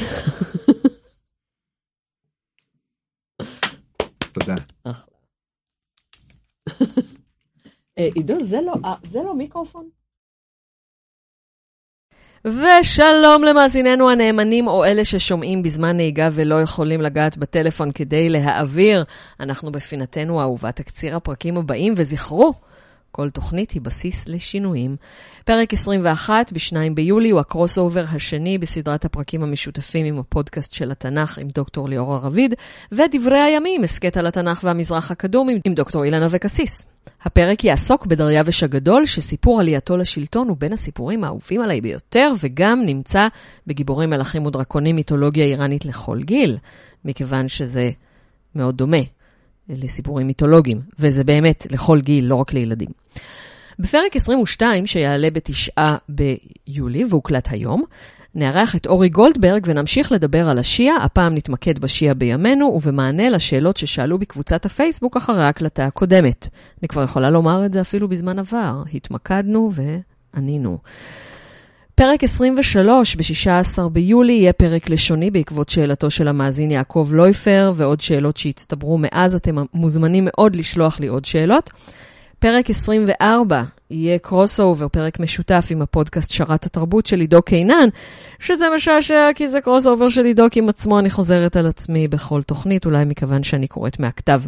תודה. עידו, זה לא, זה לא מיקרופון? ושלום למאזיננו הנאמנים או אלה ששומעים בזמן נהיגה ולא יכולים לגעת בטלפון כדי להעביר. אנחנו בפינתנו האהובה תקציר הפרקים הבאים, וזכרו, כל תוכנית היא בסיס לשינויים. פרק עשרים ואחת בשניים ביולי הוא הקרוס אובר השני בסדרת הפרקים המשותפים עם הפודקאסט של התנ"ך עם דוקטור ליאור רביד, ודברי הימים, הסקט על התנ"ך והמזרח הקדום עם דוקטור אילנה וקסיס. הפרק יעסוק בדריווש הגדול, שסיפור עלייתו לשלטון הוא בין הסיפורים האהובים עליי ביותר, וגם נמצא בגיבורי מלאכים ודרקונים מיתולוגיה איראנית לכל גיל, מכיוון שזה מאוד דומה לסיפורים מיתולוגיים, וזה באמת לכל גיל, לא רק לילדים. בפרק עשרים ושתיים, שיעלה בתשעה ביולי, והוקלט היום, נערך את אורי גולדברג ונמשיך לדבר על השיעה, הפעם נתמקד בשיעה בימינו, ובמענה לשאלות ששאלו בקבוצת הפייסבוק אחרי ההקלטה הקודמת. אני כבר יכולה לומר את זה אפילו בזמן עבר. התמקדנו וענינו. פרק עשרים ושלוש, ב-שישה עשר ביולי, יהיה פרק לשוני בעקבות שאלתו של המאזין יעקב לויפר, ועוד שאלות שהצטברו מאז. אתם מוזמנים מאוד לשלוח לי עוד שאלות. פרק עשרים וארבע יהיה קרוס אובר, פרק משותף עם הפודקאסט שרת התרבות של עידו קינן, שזה משעשע כי זה קרוס אובר של עידו עם עצמו, אני חוזרת על עצמי בכל תוכנית, אולי מכיוון שאני קוראת מהכתב.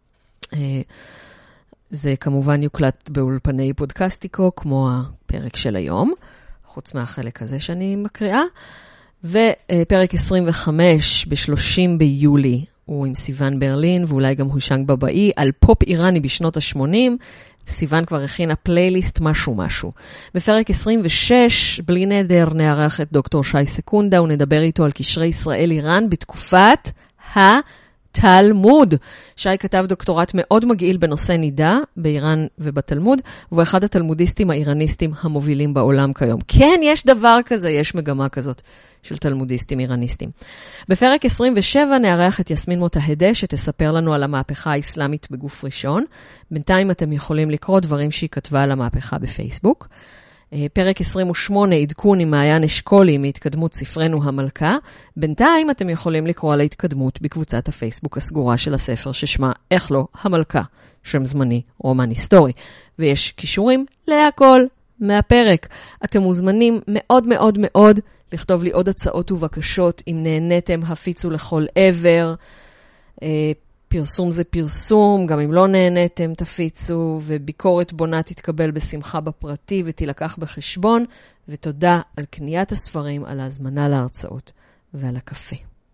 זה כמובן יוקלט באולפני פודקאסטיקו, כמו הפרק של היום, חוץ מהחלק הזה שאני מקריאה. ופרק עשרים וחמש ב-שלושים ביולי, הוא עם סיוון ברלין, ואולי גם הושנג בבאי, על פופ איראני בשנות ה-שמונים. סיוון כבר הכינה פלייליסט משהו משהו. בפרק עשרים ושש, בלי נדר, נערך את דוקטור שי סקונדה, ונדבר איתו על קשרי ישראל-איראן בתקופת התלמוד. שי כתב דוקטורט מאוד מגעיל בנושא נידה, באיראן ובתלמוד, והוא אחד התלמודיסטים האיראניסטים המובילים בעולם כיום. כן, יש דבר כזה, יש מגמה כזאת של תלמודיסטים איראניסטים. בפרק עשרים ושבע נערך את יסמין מוטהדה, שתספר לנו על המהפכה האסלאמית בגוף ראשון. בינתיים אתם יכולים לקרוא דברים שהיא כתבה על המהפכה בפייסבוק. פרק עשרים ושמונה, עדכון עם מעיין אשכולי מהתקדמות ספרנו המלכה. בינתיים אתם יכולים לקרוא על ההתקדמות בקבוצת הפייסבוק הסגורה של הספר ששמה איך לא המלכה, שם זמני, רומן היסטורי. ויש קישורים להכל מהפרק. אתם מוזמנים מאוד מאוד מאוד לכתוב לי עוד הצעות ובקשות. אם נהניתם, הפיצו לכל עבר. פרסום זה פרסום, גם אם לא נהניתם, תפיצו, וביקורת בונה תתקבל בשמחה בפרטי ותילקח בחשבון. ותודה על קניית הספרים, על ההזמנה להרצאות ועל הקפה.